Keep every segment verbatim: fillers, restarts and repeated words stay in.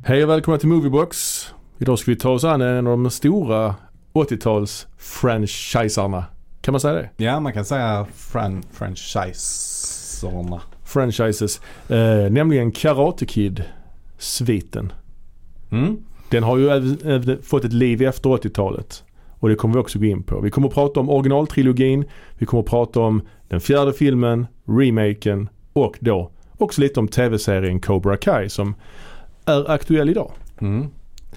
Hej och välkomna till Moviebox. Idag ska vi ta oss an en av de stora åttio-tals-franchisarna. Kan man säga det? Ja, man kan säga fran- franchiserna. Franchises. Eh, nämligen Karate Kid-sviten. Mm. Den har ju även, även fått ett liv efter åttio-talet. Och det kommer vi också gå in på. Vi kommer att prata om originaltrilogin. Vi kommer att prata om den fjärde filmen, remaken och då också lite om tv-serien Cobra Kai som är aktuell idag. Mm.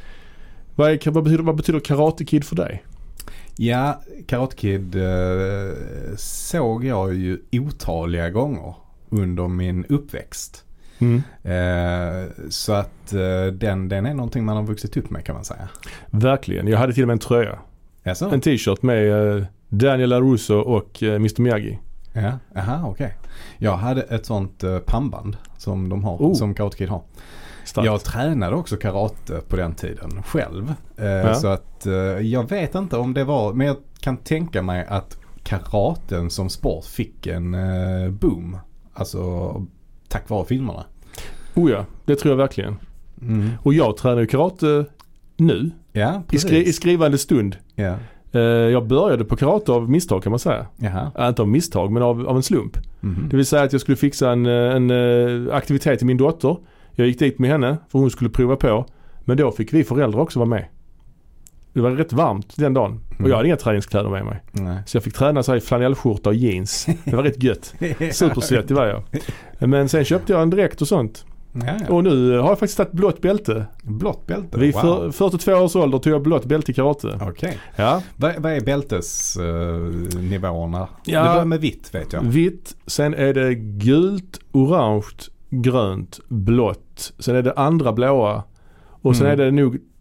Vad, är, vad, betyder, vad betyder Karate Kid för dig? Ja, Karate Kid eh, såg jag ju otaliga gånger under min uppväxt. Mm. Eh, så att eh, den, den är någonting man har vuxit upp med, kan man säga. Verkligen. Jag hade till och med en tröja. Jaså? En t-shirt med eh, Daniel LaRusso och eh, mister Miyagi. Ja, aha, okej. Okay. Jag hade ett sånt eh, pannband som de har, Oh. som Karate Kid har. Starkt. Jag tränade också karate på den tiden själv. Eh, Ja. Så att eh, jag vet inte om det var, men jag kan tänka mig att karaten som sport fick en eh, boom. Alltså tack vare filmerna. Oh ja, det tror jag verkligen. Mm. Och jag tränar ju karate nu. Ja, I, skri- I skrivande stund. Ja. Eh, jag började på karate av misstag, kan man säga. Jaha. Äh, inte av misstag, men av, av en slump. Mhm. Det vill säga att jag skulle fixa en, eh, en eh, aktivitet till min dotter. Jag gick dit med henne för hon skulle prova på. Men då fick vi föräldrar också vara med. Det var rätt varmt den dagen. Och jag hade inga träningskläder med mig. Nej. Så jag fick träna så här i flanellskjorta och jeans. Det var rätt gött. Supersvettig var jag. Men sen köpte jag en dräkt och sånt. Ja, ja. Och nu har jag faktiskt tagit blått bälte. Blått bälte? Vid Wow. för, fyrtiotvå års ålder tog jag blått bälte i karate. Okej. Ja. Vad, vad är bältesnivåerna? Ja. Det börjar med vitt, vet jag. Vitt, sen är det gult, orange, grönt, blått. Sen är det andra blåa. Och sen Mm. är det nog t-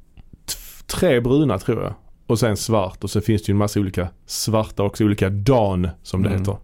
tre bruna, tror jag. Och sen svart. Och sen finns det ju en massa olika svarta också. Olika dan, som det Mm. heter.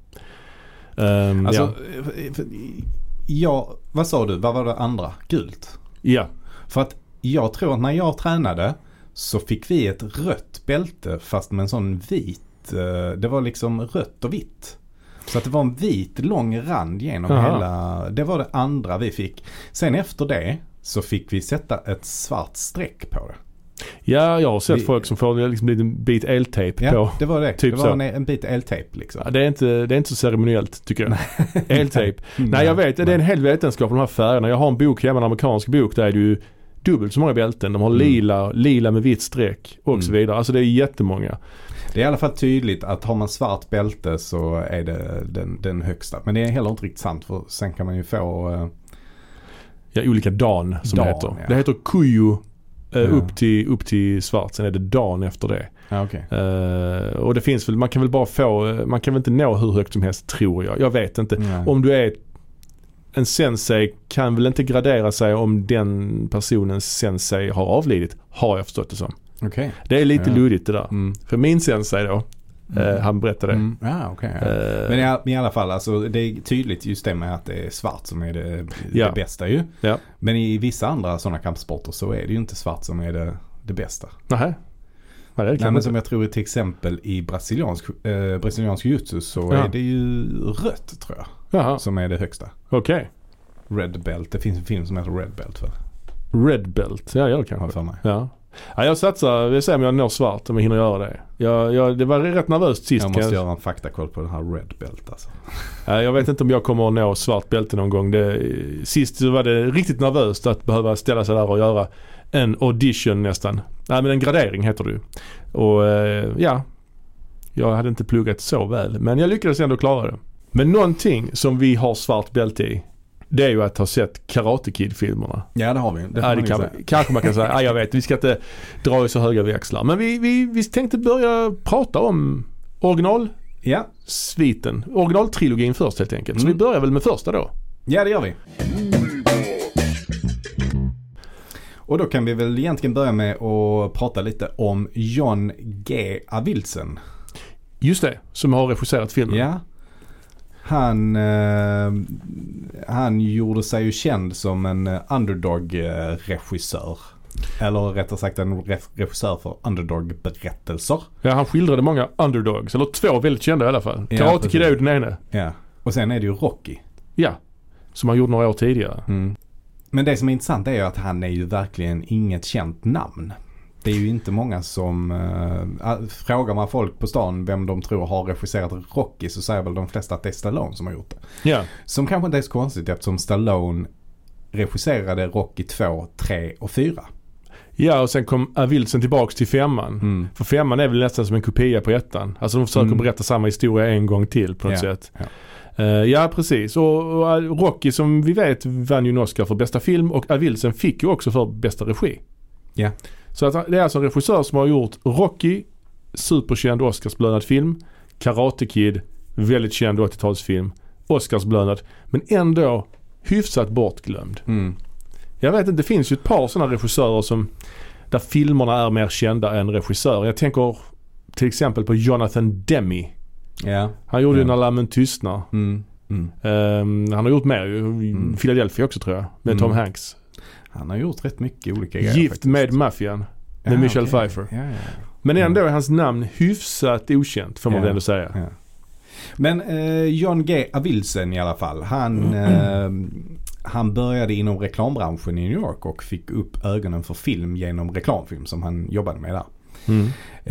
Um, Alltså, ja. för- ja, vad sa du? Vad var det andra? Gult? ja. För att jag tror att när jag tränade så fick vi ett rött bälte fast med en sån vit. eh, Det var liksom rött och vitt. Så att det var en vit lång rand genom Aha. hela. Det var det andra vi fick. Sen efter det så fick vi sätta ett svart streck på det. Ja, jag har sett Vi- folk som får liksom en liten bit eltejp Ja, på. det var det. Typ det var så. en, en bit eltejp liksom. Ja, det, är inte, det är inte så ceremoniellt, tycker jag. Eltejp. Nej, jag vet. Det är en hel vetenskap om de här färgerna. Jag har en bok hemma, en amerikansk bok, där är det ju dubbelt så många bälten. De har Mm. lila, lila med vitt streck och så Mm. vidare. Alltså det är jättemånga. Det är i alla fall tydligt att har man svart bälte så är det den, den högsta. Men det är heller inte riktigt sant, för sen kan man ju få eh, Ja, olika dan som Dan, det heter. ja. Det heter kuju eh, Ja. upp, till, upp till svart. Sen är det dan efter det. ja, okej. Eh, och det finns väl, man kan väl bara få, eh, man kan väl inte nå hur högt som helst, tror jag. Jag vet inte. Nej. Om du är en sensei kan väl inte gradera sig om den personens sensei har avlidit, har jag förstått det som. Okej. Det är lite Ja. luddigt det där. Mm. För min sensei då, eh, Mm. han berättade det. Mm. Ja, okej. ja. Eh, Men i, all- i alla fall, alltså, det är tydligt just det med att det är svart som är det, Ja. det bästa ju. Ja. Men i vissa andra sådana kampsporter så är det ju inte svart som är det, det bästa. Nähä. Nej, det Nej, kan men man som inte. jag tror till exempel i brasiliansk, eh, brasiliansk jiu-jitsu så Ja. är det ju rött, tror jag, Jaha, som är det högsta. okej. Red Belt. Det finns en film som heter Red Belt, för, Red belt, ja, gör det har jag kanske. för mig. Ja. Ja, jag satsar, vi ser om jag når svart, om jag hinner göra det. Jag, jag, det var rätt nervöst sist. Jag måste kan göra en faktakoll på den här Red Belt alltså. Ja, jag vet inte om jag kommer att nå svart bälte någon gång. Det, sist så var det riktigt nervöst att behöva ställa sig där och göra en audition nästan. Nej, men en gradering heter det ju. Och eh, ja, jag hade inte pluggat så väl. Men jag lyckades ändå klara det. Men någonting som vi har svart bälte i, det är ju att ha sett Karate Kid-filmerna. Ja, det har vi. Det får Ja, man det ju kan, säga. kanske man kan säga. Ja, jag vet, vi ska inte dra i så höga växlar. Men vi, vi, vi tänkte börja prata om originalsviten. Ja. Originaltrilogin först helt enkelt. Så Mm. vi börjar väl med första då. ja, det gör vi. Och då kan vi väl egentligen börja med att prata lite om John G. Avildsen. Just det, som har regisserat filmen. Ja. Han, eh, han gjorde sig ju känd som en underdog-regissör. Eller rättare sagt en re- regissör för underdog-berättelser. Ja, han skildrade många underdogs. Eller två väldigt kända i alla fall. Ja, Karate Kid är ju den ena. Ja. Och sen är det ju Rocky. Ja, som han gjorde några år tidigare. Mm. Men det som är intressant är ju att han är ju verkligen inget känt namn. Det är ju inte många som äh, frågar man folk på stan vem de tror har regisserat Rocky, så säger väl de flesta att det är Stallone som har gjort det. Ja. Som kanske inte är så konstigt eftersom Stallone regisserade Rocky två, tre och fyra. Ja, och sen kom Avildsen tillbaks till femman. Mm. För femman är väl nästan som en kopia på ettan. Alltså de försöker mm. berätta samma historia en gång till på något ja. sätt. Ja. Uh, ja, precis. Och, och Rocky, som vi vet, vann ju en Oscar för bästa film, och Avildsen fick ju också för bästa regi. Ja. Så att det är alltså en regissör som har gjort Rocky, superkänd Oscarsbelönad film, Karate Kid, väldigt känd åttiotalsfilm, Oscarsbelönad, men ändå hyfsat bortglömd. Mm. Jag vet inte, det finns ju ett par sådana regissörer som där filmerna är mer kända än regissörer. Jag tänker till exempel på Jonathan Demme. Ja. Han gjorde ja. ju När lammen tystnar. Mm. Mm. Um, han har gjort mer ju. Mm. Philadelphia också, tror jag. Med mm. Tom Hanks. Han har gjort rätt mycket olika grejer. Gift faktiskt. med maffian. Med ja, Michelle okay. Pfeiffer. Ja, ja. Men ändå är hans namn hyfsat okänt, får man ja. väl ändå säga. Ja. Men eh, John G. Avildsen i alla fall. Han, mm. eh, han började inom reklambranschen i New York och fick upp ögonen för film genom reklamfilm som han jobbade med där. Mm.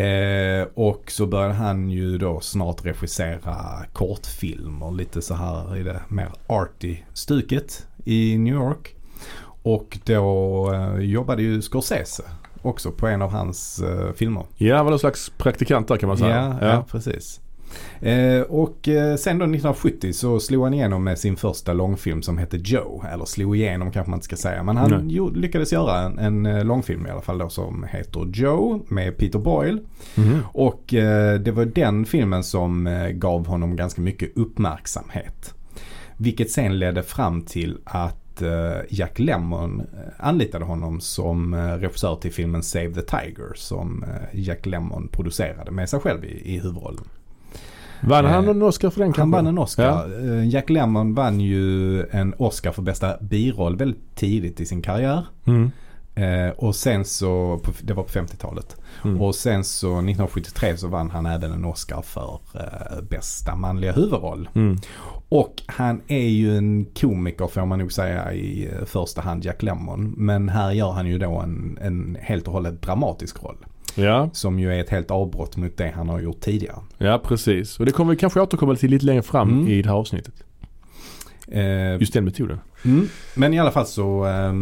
Eh, och så började han ju då snart regissera kortfilmer, lite så här i det mer arty stuket i New York. Och då eh, jobbade ju Scorsese också på en av hans eh, filmer. Ja, han var någon slags praktikant där, kan man säga. Ja, ja. ja precis. Eh, och eh, sen då nittonhundrasjuttio så slog han igenom med sin första långfilm som hette Joe. Eller slog igenom kanske man inte ska säga. Men han jo, lyckades göra en, en, en långfilm i alla fall då, som heter Joe med Peter Boyle. Mm. Och eh, det var den filmen som eh, gav honom ganska mycket uppmärksamhet. Vilket sen ledde fram till att Jack Lemmon anlitade honom som regissör till filmen Save the Tiger, som Jack Lemmon producerade med sig själv i, i huvudrollen. Vann han en Oscar för den kanske? Han vann en Oscar. Ja. Jack Lemmon vann ju en Oscar för bästa biroll väldigt tidigt i sin karriär. Mm. Eh, och sen så, det var på femtiotalet. Mm. Och sen så nittonhundrasjuttiotre så vann han även en Oscar för eh, bästa manliga huvudroll. Mm. Och han är ju en komiker, får man nog säga, i första hand, Jack Lemmon. Men här gör han ju då en, en helt och hållet dramatisk roll. Ja. Som ju är ett helt avbrott mot det han har gjort tidigare. Ja, precis. Och det kommer vi kanske återkomma till lite längre fram mm. i det här avsnittet. Eh, Just den metoden. Mm. Men i alla fall så... Eh,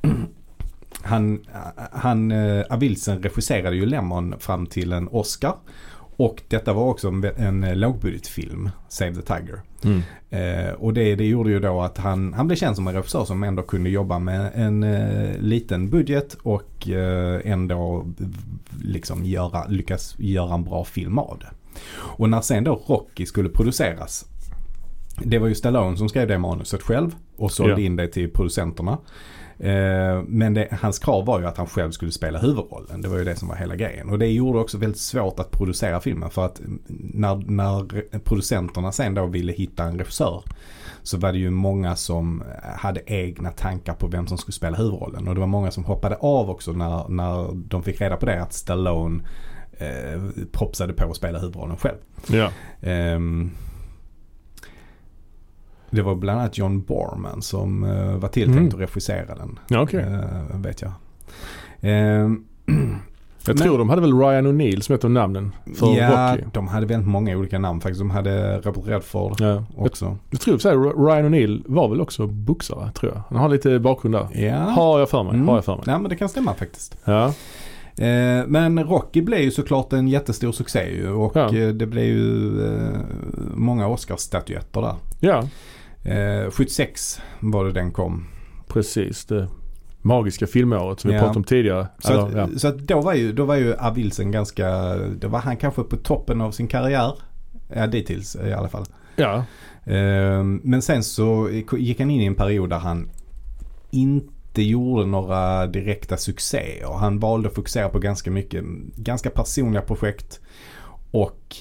Han, han uh, Avildsen regisserade ju Lemmon fram till en Oscar, och detta var också en, en lågbudgetfilm, Save the Tiger. Mm. Uh, och det, det gjorde ju då att han, han blev känd som en regissör som ändå kunde jobba med en uh, liten budget och uh, ändå liksom göra, lyckas göra en bra film av det. Och när sen då Rocky skulle produceras, det var ju Stallone som skrev det manuset själv och sålde ja. in det till producenterna. Eh, men det, hans krav var ju att han själv skulle spela huvudrollen. Det var ju det som var hela grejen. Och det gjorde också väldigt svårt att producera filmen, för att när, när producenterna sen då ville hitta en regissör, så var det ju många som hade egna tankar på vem som skulle spela huvudrollen. Och det var många som hoppade av också när, när de fick reda på det, att Stallone eh, propsade på att spela huvudrollen själv. Ja. Eh, Det var bland annat John Borman som uh, var tilltänkt mm. att regissera den. Ja, okay. uh, vet jag. Uh, jag tror men, de hade väl Ryan O'Neal som heter namnen för ja, Rocky. De hade väldigt många olika namn faktiskt. De hade Robert Redford ja. också. Jag, jag tror så här, Ryan O'Neal var väl också boxare, tror jag. Han har lite bakgrund där. Ja. Har jag för mig. Mm. Har jag för mig. Ja, men det kan stämma faktiskt. Ja. Eh, men Rocky blev ju såklart en jättestor succé ju, och ja. eh, det blev ju eh, många Oscarsstatyetter där. Ja. Eh, sjuttiosex var det den kom. Precis, det magiska filmåret som ja. vi pratade om tidigare. Så, Eller, att, ja. så att då var ju, då var ju Avildsen ganska, då var han kanske på toppen av sin karriär. Ja, dittills i alla fall. Ja. Eh, men sen så gick han in i en period där han inte gjorde några direkta succéer. Han valde att fokusera på ganska mycket, ganska personliga projekt och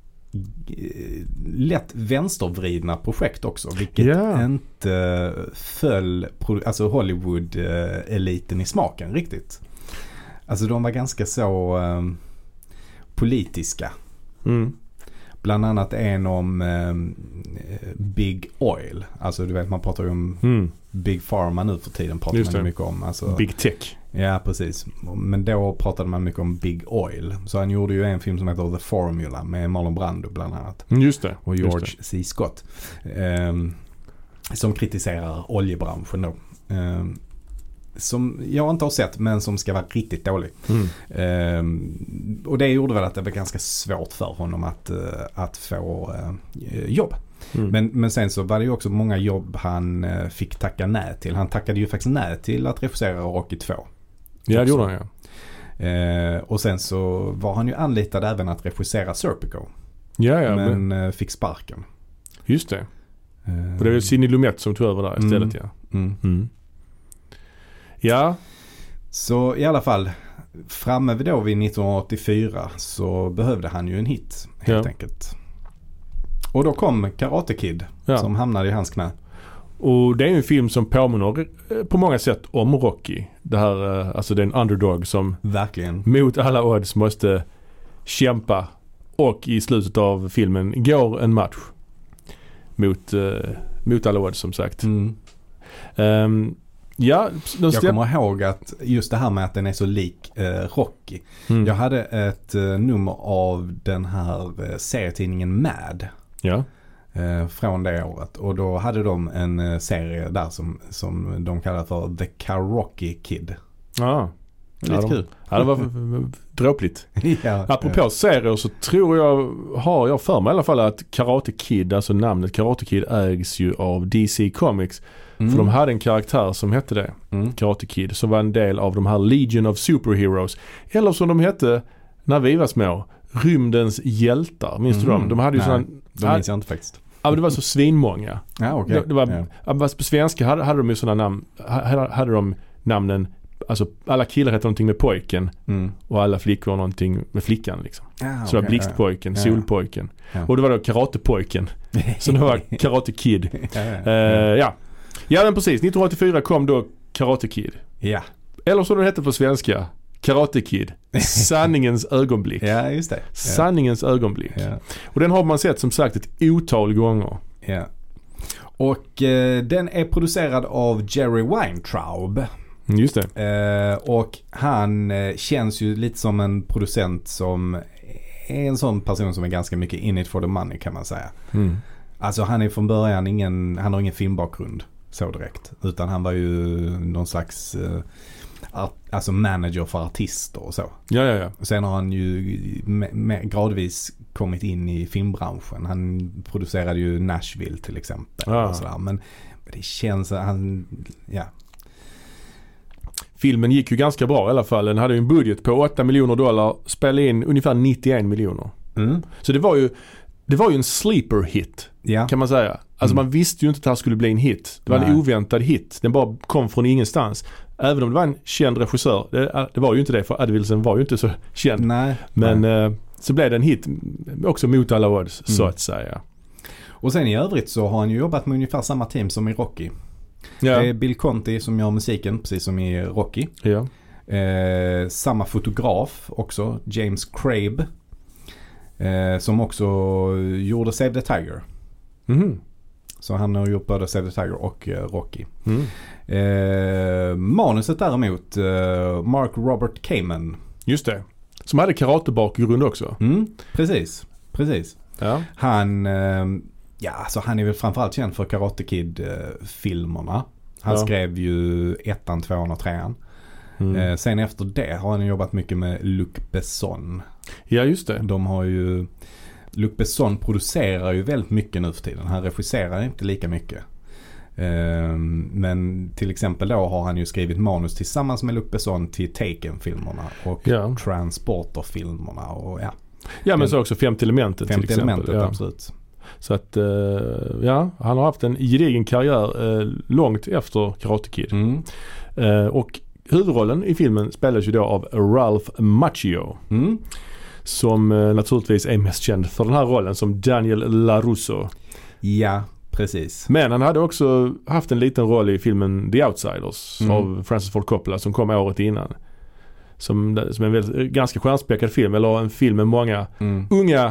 lätt vänstervridna projekt också, vilket yeah. inte föll alltså Hollywood-eliten i smaken riktigt. Alltså de var ganska så um, politiska. Mm. Bland annat en om eh, Big Oil. Alltså du vet, man pratar ju om mm. Big Pharma nu för tiden. Pratar Just man det. mycket om. Alltså, Big Tech. Ja, precis. Men då pratade man mycket om Big Oil. Så han gjorde ju en film som heter The Formula med Marlon Brando bland annat. Just det. Och George Just det. C. Scott. Eh, som kritiserar oljebranschen då. Eh, som jag inte har sett, men som ska vara riktigt dålig. Mm. Eh, och det gjorde väl att det var ganska svårt för honom att, uh, att få uh, jobb. Mm. Men, men sen så var det ju också många jobb han uh, fick tacka nej till. Han tackade ju faktiskt nej till att regissera Rocky två. Ja, det gjorde han, ja. Eh, och sen så var han ju anlitad även att regissera Serpico. Ja, ja. Men, men... fick sparken. Just det. Eh, och det är väl Sidney Lumet som tog över där istället, mm. ja. Mm. Mm. Ja. Så i alla fall, framme då vid nittonhundraåttiofyra så behövde han ju en hit, helt ja. enkelt. Och då kom Karate Kid, ja. som hamnade i hans knä. Och det är ju en film som påminner på många sätt om Rocky. Det här, alltså det är en underdog som verkligen mot alla odds måste kämpa och i slutet av filmen går en match mot, uh, mot alla odds, som sagt. Mm. Um, ja, jag kommer ihåg att just det här med att den är så lik uh, Rocky. Mm. Jag hade ett uh, nummer av den här uh, serietidningen Mad. Ja. Eh, från det året. Och då hade de en eh, serie där som, som de kallar för The Karate Kid. Ja. Lite ja, de, kul. Ja, det var dråpligt. ja, Apropå ja. serier så tror jag, har jag för mig i alla fall att Karate Kid, alltså namnet Karate Kid, ägs ju av D C Comics. Mm. För de hade en karaktär som hette det, mm. Karate Kid, som var en del av de här Legion of Superheroes. Eller som de hette när vi var små, Rymdens hjältar. Minns mm. du dem? De hade ju sådana... De minns jag inte faktiskt. Ja, men det var så svinmånga. Ja, okej. Okay. Det var, ja. På svenska hade, hade de ju sådana namn, hade, hade de namnen, alltså alla killar hette någonting med pojken mm. och alla flickor någonting med flickan liksom. Ja, så okay, det var blixtpojken, ja. solpojken. Ja. Och det var då karatepojken. Så det var Karate Kid. ja, ja, ja. Uh, ja. ja, men precis. nittonhundraåttiofyra kom då Karate Kid. Ja. Eller som det hette på svenska, Karate Kid. Sanningens ögonblick. Ja, just det. Ja. Sanningens ögonblick. Ja. Och den har man sett som sagt ett otal gånger. Ja. Och eh, den är producerad av Jerry Weintraub. Just det. Eh, och han eh, känns ju lite som en producent som är en sån person som är ganska mycket in it for the money, kan man säga. Mm. Alltså han är från början ingen, han har ingen filmbakgrund så direkt. Utan han var ju någon slags... Eh, alltså manager för artister och så. Ja, ja, ja. Och sen har han ju med, med, gradvis kommit in i filmbranschen. Han producerade ju Nashville till exempel. Ja. Och sådär. Men det känns att han, ja. Filmen gick ju ganska bra i alla fall. Den hade ju en budget på åtta miljoner dollar. Spelade in ungefär nittioen miljoner. Mm. Så det var ju det var ju en sleeper hit, ja. kan man säga. Alltså mm. man visste ju inte att det här skulle bli en hit. Det var Nej. en oväntad hit. Den bara kom från ingenstans. Även om det var en känd regissör. Det, det var ju inte det, för Ad Wilson var ju inte så känd. Nej. Men Nej. Eh, så blev det en hit också mot alla odds, mm. så att säga. Och sen i övrigt så har han ju jobbat med ungefär samma team som i Rocky. Ja. Det är Bill Conti som gör musiken, precis som i Rocky. Ja. Eh, samma fotograf också, James Crabe. Eh, som också gjorde Save the Tiger. Mhm. Så han har gjort både Save the Tiger och uh, Rocky. Mm. Eh, manuset däremot, uh, Mark Robert Kamen. Just det. Som hade karatebakgrund också. Mm, precis. Precis. Ja. Han, uh, ja, alltså han är väl framförallt känd för Karate Kid-filmerna. Han ja. skrev ju ettan, tvåan och trean. Mm. Eh, sen efter det har han jobbat mycket med Luc Besson. Ja, just det. De har ju... Luc Besson producerar ju väldigt mycket nu för tiden. Han regisserar inte lika mycket. Um, men till exempel då har han ju skrivit manus tillsammans med Luc Besson till Taken-filmerna och ja. Transporter-filmerna och ja. Ja, men så också Femte elementet till exempel. Femte elementet, ja. absolut. Så att, uh, ja, han har haft en gedigen karriär uh, långt efter Karate Kid. Mm. Uh, och huvudrollen i filmen spelas ju då av Ralph Macchio. Mm. Som uh, naturligtvis är mest känd för den här rollen som Daniel LaRusso. Ja, precis. Men han hade också haft en liten roll i filmen The Outsiders mm. av Francis Ford Coppola som kom året innan. Som, som en väldigt, ganska stjärnspäckad film, eller en film med många mm. unga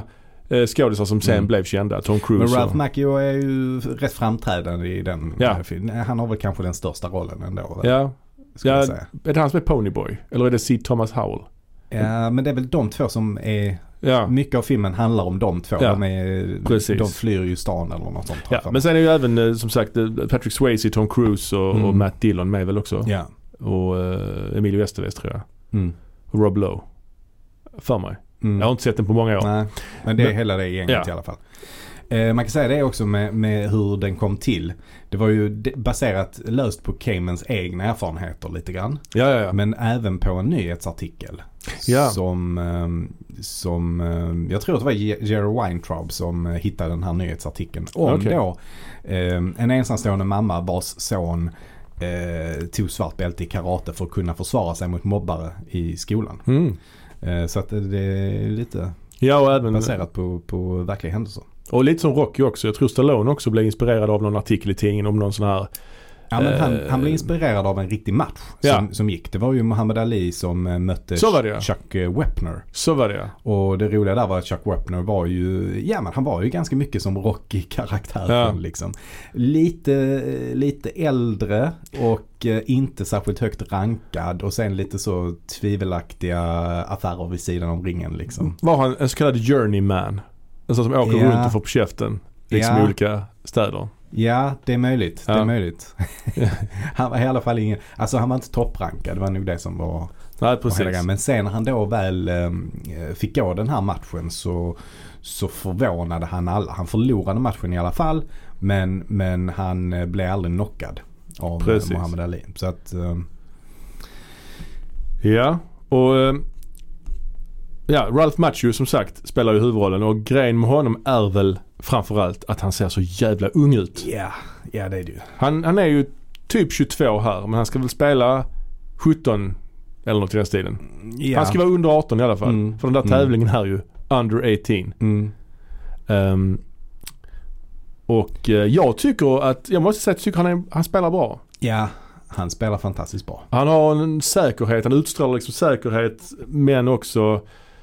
eh, skådisar som sen Mm. blev kända. Tom Cruise. Men Ralph och, Macchio är ju rätt framträdande i den Ja. här filmen. Han har väl kanske den största rollen ändå. ja, Skulle ja, jag säga. är det han som är Ponyboy? Eller är det C. Thomas Howell? Ja, men det är väl de två som är... Ja. Mycket av filmen handlar om de två. Ja, De, är, precis. de flyr ju stan eller något sånt. Ja, men sen är ju även eh, som sagt eh, Patrick Swayze, Tom Cruise och, Mm. och Matt Dillon med väl också. Ja. Och uh, Emilio Estevez tror jag. Mm. Och Rob Lowe. För mig. Mm. Jag har inte sett den på många år. Nej, men det är Men- hela det gänget Ja. i alla fall. Eh, man kan säga det också med, med hur den kom till. Det var ju de- baserat löst på Kaymans egna erfarenheter lite grann. Ja, ja, ja. Men även på en nyhetsartikel. Ja. Som, ehm, som ehm, jag tror att det var Ge- Jerry Weintraub som eh, hittade den här nyhetsartikeln. Om Okej. då ehm, en ensamstående mamma vars son eh, tog svart bälte i karate för att kunna försvara sig mot mobbare i skolan. Mm. Eh, så att det, det är lite Ja, och även baserat på, på verkliga händelser. och lite som Rocky också. Jag tror Stallone också blev inspirerad av någon artikel i tidningen om någon sån här. Ja, men han, Eh, han blev inspirerad av en riktig match Ja. som, som gick. Det var ju Muhammad Ali som eh, mötte Så var det, ja. Chuck eh, Wepner. Så var det, ja. Och det roliga där var att Chuck Wepner var ju, ja men han var ju ganska mycket som Rocky-karaktären Ja. liksom. Lite, lite äldre och eh, inte särskilt högt rankad och sen lite så tvivelaktiga affärer vid sidan om ringen liksom. Var han en så kallad journeyman? En sån som åker Ja. runt och får på käften. Liksom Ja. i olika städer. Ja, det är möjligt. Det Ja. är möjligt. Han var i alla fall ingen, alltså han var inte topprankad, det var nog det som var Nej, och hela precis. grejen. Men sen när han då väl eh, fick gå den här matchen så, så förvånade han alla. Han förlorade matchen i alla fall. Men, men han eh, blev aldrig knockad av Precis. eh, Muhammad Ali. Så att, eh, Ja, och eh, ja, Ralph Macchio som sagt spelar ju huvudrollen och grejen med honom är väl framförallt att han ser så jävla ung ut. ja, ja det är det ju. Han, han är ju typ tjugotvå här men han ska väl spela sjutton eller något i den stilen. Ja. Han ska vara under arton i alla fall. Mm. För den där Mm. tävlingen här är ju under arton. Mm. Um, och uh, jag tycker att, jag måste säga att jag tycker han, är, han spelar bra. Ja, han spelar fantastiskt bra. Han har en säkerhet, han utstrålar liksom säkerhet men också,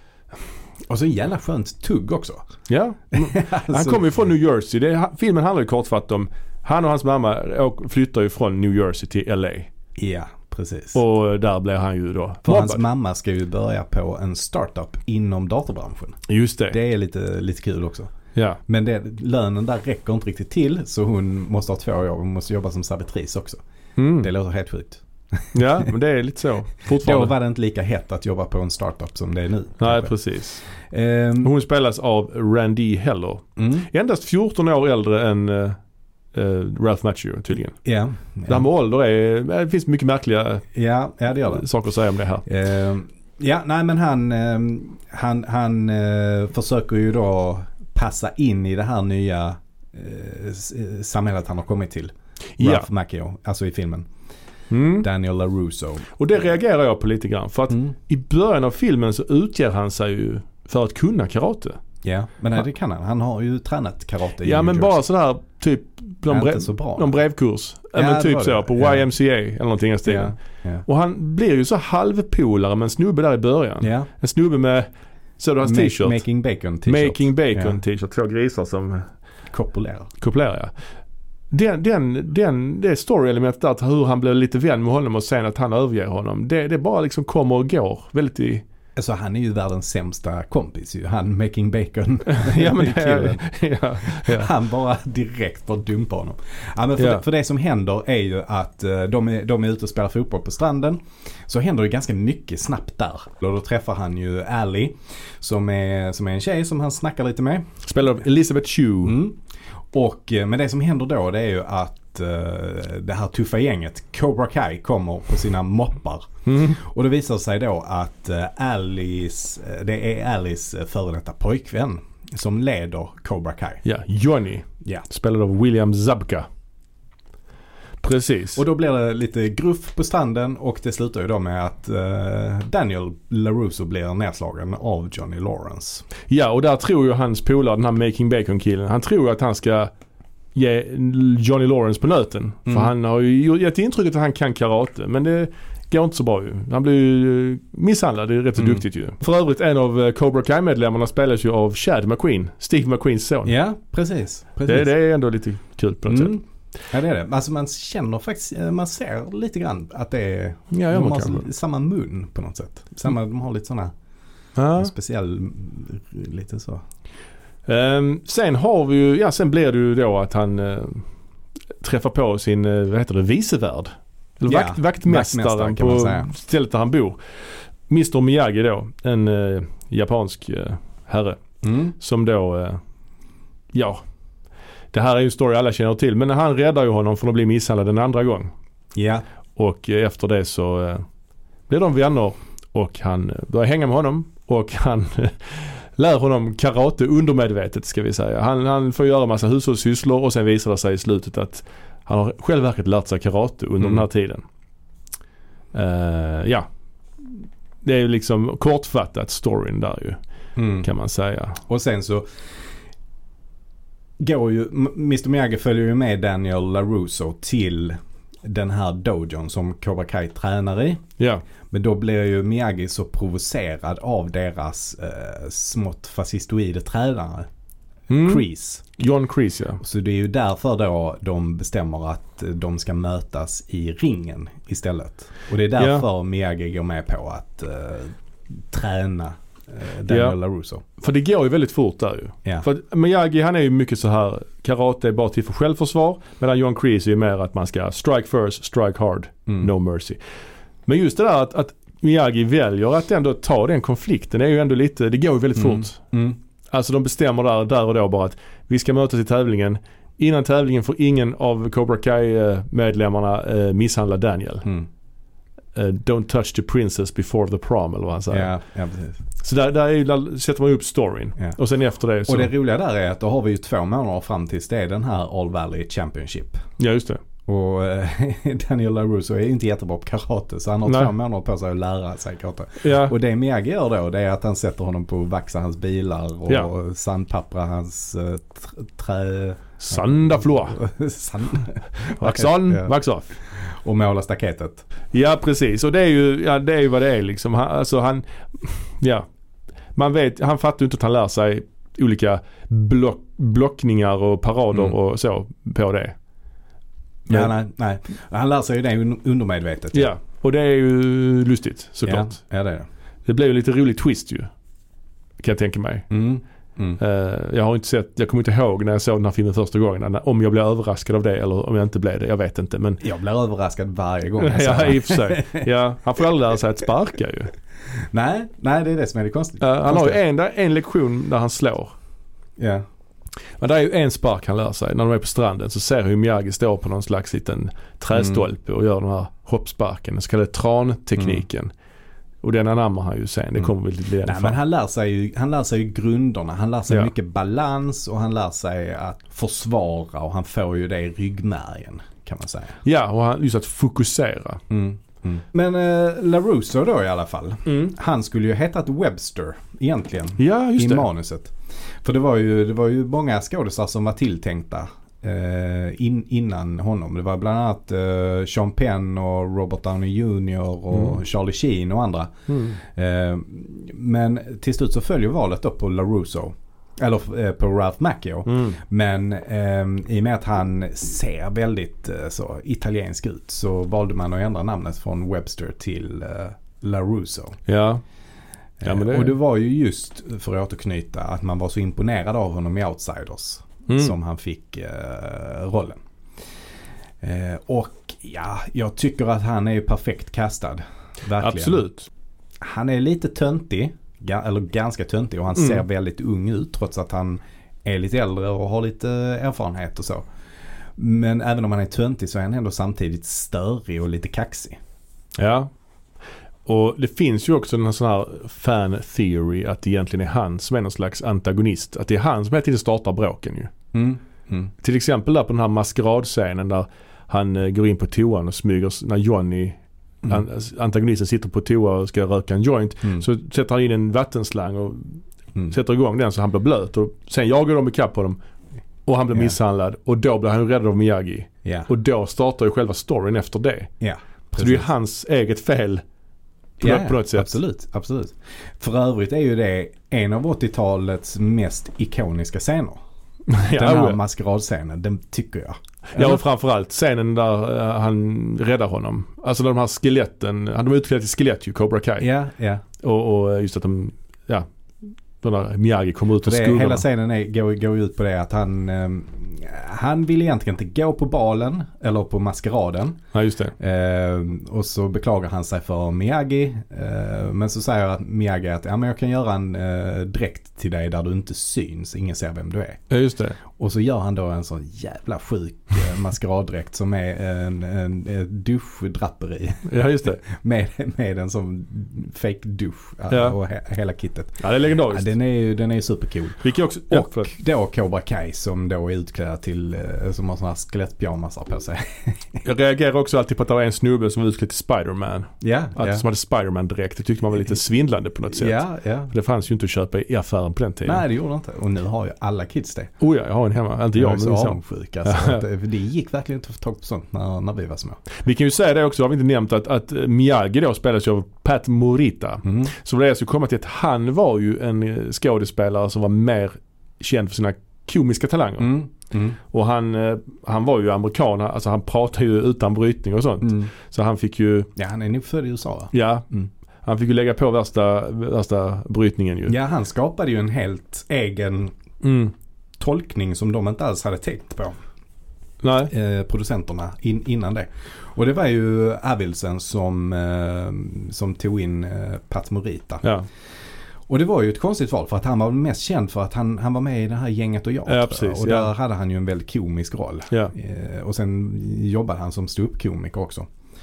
Och så en jävla skönt tugg också. ja. Han Alltså, kommer ju från New Jersey. Det är, filmen handlar ju kortfattat om, han och hans mamma åk- flyttar ju från New Jersey till L A. Ja, precis. Och där blir han ju då För hans mobbad. mamma ska ju börja på en startup inom datorbranschen. Just det. Det är lite, lite kul också. Ja. Men det, lönen där räcker inte riktigt till så hon måste ha två jobb. Hon måste jobba som servitris också. Mm. Det låter helt sjukt. Ja, men det är lite så. Då Fortfarande. var det inte lika hett att jobba på en startup som det är nu. Nej, kanske. precis. Ehm, Hon spelas av Randy Heller. mm, Endast fjorton år äldre än uh, uh, Ralph Macchio tydligen. ja, Det här med ålder är, det finns mycket märkliga ja, ja, det gör det. saker att säga om det här. Ehm, ja, nej men han, ehm, han, han eh, försöker ju då passa in i det här nya eh, s- eh, samhället han har kommit till. Ja. Ralph Macchio, alltså i filmen. Mm. Daniel LaRusso. Och det reagerar jag på lite grann. För att Mm. i början av filmen så utger han sig ju för att kunna karate. Ja, men nej, det kan han. Han har ju tränat karate i Ja, New men Jersey. bara sådär typ någon, Inte brev, så bra. någon brevkurs. Ja, Ja, men det typ var så det. på Ja. Y M C A eller någonting i den stilen. Ja, ja. Och han blir ju så halvpolare med en snubbe där i början. Ja. En snubbe med, så du hans Make- t-shirt? Making Bacon t-shirt. Making Bacon Ja. t-shirt. Två grisar som Kopulerar. kopplerar, ja. Den, den, den, det story-elementet där, hur han blir lite vän med honom och sen att han överger honom. Det, det bara liksom kommer och går. Väldigt i... Alltså han är ju världens sämsta kompis ju. Han Making Bacon. ja, men det killen. är, ja, ja. Han bara direkt bara dumpar honom. Ja, men för, Ja. det, för det som händer är ju att eh, de är, de är ute och spelar fotboll på stranden. Så händer det ganska mycket snabbt där. Och då träffar han ju Ali som är, som är en tjej som han snackar lite med. Spelar av Elizabeth Shue. Mm. Och, eh, men det som händer då det är ju att eh, det här tuffa gänget Cobra Kai kommer på sina moppar. Mm. Och det visar sig då att eh, Alice, eh, det är Alice före detta pojkvän som leder Cobra Kai. Ja, Johnny. Ja. Spelad av William Zabka. Precis. Och då blir det lite gruff på stranden och det slutar ju då med att eh, Daniel LaRusso blir nedslagen av Johnny Lawrence. Ja, och där tror ju hans polare, den här Making Bacon-killen, han tror ju att han ska ge Johnny Lawrence på nöten. Mm. För han har ju gett intrycket att han kan karate. Men det går inte så bra ju. Han blir ju misshandlad, det är rätt så Mm. duktigt ju. För övrigt en av Cobra Kai-medlemmarna spelas ju av Chad McQueen, Steve McQueens son. Ja, precis. precis. Det, det är ändå lite kul på något Mm. sätt. Ja, det är det. Alltså man känner faktiskt, man ser lite grann att det är Ja, jag de må har kanske. samma mun på något sätt. Samma, de har lite sådana Ja. speciell, lite så. Um, sen har vi ju, ja sen blir det ju då att han uh, träffar på sin, uh, vad heter det, vicevärd. Eller Ja, vakt, vaktmästaren vaktmästare kan man på säga. stället där han bor. mister Miyagi då, en uh, japansk uh, herre. Mm. Som då, uh, ja, det här är ju en story alla känner till. Men han räddar ju honom från att bli misshandlad en andra gång. Ja. Och uh, efter det så uh, blir de vänner och han uh, börjar hänga med honom. Och han lär honom karate undermedvetet ska vi säga. Han, han får göra massa hushållssysslor och sen visar det sig i slutet att han har själv verkligen lärt sig karate under Mm. den här tiden. Uh, ja. Det är ju liksom kortfattat storyn där ju Mm. kan man säga. Och sen så går ju, M- mister Miyagi följer ju med Daniel LaRusso till den här dojon som Cobra Kai tränar i. Ja. Men då blir ju Miyagi så provocerad av deras eh, smått fascistoide tränare. Mm. Kreese. John Kreese, ja. Så det är ju därför då de bestämmer att de ska mötas i ringen istället. Och det är därför Miyagi går med på att eh, träna eh, Daniel Ja. LaRusso. För det går ju väldigt fort där ju. Ja. För att Miyagi han är ju mycket så här, karate är bara till för självförsvar. Medan John Kreese är ju mer att man ska strike first, strike hard, Mm. no mercy. Men just det där att, att Miyagi väljer att ändå ta den konflikten är ju ändå lite, det går ju väldigt Mm. fort. Mm. Alltså de bestämmer där, där och då bara att vi ska mötas i tävlingen. Innan tävlingen får ingen av Cobra Kai-medlemmarna eh, misshandla Daniel. Mm. Eh, don't touch the princess before the prom eller vad han säger. Ja, ja, precis. Så där, där, är, ju- där sätter man upp storyn. Ja. Och sen efter det så... Och det roliga där är att då har vi ju två månader fram tills det är den här All Valley Championship. Ja, just det. Och eh, Daniel LaRusso är inte jättebra på karate så han har Nej. två månader på sig att lära sig karate. Ja, Och det Miyagi gör då det är att han sätter honom på att vaxa hans bilar och Ja. sandpappra hans uh, tr- trä... Sandafloa. Sand... Vax on, Ja. vax off. Och måla staketet. Ja, precis. Och det är ju, ja, det är ju vad det är liksom. Han, alltså han, ja. Man vet, han fattar ju inte att han lär sig olika block, blockningar och parader Mm. och så på det. Men- Ja, nej, nej. Han lär sig ju det un- undermedvetet. Ja, och det är ju lustigt såklart. Ja, ja det är det. Det blev ju lite rolig twist ju. Kan jag tänka mig. Mm. Mm. Uh, jag har inte sett, jag kommer inte ihåg när jag såg den här filmen första gången. Om jag blev överraskad av det eller om jag inte blev det. Jag vet inte. Men Jag blir överraskad varje gång jag ser ja, det. i och för sig. Ja, han får aldrig lära sig att sparka ju. Nej, nej, det är det som är det konstiga. Uh, han har ju en, en lektion där han slår. Ja. Men det är ju en spark han lär sig. När de är på stranden så ser hur Miyagi står på någon slags liten trästolpe och gör den här hoppsparken. Den så kallade tran-tekniken. Mm. Och den anammar han ju sen. Det kommer väl lite Nej, fram. men han lär sig ju, han lär sig ju grunderna. Han lär sig Ja. mycket balans och han lär sig att försvara och han får ju det i ryggmärgen kan man säga. Ja, och han, just att fokusera. Mm. Mm. Men eh, LaRusso då i alla fall. Mm. Han skulle ju hetat Webster egentligen Ja, just i det. manuset. För det var ju, det var ju många skådespelare som var tilltänkta eh, in, innan honom. Det var bland annat eh, Sean Penn och Robert Downey junior och Mm. Charlie Sheen och andra. Mm. Eh, men till slut så följer valet upp på LaRusso. Eller eh, på Ralph Macchio. Mm. Men eh, i och med att han ser väldigt eh, så italiensk ut så valde man att ändra namnet från Webster till eh, LaRusso. Ja. Ja, men det- Eh, och det var ju just för att återknyta att man var så imponerad av honom i Outsiders Mm. som han fick eh, rollen. Eh, och ja, jag tycker att han är ju perfekt castad. Verkligen. Absolut. Han är lite töntig, ga- eller ganska töntig och han Mm. ser väldigt ung ut trots att han är lite äldre och har lite erfarenhet och så. Men även om han är töntig så är han ändå samtidigt störig och lite kaxig. Ja. Och det finns ju också en sån här fan theory att det egentligen är han som är någon slags antagonist. Att det är han som hela tiden startar bråken ju. Mm. Mm. Till exempel där på den här maskeradscenen där han eh, går in på toan och smyger när Johnny, Mm. an, antagonisten, sitter på toa och ska röka en joint. Mm. Så sätter han in en vattenslang och Mm. sätter igång den så han blir blöt. Och sen jagar de ikapp på dem och han blir Ja. misshandlad. Och då blir han ju räddad av Miyagi. Ja. Och då startar ju själva storyn efter det. Ja, Och Så det är ju hans eget fel på, ja, något, på något sätt. Absolut, absolut. För övrigt är ju det en av åttiotalets mest ikoniska scener. Ja, den här ja. maskeradscenen, den tycker jag. Ja, och framförallt scenen där uh, han räddar honom. Alltså de här skeletten, han var utklädd till skelett ju, Cobra Kai. Ja, ja. Och, och just att de, ja, den där Miyagi kommer ut ur skolorna. Hela scenen är, går, går ut på det att han, eh, han vill egentligen inte gå på balen eller på maskeraden. Ja, just det. Eh, och så beklagar han sig för Miyagi. Eh, men så säger att Miyagi att ja, men jag kan göra en eh, dräkt till dig där du inte syns. Ingen ser vem du är. Ja, just det. Och så gör han då en sån jävla sjuk eh, maskeraddräkt som är en, en, en duschdraperi. Ja, just det. med, med en sån fake dusch Ja. och he, hela kittet. Ja, det är legendariskt. Ja, den är ju den är supercool. Vilket också, ja, Och då Cobra Kai som då är utklädd till, eh, som har såna här skelettpyjamasar på sig. jag reagerar också alltid på att det var en snubbe som var utklädd till Spider-Man. Ja, Att ja. som hade Spider-Man direkt. Det tyckte man var lite svindlande på något sätt. Ja, ja. För det fanns ju inte att köpa i affären på den tiden. Nej, det gjorde inte. Och nu har ju alla kids det. Oh ja, jag har en hemma. Inte jag, Jag är men så så. avundsjuk. Alltså, att, det gick verkligen inte att få tag på sånt när, när vi var små. Vi kan ju säga det också, har vi inte nämnt att, att Miyagi då spelas ju av Pat Morita. Mm. Så det är alltså komma till att han var ju en skådespelare som var mer känd för sina komiska talanger. Mm. Mm. Och han, han var ju amerikan, alltså han pratade ju utan brytning och sånt. Mm. Så han fick ju, Ja, han är nog född i U S A, va? ja, Mm. han fick ju lägga på värsta, värsta brytningen ju. Ja, han skapade ju en helt egen Mm. tolkning som de inte alls hade tänkt på. Nej. Eh, producenterna in, innan det. Och det var ju Avildsen som, eh, som tog in eh, Pat Morita. Ja. Och det var ju ett konstigt val för att han var mest känd för att han, han var med i det här Gänget och jag. Ja, precis, och där ja. hade han ju en väldigt komisk roll. Ja. Eh, och sen jobbade han som ståuppkomiker också.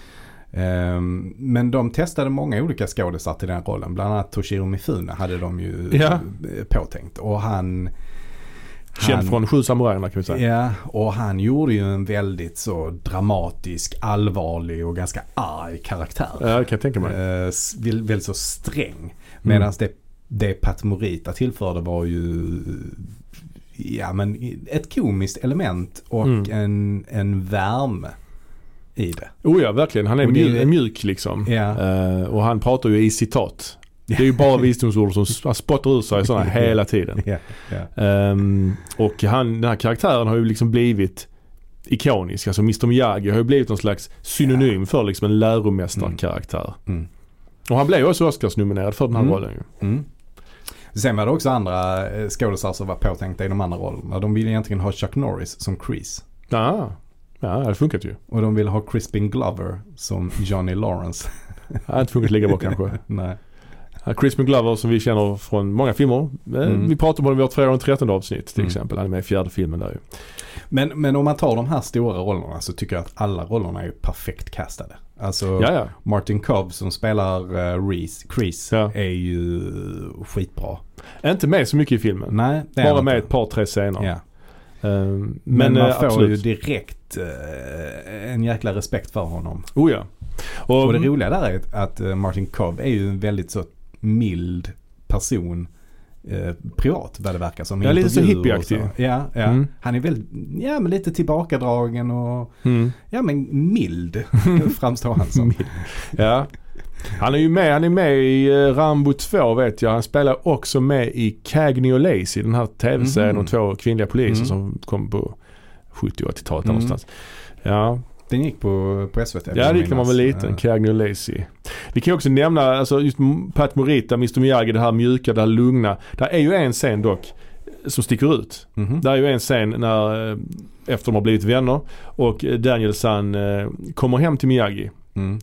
Eh, men de testade många olika skådespelare till den rollen. Bland annat Toshiro Mifune hade de ju Ja. eh, påtänkt. Och han... Känd han, från Sju samurajerna kan vi säga. Ja, och han gjorde ju en väldigt så dramatisk, allvarlig och ganska arg karaktär. Ja, det kan jag tänka mig. Eh, s- väl- väldigt så sträng. Medan Mm. det, det Pat Morita tillförde var ju ja, men ett komiskt element och Mm. en, en värme i det. Oh ja, verkligen. Han är Och det- mjuk, mjuk liksom. Ja. Eh, och han pratar ju i citat. Det är ju bara visdomsord som han spottar ur sig sådana hela tiden. Ja, ja. Um, och han, den här karaktären har ju liksom blivit ikonisk. Alltså mister Miyagi har ju blivit någon slags synonym för liksom en läromästarkaraktär. Mm. Och han blev ju också Oscars-nominerad för den här Mm. rollen ju. Mm. Sen var det också andra eh, skådespelare som var påtänkta i de andra rollerna. De ville egentligen ha Chuck Norris som Chris. Ja, ja, det hade funkat ju. Och de ville ha Crispin Glover som Johnny Lawrence. Det hade inte funkat lika bra kanske. Nej. Ja, Crispin Glover som vi känner från många filmer. Eh, Mm. Vi pratade om honom i vårt fredag den trettonde avsnitt till Mm. exempel. Han är med i fjärde filmen där ju. Men, men om man tar de här stora rollerna så tycker jag att alla rollerna är perfekt castade. Alltså Ja, ja. Martin Cobb som spelar uh, Reese, Chris Ja. är ju skitbra. Inte med så mycket i filmen. Nej, det är Bara han med inte. ett par, tre scener. Ja. Um, Men, men man eh, får absolut. ju direkt uh, en jäkla respekt för honom. Oh ja. Och, Och det roliga där är att uh, Martin Cobb är ju en väldigt så mild person eh, privat vad det verkar som. Ja, lite så Intervjuer och hippieaktig. så. Ja, ja. Mm. Han är väldigt, ja men lite tillbakadragen och mm. ja men mild framstår han som. Ja. Han är ju med, han är med i uh, Rambo två vet jag. Han spelar också med i Cagney och Lacey, den här tv-serien Mhm. om två kvinnliga poliser Mm. som kom på sjuttio- och åttiotalet Mm. någonstans. Ja. Den gick på, på S V T. Ja, det kan man väl liten. Ja. Cagney och Lacey. Vi kan ju också nämna alltså just Pat Morita, mister Miyagi, det här mjuka, det här lugna. Där är ju en scen dock som sticker ut. Mhm. Det är ju en scen när eh, efter de har blivit vänner och Daniel-san eh, kommer hem till Miyagi Mm.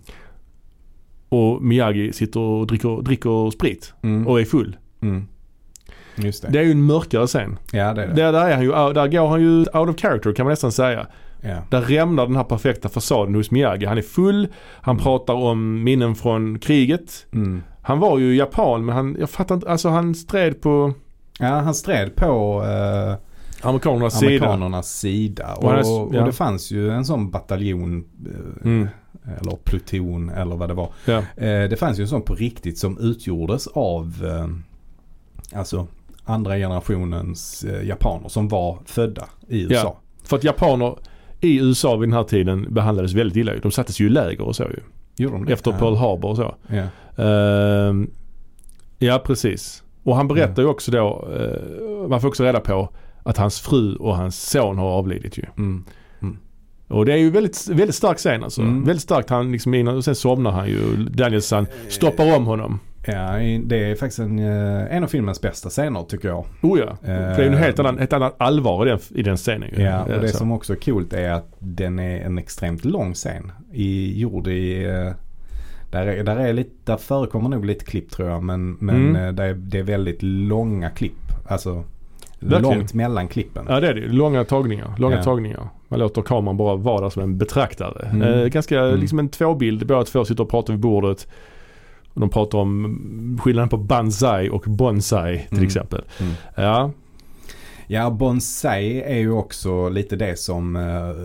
och Miyagi sitter och dricker, dricker sprit Mm. och är full. Mm. Just det. Det är ju en mörkare scen. Ja, det är det. Där, där, är han ju, där går han ju out of character kan man nästan säga. Ja. Där rämnar den här perfekta fasaden hos Miyagi. Han är full, han pratar om minnen från kriget. Mm. Han var ju japan men han, jag fattar inte, alltså han stred på Ja, han stred på eh, amerikanernas sida. amerikanernas sida. Och, Och han- och, ja. det fanns ju en sån bataljon eh, Mm. eller pluton eller vad det var. Ja. Eh, det fanns ju en sån på riktigt som utgjordes av eh, alltså andra generationens eh, japaner som var födda i U S A. Ja. För att japaner i U S A vid den här tiden behandlades väldigt illa. De sattes ju i läger och så ju. Gjorde de det? Efter ja. Pearl Harbor och så. Ja, Uh, ja, precis. Och han berättar ju också då, uh, man får också reda på att hans fru och hans son har avlidit ju. Mm. Och det är ju väldigt, väldigt stark scen alltså. Mm. Väldigt starkt, han liksom innan, och sen somnar han ju. Danielsson stoppar om honom. Ja, det är faktiskt en, en av filmens bästa scener tycker jag. Oh ja, för det är ju en helt annan, ett annat allvar i den, i den scenen ju. Ja, och det så. som också är coolt är att den är en extremt lång scen. I, gjord i... Där, är, där, är lite, där förekommer nog lite klipp tror jag, men, men Mm. det, är, det är väldigt långa klipp. Alltså Verkligen. långt mellan klippen. Ja, det är det. Långa tagningar. Långa Ja. tagningar. Man låter kameran bara vara där som en betraktare. Mm. Eh, ganska Mm. liksom en tvåbild. Båda två sitter och pratar vid bordet. Och de pratar om skillnaden på banzai och bonsai till Mm. exempel. Mm. Ja. Ja, bonsai är ju också lite det som uh,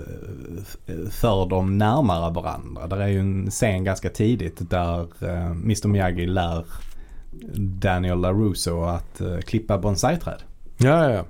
för dem närmare varandra. Där är ju en scen ganska tidigt där uh, mister Miyagi lär Daniel LaRusso att uh, klippa bonsai-träd. Ja, ja, ja.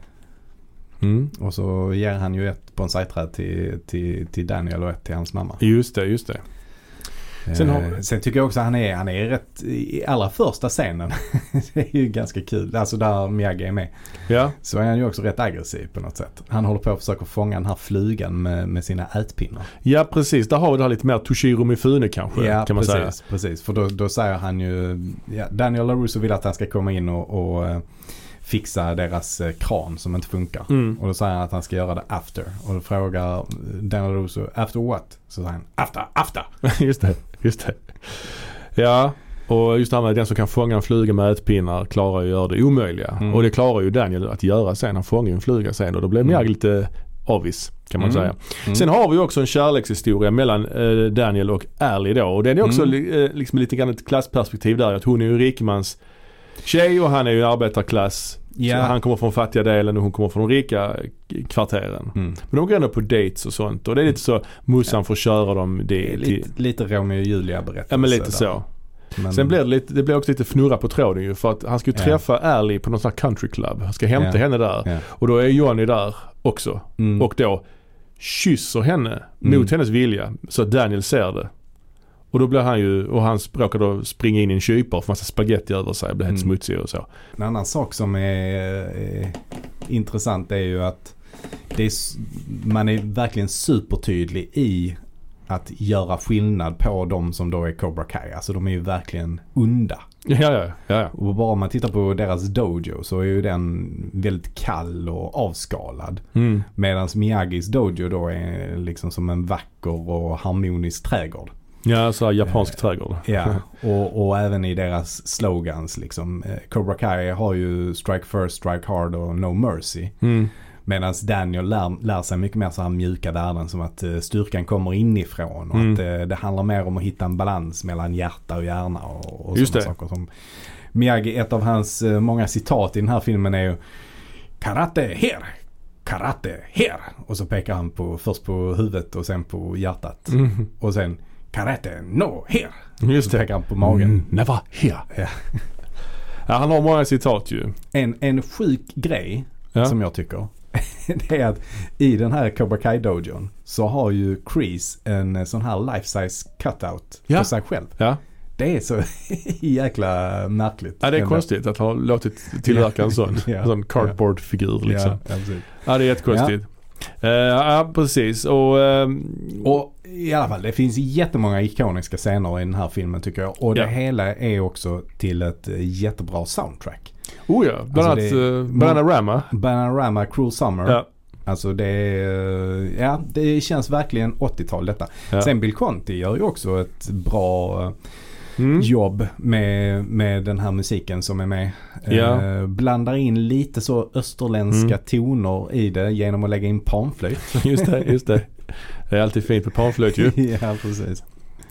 Mm. Och så ger han ju ett bonsai-träd till, till, till Daniel och ett till hans mamma. Just det, just det. Sen, har... eh, sen tycker jag också att han är, han är rätt i allra första scenen. Det är ju ganska kul. Alltså där Miyagi är med. Ja. Så är han ju också rätt aggressiv på något sätt. Han håller på att försöka fånga den här flugan med, med sina ätpinnar. Ja, precis. Där har vi det här lite mer Toshiro Mifune kanske, Ja, kan man precis, säga. precis. För då, då säger han ju... Ja, Daniel LaRusso vill att han ska komma in och, och uh, fixa deras uh, kran som inte funkar. Mm. Och då säger han att han ska göra det after. Och då frågar Daniel LaRusso, after what? Så säger han, after, after! just det, just det. Ja, och just det här med den som kan fånga en fluga med ätpinnar klarar ju att göra det omöjliga. Mm. Och det klarar ju Daniel att göra sen. Han fångar ju en fluga sen och då blir Miyagi Mm. lite avis kan man Mm. säga. Mm. Sen har vi ju också en kärlekshistoria mellan eh, Daniel och Ally då. Och den är också Mm. li, eh, liksom lite grann ett klassperspektiv där. Att hon är ju rikemans tjej och han är ju arbetarklass. Ja. Så han kommer från fattiga delen och hon kommer från de rika kvarteren. Mm. Men de går ändå på dates och sånt. Och det är lite så, Mussan får köra dem det, Det är till... lite, lite Romeo och Julia berättelse. Ja, men lite där. så. Men, Sen blir det, lite, det blir också lite fnurra på tråden ju. För att han ska ju Ja. träffa Ally på någon sån här country club. Han ska hämta Ja. henne där. Ja. Och då är Johnny där också. Mm. Och då kysser henne Mm. mot hennes vilja. Så att Daniel ser det. Och då blir han ju, och han råkar då springa in i en kypare för massa spaghetti över sig. Blir helt Mm. smutsig och så. En annan sak som är, är intressant är ju att det är, man är verkligen supertydlig i att göra skillnad på de som då är Cobra Kai. Alltså de är ju verkligen onda. Ja, ja, ja. ja. Och bara om man tittar på deras dojo så är ju den väldigt kall och avskalad. Mm. Medan Miyagis dojo då är liksom som en vacker och harmonisk trädgård. Ja, så här japansk Eh, trädgård. Ja, och, och även i deras slogans liksom. Eh, Cobra Kai har ju Strike First, Strike Hard och No Mercy. Mm. Medan Daniel lär, lär sig mycket mer så här mjuka värden som att eh, styrkan kommer inifrån och Mm. att eh, det handlar mer om att hitta en balans mellan hjärta och hjärna och, och Just sådana det. saker som Miyagi, ett av hans eh, många citat i den här filmen är ju karate here, karate here och så pekar han på, först på huvudet och sen på hjärtat Mm. och sen karate no here. Just Så det. pekar han på magen. Mm. Never here. Ja. Ja, han har många citat ju. En, en sjuk grej Ja. som jag tycker det är att i den här Cobra Kai dojon så har ju Kreese en sån här life-size cutout Ja. för sig själv. Ja. Det är så jäkla märkligt. Ja, det är Ändå. konstigt att ha låtit tillverka en sån, Ja. en sån cardboard-figur liksom. Ja, absolut. Ja, det är jättekonstigt. Ja, uh, ja precis. Och, um, Och i alla fall, det finns jättemånga ikoniska scener i den här filmen tycker jag. Och Ja. det hela är också till ett jättebra soundtrack. oh ja, bland annat Alltså det- uh, Bananarama. Bananarama, Cruel Summer. Ja. Alltså det är, ja, det känns verkligen åttiotal detta. Ja. Sen Bill Conti gör ju också ett bra Mm. jobb med, med den här musiken som är med. Ja. Eh, blandar in lite så österländska Mm. toner i det genom att lägga in panflöjt. Just det, just det. Det är alltid fint med panflöjt ju. Ja, precis.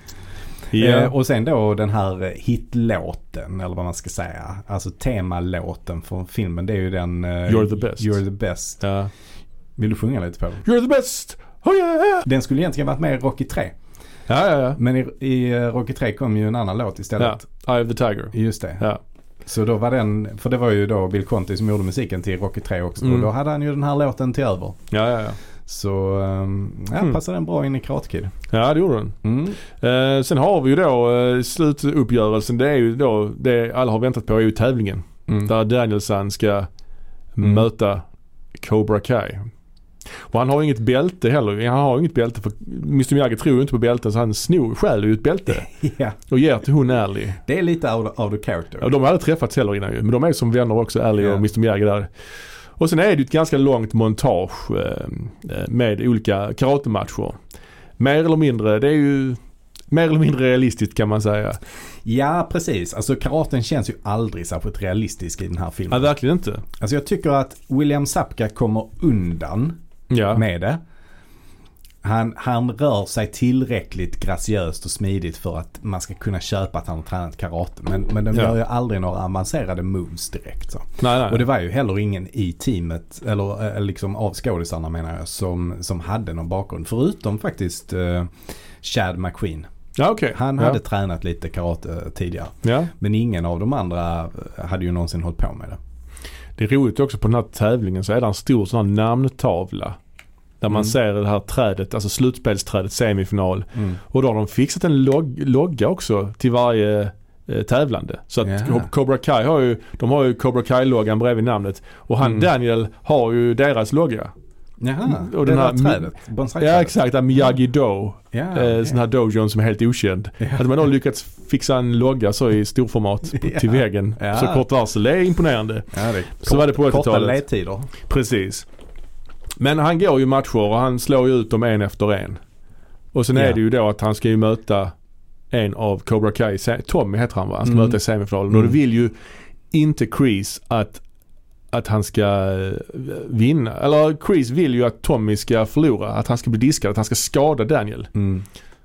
Ja. Eh, och sen då den här hitlåten, eller vad man ska säga. Alltså temalåten från filmen, det är ju den eh, You're the best. You're the best. Ja. Vill du sjunga lite på den? You're the best! Oh yeah! Den skulle egentligen varit med i Rocky tre. Ja, ja, ja. Men i, i eh, Rocky tre kom ju en annan låt istället. ja. Eye of the Tiger. Just det. Ja. Så då var den, för det var ju då Bill Conti som gjorde musiken till Rocky tre också. Mm. Och då hade han ju den här låten till över. Ja, ja, ja. Så ja, Mm. passar den bra in i Karate Kid. Ja, det gjorde den. Mm. Eh, sen har vi ju då eh, slutuppgörelsen. Det är ju då det alla har väntat på är ju tävlingen. Mm. Där Danielson ska Mm. möta Cobra Kai. Och han har inget bälte heller. Han har inget bälte för mister Miyagi tror ju inte på bälten så han snor själv ut bälte Ja, och ger till hon Ally. det är lite out, out of character. Ja, de har aldrig träffats heller innan ju. Men de är som vänner också, Ally Ja. och mister Miyagi där. Och sen är det ju ett ganska långt montage eh, med olika karatematcher. Mer eller mindre, det är ju mer eller mindre realistiskt kan man säga. Ja, precis. Alltså karaten känns ju aldrig särskilt realistisk i den här filmen. Ja, verkligen inte. Alltså jag tycker att William Zabka kommer undan Ja. med det. Han, han rör sig tillräckligt graciöst och smidigt för att man ska kunna köpa att han har tränat karate. Men, men de Ja. gör ju aldrig några avancerade moves direkt. Så. Nej, nej. Och det var ju heller ingen i teamet, eller, eller liksom av skådisarna menar jag, som, som hade någon bakgrund. Förutom faktiskt uh, Chad McQueen. Ja, okej. Han ja. hade tränat lite karate tidigare. Ja. Men ingen av de andra hade ju någonsin hållit på med det. Det är roligt också på den här tävlingen så är det en stor sån här namntavla. Där man Mm. ser det här trädet, alltså slutspelsträdet, semifinal. Mm. Och då har de fixat en log- logga också till varje eh, tävlande. Så att Jaha. Cobra Kai har ju, de har ju Cobra Kai-loggan bredvid namnet. Och han Mm. Daniel har ju deras logga. Jaha, Och och den det här där trädet. Bonsai-trädet. Ja, exakt. Där Miyagi-Do. Ja, eh, ja. sån här dojon som är helt okänd. Ja. Att man då lyckats fixa en logga så i storformat på, Ja. till väggen. Ja. Så kort varsel. Det är imponerande. Ja, det är Så var det på korta åttiotalet. ledtider. Precis. Men han går ju matcher och han slår ju ut dem en efter en. Och sen Ja. är det ju då att han ska ju möta en av Cobra Kai. Tommy heter han va? Han ska Mm. möta i semifinalen. Mm. Och det vill ju inte Kreese att, att han ska eh, vinna. Eller Kreese vill ju att Tommy ska förlora. Att han ska bli diskad. Att han ska skada Daniel. Mm.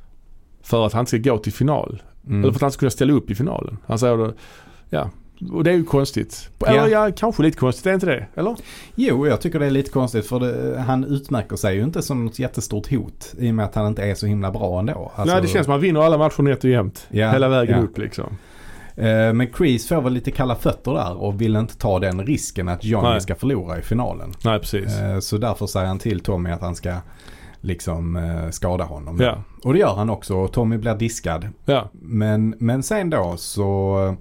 För att han ska gå till final. Mm. Eller för att han ska kunna ställa upp i finalen. Han säger då, ja. Och det är ju konstigt. Ja. Eller ja, kanske lite konstigt. Är inte det? Eller? Jo, jag tycker det är lite konstigt för det, han utmärker sig ju inte som något jättestort hot i och med att han inte är så himla bra ändå. Alltså, Nej, det känns som att han vinner alla matcher nätt och jämnt. Ja, Hela vägen ja. upp liksom. eh, men Kreese får väl lite kalla fötter där och vill inte ta den risken att Johnny Nej. ska förlora i finalen. Nej, precis. Eh, så därför säger han till Tommy att han ska liksom eh, skada honom. Ja. Och det gör han också och Tommy blir diskad. Ja. Men, men sen då så,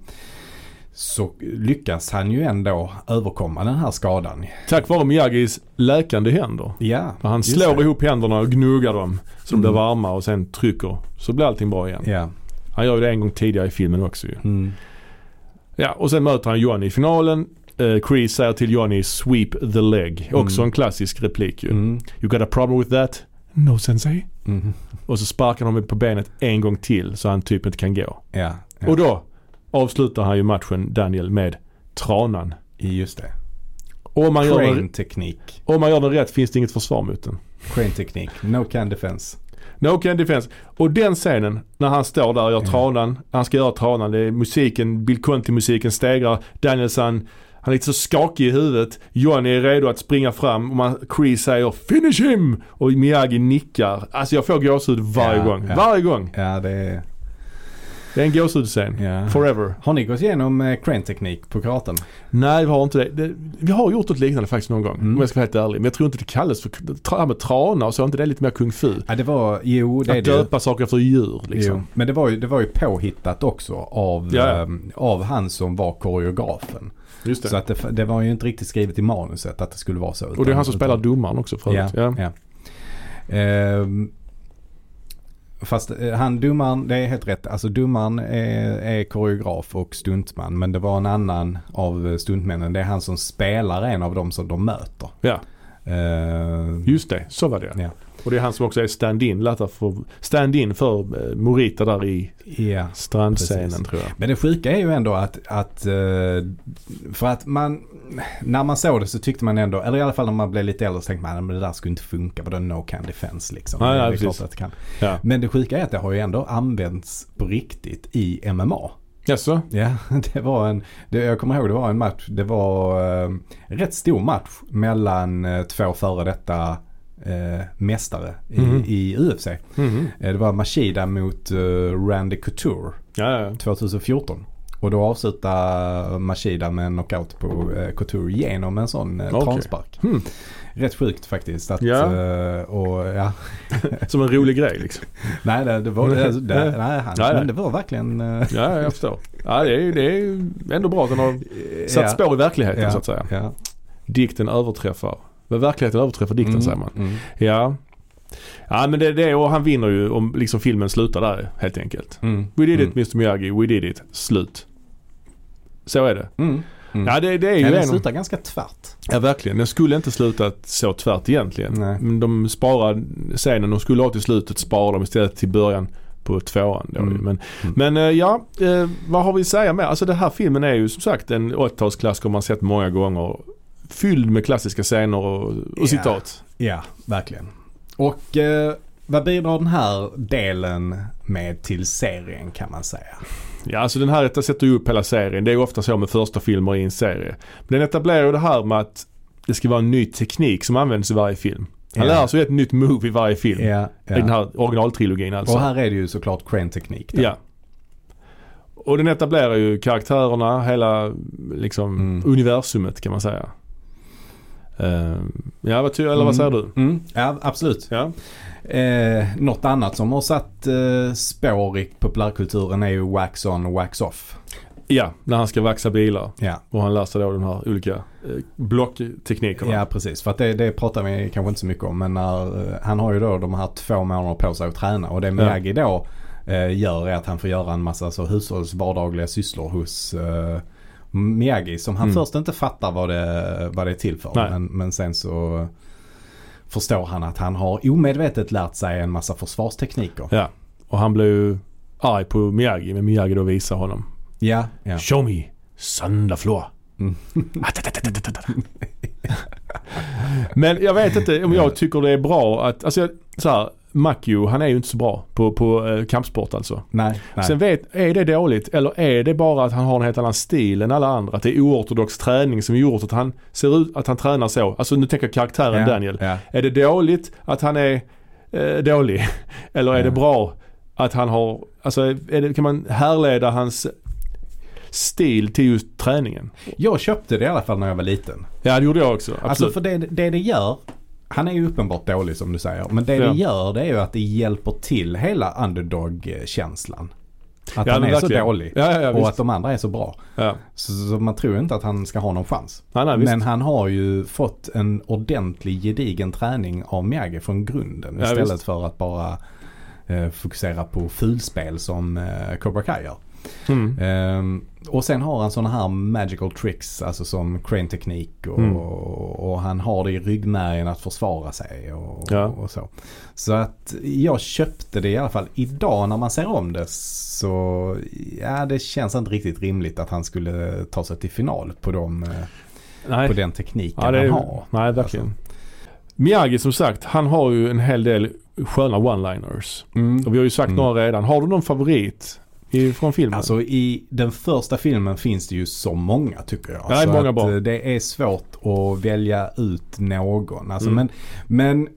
så lyckas han ju ändå överkomma den här skadan. Tack vare Miyagis läkande händer. Ja, Han just slår det. ihop händerna och gnuggar dem så de Mm. blir varma och sen trycker. Så blir allting bra igen. Ja. Han gör ju det en gång tidigare i filmen också ju. Mm. Ja, och sen möter han Johnny i finalen. Uh, Kreese säger till Johnny sweep the leg. Också Mm. en klassisk replik ju. Mm. You got a problem with that? No sensei. Mm. Och så sparkar de på benet en gång till så han typ inte kan gå. Ja, ja. Och då avslutar han ju matchen, Daniel, med tranan. Just det. Och om man, gör den, Crane-teknik. om man gör den rätt finns det inget försvar mot den. Crane-teknik. No can defense. No can defense. Och den scenen när han står där och gör Ja. tranan, han ska göra tranan, det är musiken, Bill Conti-musiken stegrar, Danielson, han är lite så skakig i huvudet, Johnny är redo att springa fram och man, Kreese säger finish him och Miyagi nickar. Alltså jag får gåshud varje Ja, gång. ja. Varje gång. Ja, det är... Det är en gåshudscen. Ja. Forever. Har ni gått igenom eh, crane-teknik på karaten? Nej, vi har inte det. det. Vi har gjort något liknande faktiskt någon gång. Mm. Om jag ska vara helt ärlig. Men jag tror inte det kallas för tra- med trana och så. Inte det är lite mer kung fu. Ja, det var... Jo, det är Att det. döpa saker efter djur liksom. Jo. Men det var, ju, det var ju påhittat också av, Ja, ja. ehm, av han som var koreografen. Just det. Så att det, det var ju inte riktigt skrivet i manuset att det skulle vara så. och det är han som spelar domaren också för Ja, övrigt. Ja. ja. Ehm, fast eh, han domaren, det är helt rätt. Alltså domaren är, är koreograf och stuntman. Men det var en annan av stuntmännen. Det är han som spelar en av dem som de möter. Ja. Ehm, Just det, så var det. Ja. Och det är han som också är stand-in, för, stand-in för eh, Morita där i Ja. strandscenen Precis. tror jag. Men det sjuka är ju ändå att, att eh, för att man, när man såg det så tyckte man ändå, eller i alla fall när man blev lite äldre så tänkte man att det där skulle inte funka, vadå no can defense liksom. Nej, det, nej, det är precis. klart att det kan. Ja. Men det sjuka är att det har ju ändå använts på riktigt i M M A. Jaså? Ja, det var en, det, jag kommer ihåg det var en match, det var eh, en rätt stor match mellan eh, två före detta eh, mästare i, Mhm. i U F C. Mhm. Eh, det var Machida mot eh, Randy Couture Ja, ja. tjugohundrafjorton. Och då avslutar Machida med en knockout på eh, Couture genom en sån eh, okay. transpark. Hmm. Rätt sjukt faktiskt. Att, ja. eh, och, ja. Som en rolig grej liksom. nej, det, det var, det, det, nej, han, nej, men det var verkligen... Eh, ja, jag förstår. Ja, det är ju det är ju ändå bra att han har satt ja. spår i verkligheten ja. så att säga. Ja. Dikten överträffar. Verkligheten överträffar dikten mm. säger man. Mm. Ja. Ja, men det, det och han vinner ju om liksom filmen slutar där helt enkelt. Mm. We did mm. it mister Miyagi, we did it. Slut. Så är det. Mm. Mm. Ja, det, det är ju ja, den en... slutar ganska tvärt. Ja, verkligen. Den skulle inte sluta så tvärt egentligen. Nej. Men de sparar scenen. De skulle ha till slutet spara dem istället till början på tvåan. Då. Mm. Men, mm. men ja, eh, vad har vi att säga med? Alltså den här filmen är ju som sagt en åttiotalsklassiker man sett många gånger. Fylld med klassiska scener och, och ja. citat. Ja, verkligen. Och eh, vad bidrar den här delen med till serien kan man säga? Ja, alltså den här sätter ju upp hela serien. Det är ju ofta så med första filmer i en serie. Men den etablerar ju det här med att det ska vara en ny teknik som används i varje film. Han ja. lär sig ett nytt move i varje film. Ja, ja. I den här originaltrilogin alltså. Och här är det ju såklart Crane-teknik. Då. Ja. Och den etablerar ju karaktärerna, hela liksom mm. universumet kan man säga. Uh, ja, vad, ty- eller vad säger du? Mm. Ja, absolut. Ja. Eh, något annat som har satt eh, spår i populärkulturen är ju wax on, wax off. Ja, när han ska vaxa bilar. Ja. Och han lär sig då de här olika eh, blockteknikerna. Ja, precis. För att det, det pratar vi kanske inte så mycket om. Men när, eh, han har ju då de här två månader på sig att träna. Och det Miyagi ja. då eh, gör är att han får göra en massa så hushållsvardagliga sysslor hos eh, Miyagi. Som han mm. först inte fattar vad det, vad det är till för. Men, men sen så förstår han att han har omedvetet lärt sig en massa försvarstekniker. Ja, och han blir ju arg på Miyagi. Men Miyagi då visar honom. Ja, ja. Show me Sandaflor. Mm. Men jag vet inte om jag tycker det är bra att alltså så här, Makio, han är ju inte så bra på, på eh, kampsport alltså. Nej, nej. Sen vet, är det dåligt eller är det bara att han har en helt annan stil än alla andra? Att det är oortodox träning som gjort att han ser ut att han tränar så. Alltså nu tänker jag karaktären ja, Daniel. Ja. Är det dåligt att han är eh, dålig? Eller är ja. det bra att han har, alltså är det, kan man härleda hans stil till just träningen? Jag köpte det i alla fall när jag var liten. Ja, det gjorde jag också. Absolut. Alltså för det, det det gör, han är ju uppenbart dålig som du säger, men det ja. det gör det är ju att det hjälper till hela underdog-känslan. Att ja, han är verkligen. så dålig ja, ja, ja, och visst. att de andra är så bra. Ja. Så, så man tror inte att han ska ha någon chans. Ja, nej, men han har ju fått en ordentlig gedigen träning av Miyagi från grunden ja, istället visst. för att bara eh, fokusera på fulspel som eh, Cobra Kai gör. Mm. Um, och sen har han såna här magical tricks, alltså som crane-teknik och, mm. och, och han har det i ryggmärgen att försvara sig och, ja. och så. Så att jag köpte det i alla fall. Idag när man ser om det så ja, det känns inte riktigt rimligt att han skulle ta sig till final på, dem, nej. på den tekniken ja, det är, han har. Nej, verkligen. Alltså. Miyagi som sagt, han har ju en hel del sköna one-liners. Mm. Och vi har ju sagt mm. några redan. Har du någon favorit i, från filmen? Alltså i den första filmen finns det ju så många tycker jag. Ja, det är så många att bra. Det är svårt att välja ut någon. Alltså, mm. men, men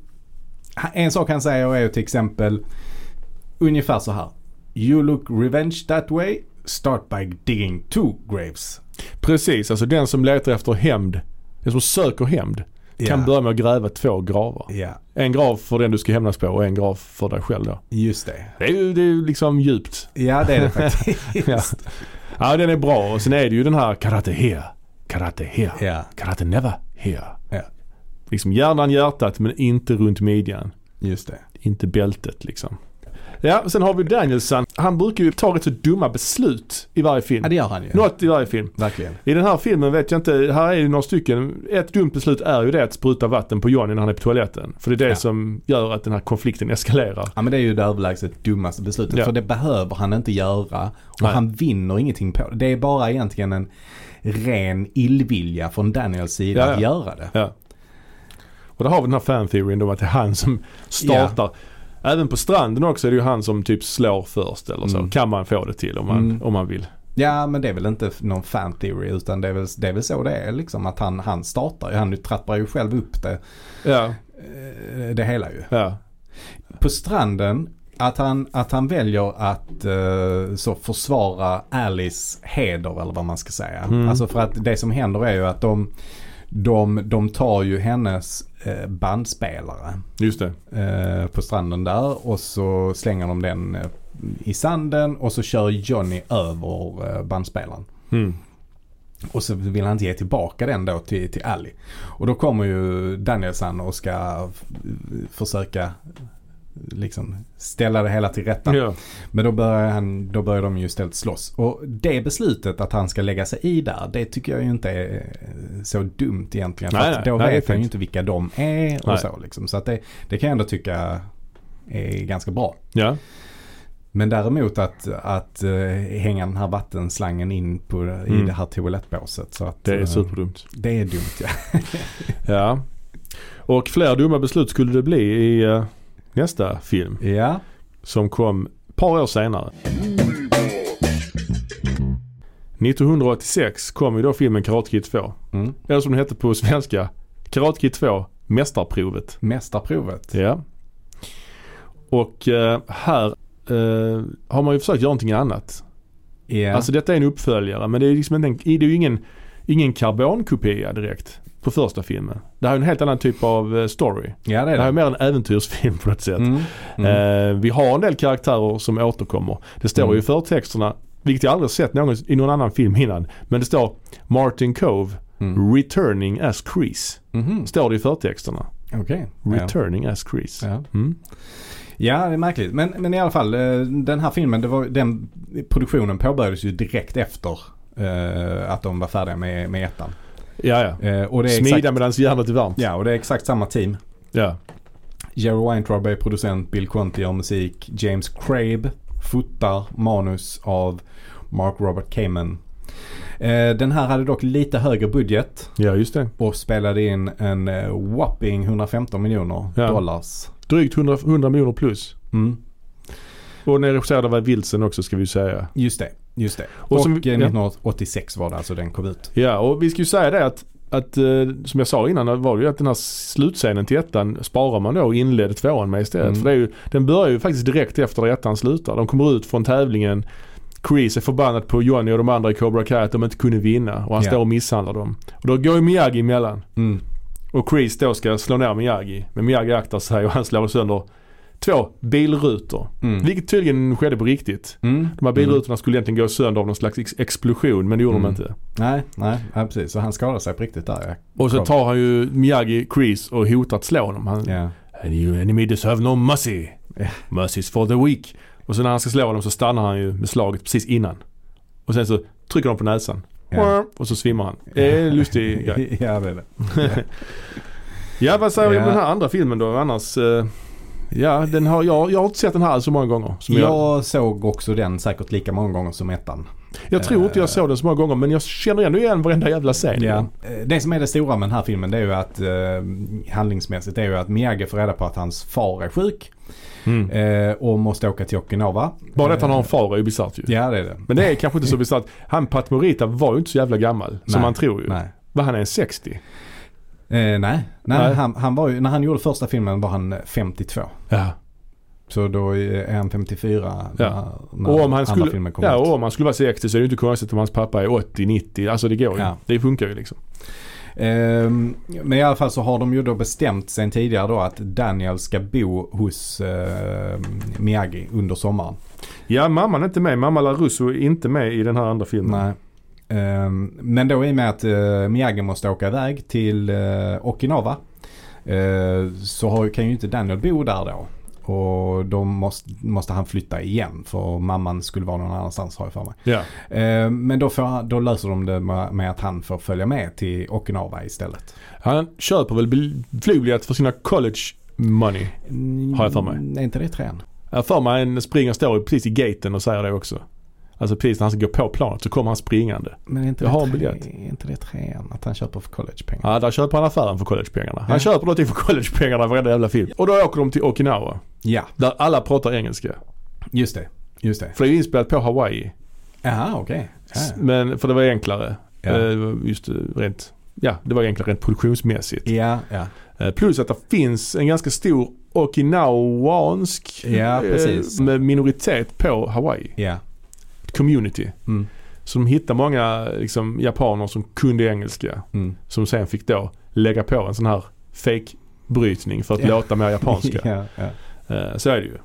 en sak han säger är ju till exempel ungefär så här. You look revenge that way. Start by digging two graves. Precis, alltså den som letar efter hämnd, den som söker hämnd kan ja. börja med att gräva två gravar. Ja. En grav för den du ska hämnas på och en grav för dig själv då. Just det. Det är ju det är liksom djupt. Ja, det är det faktiskt. ja. ja, den är bra. Och sen är det ju den här karate here, karate here, ja. karate never here. Ja. Liksom hjärnan, hjärtat men inte runt midjan. Just det. Inte bältet liksom. Ja, sen har vi Danielson. Han brukar ju ta rätt så dumma beslut i varje film. Ja, det gör han ju. Något i varje film. Verkligen. I den här filmen vet jag inte, här är ju några stycken. Ett dumt beslut är ju det att spruta vatten på Johnny när han är på toaletten. För det är det ja. som gör att den här konflikten eskalerar. Ja, men det är ju det överlägset dummaste beslutet. Ja. För det behöver han inte göra. Och Nej. han vinner ingenting på det. Det är bara egentligen en ren illvilja från Daniels sida ja, ja. att göra det. Ja. Och där har vi den här fan-theoryn då att det är han som startar. Ja. Även på stranden också är det ju han som typ slår först eller så. Mm. Kan man få det till om man, mm. om man vill. Ja, men det är väl inte någon fan theory utan det är väl, det är väl så det är liksom att han, han startar. Han trappar ju själv upp det. Ja. Det hela ju. Ja. På stranden Att han, att han väljer att uh, så försvara Alice heder eller vad man ska säga. Mm. Alltså för att det som händer är ju att de, de, de tar ju hennes uh, bandspelare. Just det. Uh, på stranden där och så slänger de den uh, i sanden och så kör Johnny över uh, bandspelaren. Mm. Och så vill han inte ge tillbaka den då till, till Allie. Och då kommer ju Danielsson och ska f- försöka liksom ställa det hela till rätta. Ja. Men då börjar, han, då börjar de ju istället slåss. Och det beslutet att han ska lägga sig i där, det tycker jag ju inte är så dumt egentligen. För nej, att då nej, vet han ju inte vilka de är och nej. så liksom. Så att det, det kan jag ändå tycka är ganska bra. Ja. Men däremot att, att uh, hänga den här vattenslangen in på, mm. i det här toalettbåset. Så att, det är superdumt. Uh, det är dumt, ja. Ja. Och fler dumma beslut skulle det bli i uh, nästa film. Ja. Som kom ett par år senare. nittonhundraåttiosex kom ju då filmen Karate Kid två. Mm. Eller som den hette på svenska, Karate Kid två, Mästarprovet. Mästarprovet. Ja. Och uh, här Uh, har man ju försökt göra någonting annat. Yeah. Alltså detta är en uppföljare, men det är liksom en, det är ju ingen, ingen karbonkopia direkt på första filmen. Det här är en helt annan typ av uh, story. Ja, det, är det. det här är mer en äventyrsfilm på något sätt. Mm. Mm. Uh, vi har en del karaktärer som återkommer. Det står mm. ju i förtexterna, vilket jag aldrig sett någon, i någon annan film innan, men det står Martin Cove mm. returning as Kreese. Mm-hmm. Står det i förtexterna. Okay. Returning ja. as Kreese. Ja. Mm. Ja, det är märkligt. Men, men i alla fall, den här filmen, det var, den produktionen påbörjades ju direkt efter uh, att de var färdiga med, med ettan. Ja, ja. Uh, och det är Smida exakt, medans hjärnet är varmt. Ja, och det är exakt samma team. Ja. Jerry Weintraub är producent, Bill Conti gör musik, James Crabe fotar, manus av Mark Robert Kamen. Uh, den här hade dock lite högre budget. Ja, just det. Och spelade in en uh, whopping hundrafemton miljoner ja. dollars. Drygt hundra, hundra miljoner plus. Mm. Och den regisserade var Wilson också, ska vi säga. Just det, just det. Och, och som, nittonhundraåttiosex var det alltså den kom ut. Ja, och vi ska ju säga det att, att som jag sa innan var det ju att den här slutscenen till ettan sparar man då och inledde tvåan med istället. Mm. För det är ju, den börjar ju faktiskt direkt efter ettan slutar. De kommer ut från tävlingen. Kreese är förbannad på Johnny och de andra i Cobra Kai att de inte kunde vinna. Och han yeah. står och misshandlar dem. Och då går ju Miyagi emellan. Mm. Och Kreese då ska slå ner Miyagi. Men Miyagi aktar sig och han slår sönder två bilrutor. Mm. Vilket tydligen skedde på riktigt. Mm. De här bilrutorna mm. skulle egentligen gå sönder av någon slags ex- explosion. Men det gjorde mm. de inte. Nej, nej, nej, precis. Så han skadade sig på riktigt där. Ja. Och så tar han ju Miyagi Kreese och hotar att slå honom. Han, yeah. And you enemy deserve no mercy. Yeah. Mercy is for the weak. Och så när han ska slå honom så stannar han ju med slaget precis innan. Och sen så trycker de på näsan. Ja. Och så svimmar han. Det är en lustig grej. Ja, det är det. Ja, vad säger vi ja. om den här andra filmen då? Annars, uh, ja, den har, jag, jag har inte sett den här så många gånger. Som jag, jag såg också den säkert lika många gånger som ettan. Jag tror uh, inte jag såg den så många gånger, men jag känner ändå igen varenda jävla scen. Ja. Det som är det stora med den här filmen, det är ju att uh, handlingsmässigt, det är ju att Miyagi får reda på att hans far är sjuk. Mm. Eh, och måste åka till Okinawa. Bara det att han har en far är ju bisarrt ju. Ja, det är det. Men det är kanske inte så bisarrt. Han Pat Morita var ju inte så jävla gammal nej, som man tror ju. Nej. Var han en sextio? Eh, nej, nej, nej. Han, han var ju, när han gjorde första filmen var han femtiotvå. Ja. Så då är han femtiofyra när, ja. när och om han skulle, filmen kom ja, ut. Och om han skulle vara sextio så är det inte konstigt om hans pappa är åttio nittio. Alltså det går ju. Ja. Det funkar ju liksom. Um, men i alla fall så har de ju då bestämt sen tidigare då att Daniel ska bo hos uh, Miyagi under sommaren. Ja, mamman är inte med. Mamma LaRusso är inte med i den här andra filmen. Nej. Um, men då i och med att uh, Miyagi måste åka iväg till uh, Okinawa uh, så har, kan ju inte Daniel bo där då. Och då måste, måste han flytta igen för mamman skulle vara någon annanstans har jag för mig. Ja. Eh, men då, får, då löser de det med, med att han får följa med till Okinawa istället. Han köper väl flygbiljett för sina college money har jag för mig. Nej, inte det trän. Jag för mig en springare står precis i gaten och säger det också. Alltså precis när han ska gå på planet så kommer han springande. Men inte jag det har en trä, biljett. inte det trän att han köper för collegepengar? Ja, där köper han affären för collegepengarna. Han ja. köper någonting för collegepengarna varenda jävla film. Och då åker de till Okinawa. Ja. Där alla pratar engelska. Just det, just det. För det är inspelat på Hawaii. Jaha, okej. Okay. Ja. Men för det var enklare. Ja. Just rent ja, det var egentligen rent produktionsmässigt. Ja, ja. Eh, plus att det finns en ganska stor okinawansk Ja, precis. eh, minoritet på Hawaii. Ja. Community. Mm. Så de hittade många liksom, japaner som kunde engelska. Mm. Som sen fick då lägga på en sån här fake-brytning för att Ja. låta mer japanska. Ja, ja. Eh, så är det ju.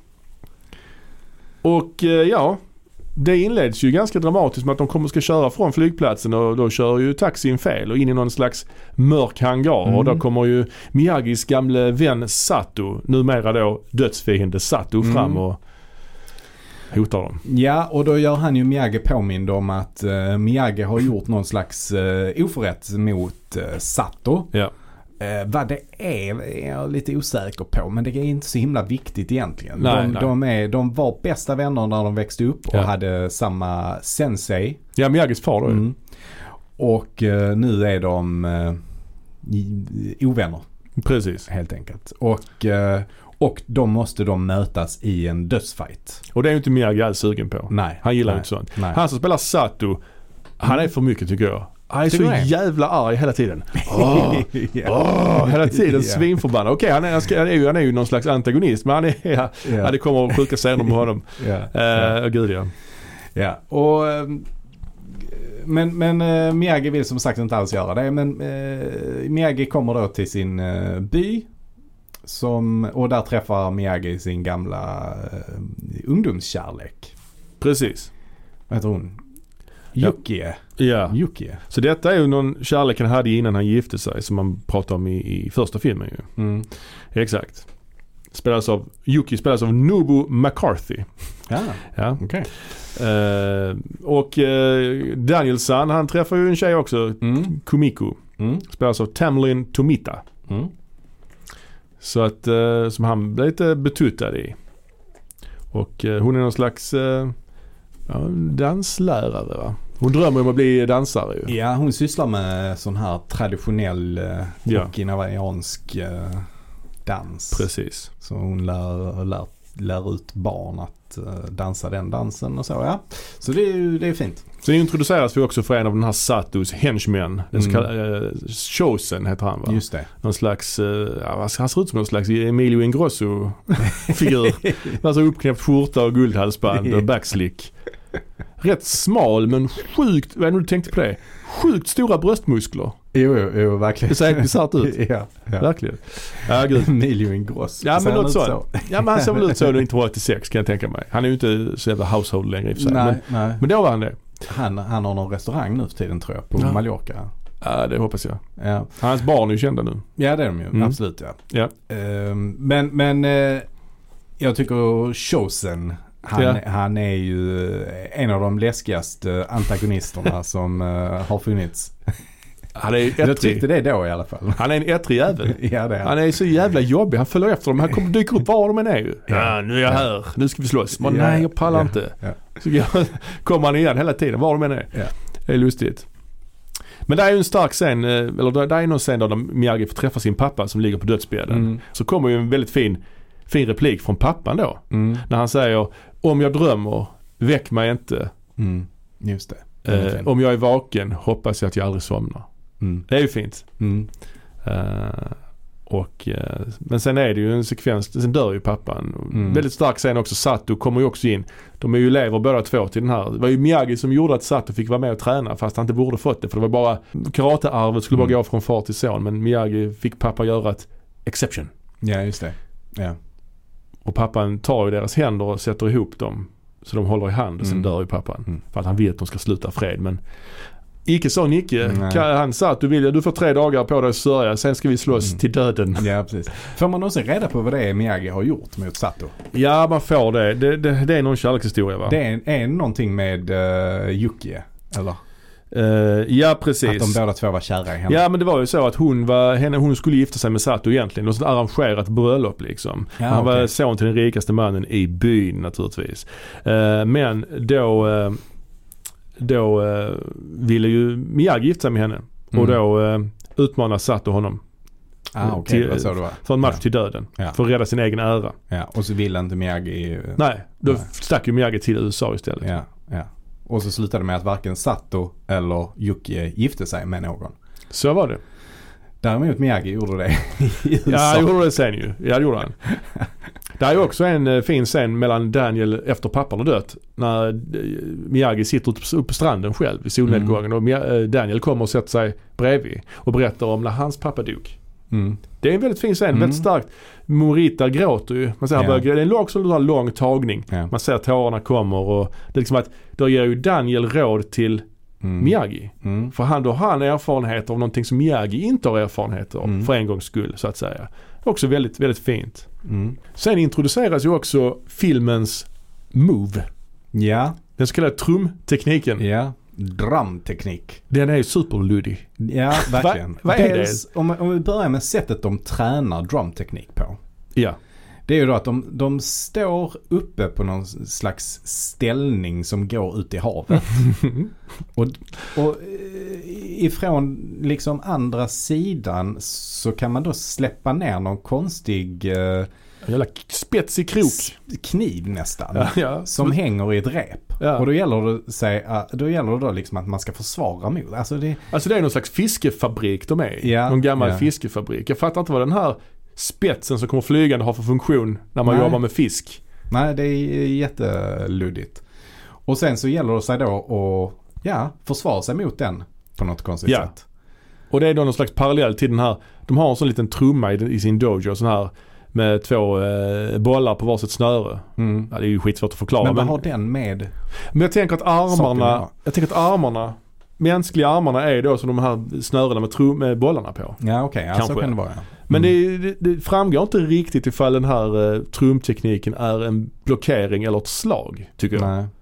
Och eh, ja, det inleds ju ganska dramatiskt med att de kommer ska köra från flygplatsen och då kör ju taxin fel och in i någon slags mörk hangar Mm. och då kommer ju Miyagis gamle vän Sato, numera då dödsfiende Sato, Mm. fram och hotar dem. Ja, och då gör han ju Miyagi påmind om att uh, Miyagi har gjort någon slags uh, oförrätt mot uh, Sato. Ja. Uh, vad det är är jag lite osäker på, men det är inte så himla viktigt egentligen. Nej, de, nej. De, är, de var bästa vänner när de växte upp och Ja. hade samma sensei. Ja, Miyagis far då ju. Mm. Och uh, nu är de uh, i- ovänner Precis. helt enkelt. Och, uh, och de måste de mötas i en dödsfight. Och det är ju inte Miyagi alls sugen på. Nej. Han gillar nej, inte sånt. Nej. Han som spelar Sato, han är för mycket tycker jag. Han är så Tycker du det? jävla arg hela tiden. Åh, åh, hela tiden Ja. svinförbannad. Okej, han, är, han, ska, han, är ju, han är ju någon slags antagonist, men han är, ja, ja. det kommer sjuka scener med honom. Ja. Eh, oh, gud ja. Ja, och ehm, men, men uh, Miyagi vill som sagt inte alls göra det. Men uh, Miyagi kommer då till sin uh, by som, och där träffar Miyagi sin gamla uh, ungdomskärlek. Precis. Vad heter hon? Ja. Yukie. Ja. Yukie. Så detta är ju någon kärlek han hade innan han gifte sig, som man pratade om i, i första filmen ju. Mm. Exakt. Spelas av, Yuki spelas av Nobu McCarthy. Ja, Ja. okej. Eh, och uh, Danielson, han träffar ju en tjej också, Mm. Kumiko. Mm. Spelas av Tamlin Tomita. Mm. Så att, uh, som han blev lite betuttad i. Och uh, hon är någon slags uh, ja, danslärare va? Hon drömmer om att bli dansare ju. Ja, hon sysslar med sån här traditionell uh, Ja. okinawansk uh, dans. Precis. Så hon lär, lär, lär ut barn att uh, dansa den dansen och så, ja. Så det är ju det är fint. Sen introduceras vi också för en av den här Satos henchmen. Den så Mm. kallade uh, Chosen heter han va? Just det. Någon slags, uh, ja, han ser ut som någon slags Emilio Ingrosso-figur. Alltså uppknäppt skjorta och guldhalsband och backslick. Rätt smal men sjukt, vad är det du tänkte på det? Sjukt stora bröstmuskler. Jo, jo, jo verkligen. Det ser helt bisarrt ut. ja, ja. Verkligen. Ja, gud. Emilio Ingrosso. Ja, Ser men han något ut så. Ja, men han ser väl ut så nittonhundraåttiosex kan jag tänka mig. Han är ju inte så jävla household längre i och för sig. Nej, Men, nej. men då var han det. Han, han har någon restaurang nu för tiden tror jag på Ja. Mallorca. Ja, det hoppas jag. Ja. Hans barn är ju kända nu. Ja, det är de ju. Mm. Absolut, ja. Ja. Ehm, men men eh, jag tycker Chosen, han, Ja. han är ju en av de läskigaste antagonisterna som eh, har funnits. Han är Jag tyckte ettrig. det då i alla fall. Han är en ettrig jävel. Ja, det är Han han. är så jävla jobbig. Han följer efter dem. Han kommer dyker upp var de än är ju. Ja, nu är jag här. Nu ska vi slåss. Men Ja. nej, jag pallar Ja. inte. Ja. Så jag, kommer han igen hela tiden. Var de än är. Ja. Det är lustigt. Men det är ju en stark scen. eh, Eller det är någon scen där Miyagi får träffa sin pappa som ligger på dödsbädden. Mm. Så kommer ju en väldigt fin, fin replik från pappan då. Mm. När han säger, om jag drömmer, väck mig inte. Mm. Just det. Det är Eh, fint. om jag är vaken, hoppas jag att jag aldrig somnar. Mm. Det är ju fint. Mm. Eh, och, eh, men sen är det ju en sekvens, sen dör ju pappan. Mm. Väldigt stark scen också, Sato kommer ju också in. De är ju elever båda två till den här. Det var ju Miyagi som gjorde att Sato fick vara med och träna fast han inte borde fått det. För det var bara, karatearvet skulle Mm. bara gå från far till son. Men Miyagi fick pappa göra ett exception. Ja, just det. Ja. Och pappan tar ju deras händer och sätter ihop dem. Så de håller i hand och sen Mm. dör ju pappan. Mm. För att han vet att de ska sluta fred. Men icke så Nicke. Nej. Han sa att du vill, du får tre dagar på dig att sörja. Sen ska vi slåss Mm. till döden. Ja, precis. Får man någonsin reda på vad det är Miyagi har gjort mot Sato? Ja, man får det. Det, det, det är någon kärlekshistoria va? Det är, är någonting med uh, Yukie, eller? Eh, ja, precis. Att de båda två var kära i henne. Ja, men det var ju så att hon var, henne, hon skulle gifta sig med Sato egentligen. Och så arrangerat bröllop liksom. Ja, Han var okej. son till den rikaste mannen i byn naturligtvis. Eh, men då, eh, då eh, ville ju Miyagi gifta sig med henne. Mm. Och då eh, utmanar Sato honom Ah, okej, till- det var så det var. för en match Ja. till döden. Ja. För att rädda sin egen ära. Ja, och så ville inte Miyagi... Nej, då Nej. stack ju Miyagi till U S A istället. Ja, ja. Och så slutade det med att varken Sato eller Yukie gifte sig med någon. Så var det. Däremot Miyagi gjorde det i U S A. Ja, han gjorde det sen ju. Ja, det gjorde han. Det är ju också en uh, fin scen mellan Daniel efter pappan har dött. När uh, Miyagi sitter uppe upp på stranden själv i solnedgången. Mm. Och uh, Daniel kommer och sätter sig bredvid och berättar om när hans pappa dog. Mm. Det är en väldigt fin scen, mm. väldigt starkt. Morita gråter ju. Man ser, yeah. börjar, det är en lång, så lång tagning. Yeah. Man ser att tårarna kommer och det är liksom att då ger ju Daniel råd till mm. Miyagi. Mm. För han då har han erfarenhet av någonting som Miyagi inte har erfarenhet av mm. för en gångs skull så att säga. Också väldigt, väldigt fint. Mm. Sen introduceras ju också filmens move. Ja. Yeah. Den så kallade trumtekniken. Ja. Yeah. Drumteknik. Den är ju superludig. Ja, verkligen. Va, vad är Dels, det? Om, om vi börjar med sättet de tränar drumteknik på. Ja. Det är ju då att de, de står uppe på någon slags ställning som går ut i havet. och, och ifrån liksom andra sidan så kan man då släppa ner någon konstig uh, jävla spetsig krok. Kniv nästan. Ja, ja. Som mm. hänger i ett rep. Ja. Och då gäller det, sig, då gäller det då liksom att man ska försvara mot. Alltså det, alltså det är någon slags fiskefabrik de är i. Ja, någon gammal ja. fiskefabrik. Jag fattar inte vad den här spetsen som kommer flygande har för funktion när man Nej. jobbar med fisk. Nej, det är jätteluddigt. Och sen så gäller det sig då att ja, försvara sig mot den på något konstigt ja. sätt. Och det är då någon slags parallell till den här. De har en sån liten trumma i, i sin dojo sån här med två eh, bollar på varsitt snöre. Mm. Ja, det är ju skitsvårt att förklara. Men vad har den med? Men jag tänker att armarna, jag tänker att armarna, mänskliga armarna är då som de här snörena med, trum, med bollarna på. Ja, okej. Okay. Ja, så kan det vara. Mm. Men det, det, det framgår inte riktigt ifall den här eh, trumtekniken är en blockering eller ett slag, tycker jag. Nej.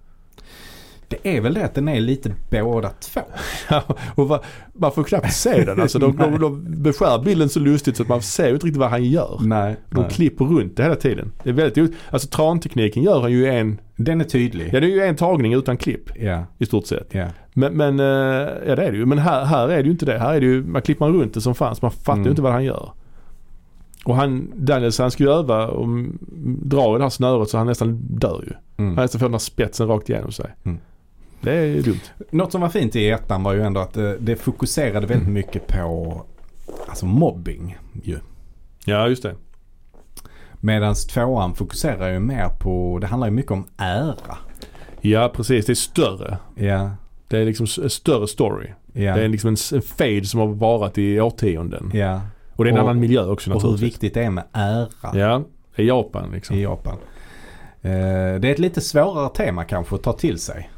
Det är väl det att den är lite båda två. Ja, och va, man får knappt se den. Alltså, de, de, de beskär bilden så lustigt så att man ser inte riktigt vad han gör. Nej, de nej. klipper runt det hela tiden. Det är väldigt, alltså trantekniken gör han ju en... Den är tydlig. Ja, det är ju en tagning utan klipp. Ja. I stort sett. Ja. Men, men ja, det är det ju. Men här, här är det ju inte det. Här är det ju, man klipper runt det som fanns. Man fattar ju mm. inte vad han gör. Och han, Daniels, han ska ju öva och dra i det här snöret så han nästan dör ju. Mm. Han nästan får den här spetsen rakt igenom sig. Mm. Det är ju dumt. Något som var fint i ettan var ju ändå att det, det fokuserade väldigt mm. mycket på alltså mobbing ju. Ja, just det. Medan tvåan fokuserar ju mer på, det handlar ju mycket om ära. Ja, precis. Det är större. Ja. Det är liksom en större story. Ja. Det är liksom en, en fade som har varit i årtionden. Ja. Och det är en och, annan miljö också naturligtvis. Och hur viktigt det är med ära. Ja, i Japan liksom. I Japan. Eh, det är ett lite svårare tema kanske att ta till sig.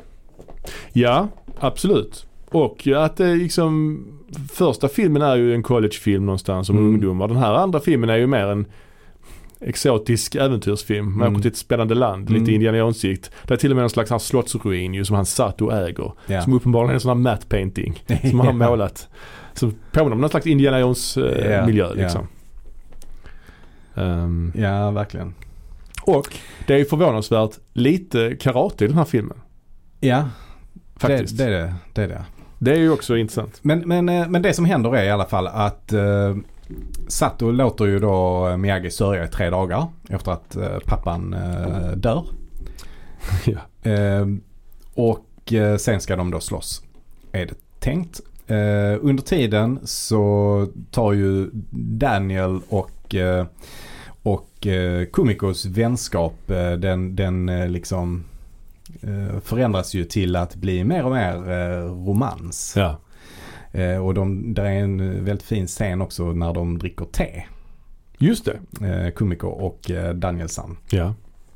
Ja, absolut. Och att det liksom första filmen är ju en collegefilm någonstans om mm. ungdomar. Den här andra filmen är ju mer en exotisk äventyrsfilm. Man mm. åker till ett spännande land, mm. lite Indiana Jones-sikt. Det är till och med en slags här slottsruin ju, som han satt och äger. Yeah. Som uppenbarligen är en sån här matte painting som han har målat. Så påminner om någon slags Indiana Jones-miljö eh, yeah. liksom. Yeah. Um, ja, verkligen. Och det är ju förvånansvärt lite karate i den här filmen. Ja, faktiskt. Det, det, är det, det är det. Det är ju också intressant. Men, men, men det som händer är i alla fall att uh, Sato låter ju då Miyagi sörja i tre dagar efter att uh, pappan uh, dör. ja. uh, och uh, sen ska de då slåss. Är det tänkt. Uh, under tiden så tar ju Daniel och uh, och uh, Kumikos vänskap uh, den, den uh, liksom förändras ju till att bli mer och mer eh, romans. Ja. Eh, och de, där är en väldigt fin scen också när de dricker te. Just det. Eh, Kumiko och eh, Danielsan. Ja.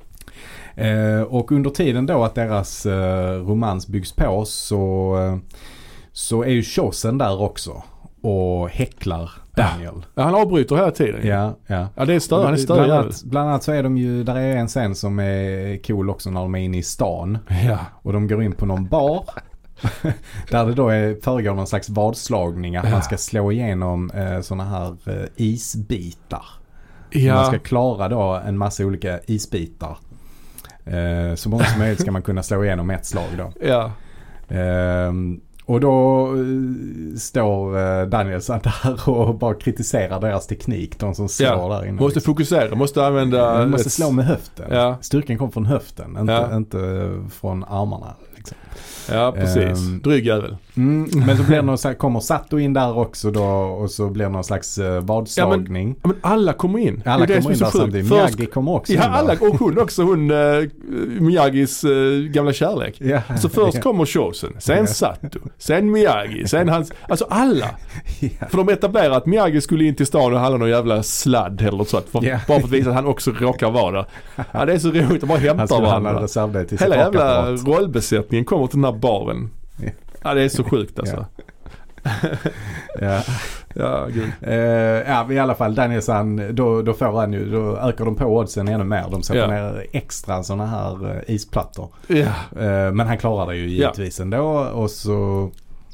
Eh, och under tiden då att deras eh, romans byggs på så, eh, så är ju Chosen där också och häcklar Daniel. Ja, han avbryter hela tiden. Ja, ja. Ja, det är större. Han är större. Bland annat, bland annat så är de ju, där är en scen som är cool också när de är inne i stan. Ja. Och de går in på någon bar där det då är, föregår någon slags vadslagning att ja. man ska slå igenom eh, såna här eh, isbitar. Ja. Man ska klara då en massa olika isbitar. Eh, så många som möjligt ska man kunna slå igenom ett slag då. Ja. Eh, Och då uh, står uh, Danielsson där och bara kritiserar deras teknik, de som slår ja. där inne. Måste liksom fokusera, måste använda... Man måste ett... slå med höften. Ja. Styrkan kommer från höften, inte, ja. inte från armarna. Liksom. Ja, precis. Um, Dryg jävel. Mm, men så blir det någon, kommer Sato in där också då, och så blir det någon slags uh, vadslagning. Ja, men, ja, men alla kommer in. Alla det är kommer in där samtidigt. Miyagi Först... kommer också ja, in där. alla, och hon också, hon uh, Miyagis uh, gamla kärlek. Ja. Så först ja. kommer Chosen, sen ja. Sato, sen Miyagi, sen hans, alltså alla. Ja. För de etablerar att Miyagi skulle in till stan och handla någon jävla sladd eller något sånt. För, ja. Bara för att visa att han också råkar vara där. Ja, det är så roligt att bara hämta varandra. Hela jävla rollbesättningen kommer till den här baren. Ja, ja det är så sjukt alltså. Ja. ja. Ja, gud. Uh, ja, i alla fall Danielsson, då, då får han ju, då ökar de på oddsen ännu mer. De sätter ja. ner extra sådana här uh, isplattor. Ja. Uh, men han klarar det ju givetvis ja. ändå. Och så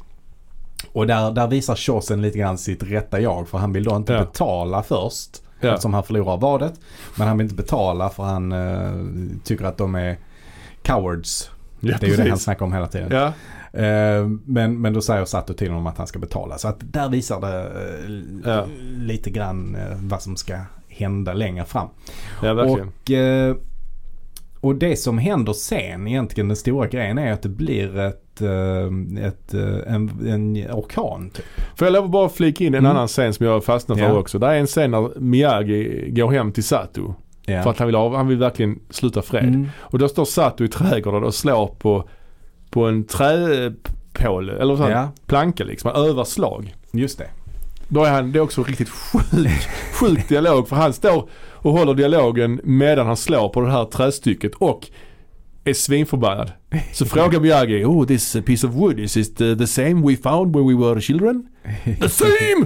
och där, där visar Chosen lite grann sitt rätta jag, för han vill då inte ja. betala först ja. eftersom han förlorar vadet. Men han vill inte betala för han uh, tycker att de är cowards. Ja, det är precis. Ju det han snackar om hela tiden. Ja. Uh, men, men då säger Sato till honom att han ska betala. Så att där visar det uh, ja. lite grann uh, vad som ska hända längre fram. Ja, verkligen. Och, uh, och det som händer sen, egentligen den stora grejen, är att det blir ett, uh, ett, uh, en, en orkan typ. Får jag lov att bara flika in en mm. annan scen som jag fastnar för ja. också. Det är en scen när Miyagi går hem till Sato. Ja. För att han vill, han vill verkligen sluta fred. Mm. Och då står Sato i trädgården och slår på, på en träpål eller så ja. planka liksom. Han övar slag. Just det. Då är han, det är också riktigt sjuk, sjuk dialog. För han står och håller dialogen medan han slår på det här trästycket och är svinförbannad. Så frågar Miyagi, oh, this piece of wood, is it the, the same we found when we were children? The same!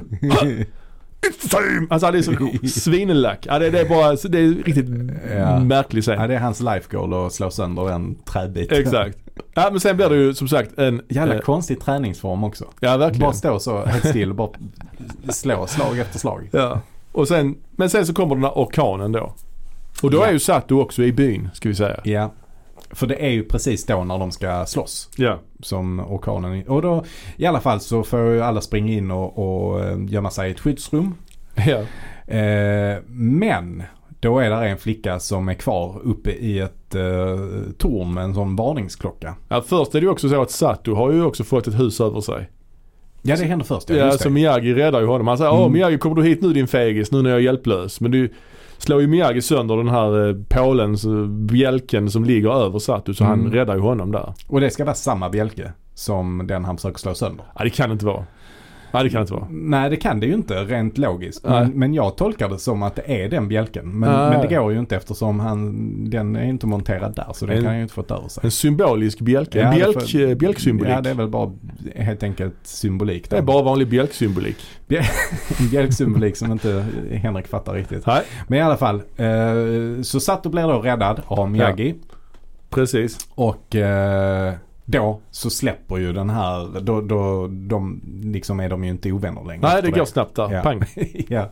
It's the same! Alltså det är så svinelack. Ja, det, det är bara, det är riktigt ja. märkligt sen. Ja, det är hans life goal att slå sönder en träbit. Exakt. Ja, men sen blir det ju som sagt en... Jävla eh, konstig träningsform också. Ja, verkligen. Bara stå så helt still och bara slå slag efter slag. Ja. Och sen, men sen så kommer den här orkanen då. Och då ja. är ju Sato också i byn, ska vi säga. Ja. För det är ju precis då när de ska slåss. Ja. Som orkanen. Och då i alla fall så får ju alla springa in och, och gömma sig i ett skyddsrum. Ja. Eh, men då är det en flicka som är kvar uppe i ett eh, torn med en sån varningsklocka. Ja, först är det ju också så att Sato har ju också fått ett hus över sig. Ja, det händer först. Ja, ja så Miyagi räddar ju honom. Han säger, åh mm. Miyagi, kommer du hit nu din fegis, nu när jag är hjälplös. Men du slår ju Miyagi sönder den här eh, pålens eh, bjälken som ligger över Sato, så mm. han räddar ju honom där. Och det ska vara samma bjälke som den han försöker slå sönder. Ja, det kan inte vara. Nej, det kan inte vara. Nej, det kan det ju inte rent logiskt. Men, men jag tolkar det som att det är den bjälken. Men, men det går ju inte eftersom han, den är inte monterad där, så den en, kan ju inte få över sig. En symbolisk bjälke. En ja, bjälk, för, bjälksymbolik. Ja, det är väl bara helt enkelt symbolik. Det är bara vanlig bjälksymbolik. En bjälksymbolik som inte Henrik fattar riktigt. Nej. Men i alla fall, eh, så Sato blir då räddad av Miyagi. Ja. Precis. Och... Eh, då så släpper ju den här, då, då de, liksom är de ju inte ovänner längre. Nej, det går det. snabbt där. Ja. Pang. ja.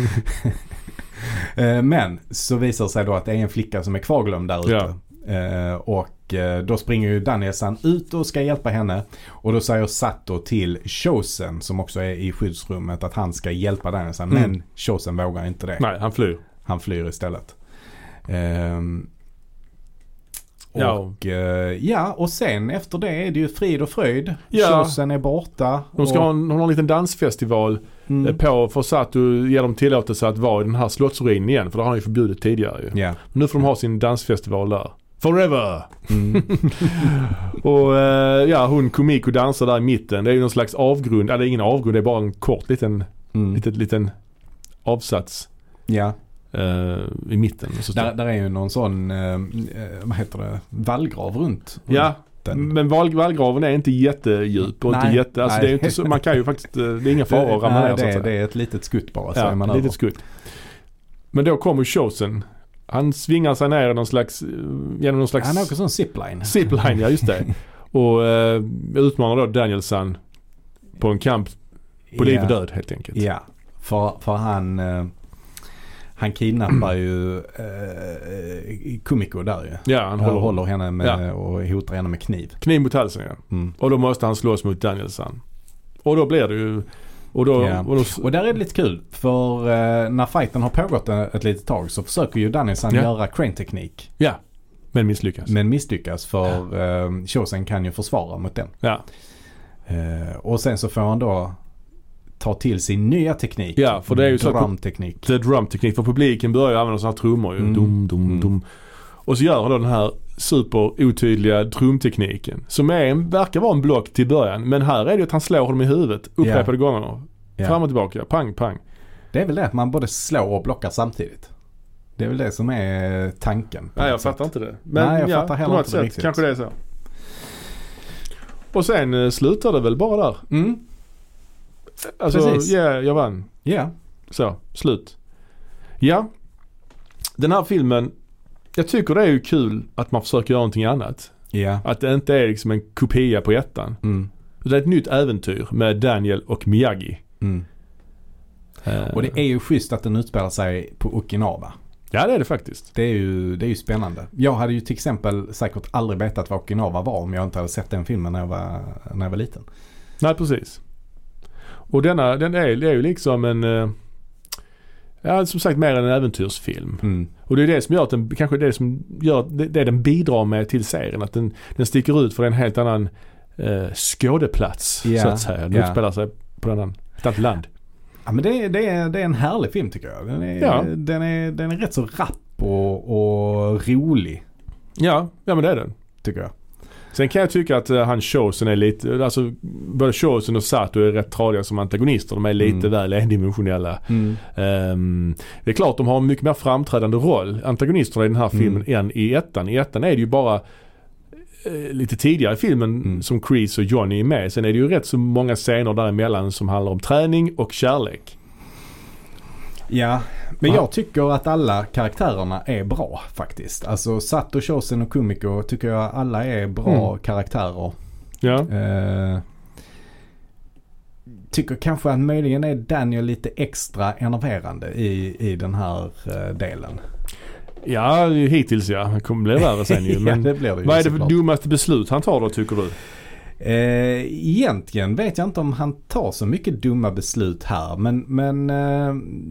Men så visar det sig då att det är en flicka som är kvarglömd där ute. Ja. Och då springer ju Danielsson ut och ska hjälpa henne. Och då säger Sato till Chosen, som också är i skyddsrummet, att han ska hjälpa Danielsson. Mm. Men Chosen vågar inte det. Nej, han flyr. Han flyr istället. Um, Ja. Och, uh, ja, och sen efter det är det ju frid och fröjd. Ja. Chosen är borta. De ska och... ha en, ha en liten dansfestival mm. på för Sato ge dem tillåtelse att vara i den här slottsruinen igen. För det har han ju förbjudit tidigare ju. Yeah. Nu får de ha sin dansfestival där. Forever! Mm. och uh, ja, hon Kumiko dansar där i mitten. Det är ju någon slags avgrund. Ja, det är ingen avgrund, det är bara en kort liten, mm. liten, liten avsats. Ja. Uh, i mitten. Så där, där är ju någon sån uh, vad heter det, vallgrav runt. Ja, den. Men vall, vallgraven är inte jättedjup och nej, inte jätte, alltså det är inte så, man kan ju faktiskt, det är inga faror att ramla ner så att säga. Det är ett litet skutt bara, ja, säger man ett litet skutt. Men då kommer Chosen. Han svingar sig ner någon slags, genom någon slags... Han åker sån zipline. Zipline, ja just det. och uh, utmanar då Danielsson på en kamp på ja. liv och död helt enkelt. Ja, för, för han... Uh, han kidnappar ju eh, Kumiko där ju. Ja, han håller, håller, håller henne med, ja. och hotar henne med kniv. Kniv mot halsen, ja. Mm. Och då måste han slåss mot Danielson. Och då blir det ju... Och, då, Ja. och, då, och där är det lite kul, för eh, när fighten har pågått ett, ett litet tag så försöker ju Danielson Ja. göra crane-teknik. Ja, men misslyckas. Men misslyckas, för ja. eh, Chosen kan ju försvara mot den. Ja. Eh, och sen så får han då ta till sin nya teknik. Ja, för det är ju så drumteknik. Det är drumteknik. För publiken börjar använda sådana här trummor ju. Mm. Dum, dum, Mm. dum. Och så gör han då den här super otydliga trumtekniken. Som är en, verkar vara en block till början. Men här är det ju att han slår honom i huvudet upprepade Ja. gånger. Ja. Fram och tillbaka. Pang, pang. Det är väl det att man både slår och blockar samtidigt. Det är väl det som är tanken. Nej, jag fattar inte det. Men Nej, jag ja, fattar heller på något inte det sätt riktigt. kanske det är så. Och sen eh, slutar det väl bara där. Mm. Alltså, Precis. ja, jag vann. Ja. Så, slut. Ja, den här filmen, jag tycker det är ju kul att man försöker göra någonting annat. Ja. Att det inte är liksom en kopia på ettan. Mm. Det är ett nytt äventyr med Daniel och Miyagi. Mm. Eh, Och det är ju schysst att den utspelar sig på Okinawa. Ja, det är det faktiskt. Det är ju, det är ju spännande. Jag hade ju till exempel säkert aldrig vetat vad Okinawa var om jag inte hade sett den filmen när jag var, när jag var liten. Nej, precis. Och denna, den är, det är ju liksom en... eh, Ja, som sagt mer än en äventyrsfilm. Mm. Och det är det som gör att den, kanske det som gör det, det den bidrar med till serien. Att den, den sticker ut för en helt annan eh, skådeplats, Ja, så att säga. Den ja. utspelar sig på en annan, ett annat land. Ja, men det, det, är, det är en härlig film tycker jag. Den är, Ja. den är, den är rätt så rapp och, och rolig Ja, ja men det är den. tycker jag. Sen kan jag tycka att uh, han Chosen är lite, alltså både Chosen och Sato är rätt tradiga som antagonister. De är lite Mm. väl endimensionella. Mm. Um, det är klart de har en mycket mer framträdande roll, antagonisterna i den här filmen, Mm. än i ettan. I ettan är det ju bara eh, lite tidigare i filmen Mm. som Chris och Johnny är med. Sen är det ju rätt så många scener däremellan som handlar om träning och kärlek. Ja, men Ja. jag tycker att alla karaktärerna är bra faktiskt. Alltså Sato, Chosen och Kumiko tycker jag alla är bra Mm. karaktärer. Ja. Eh, tycker kanske att möjligen är Daniel lite extra enerverande i, i den här eh, delen. Ja, hittills ja. Det kommer bli värre sen ju. ja, Men det blir det ju vad är det för såklart. dummaste beslut han tar då, tycker du? Eh, egentligen vet jag inte om han tar så mycket dumma beslut här. Men, men eh,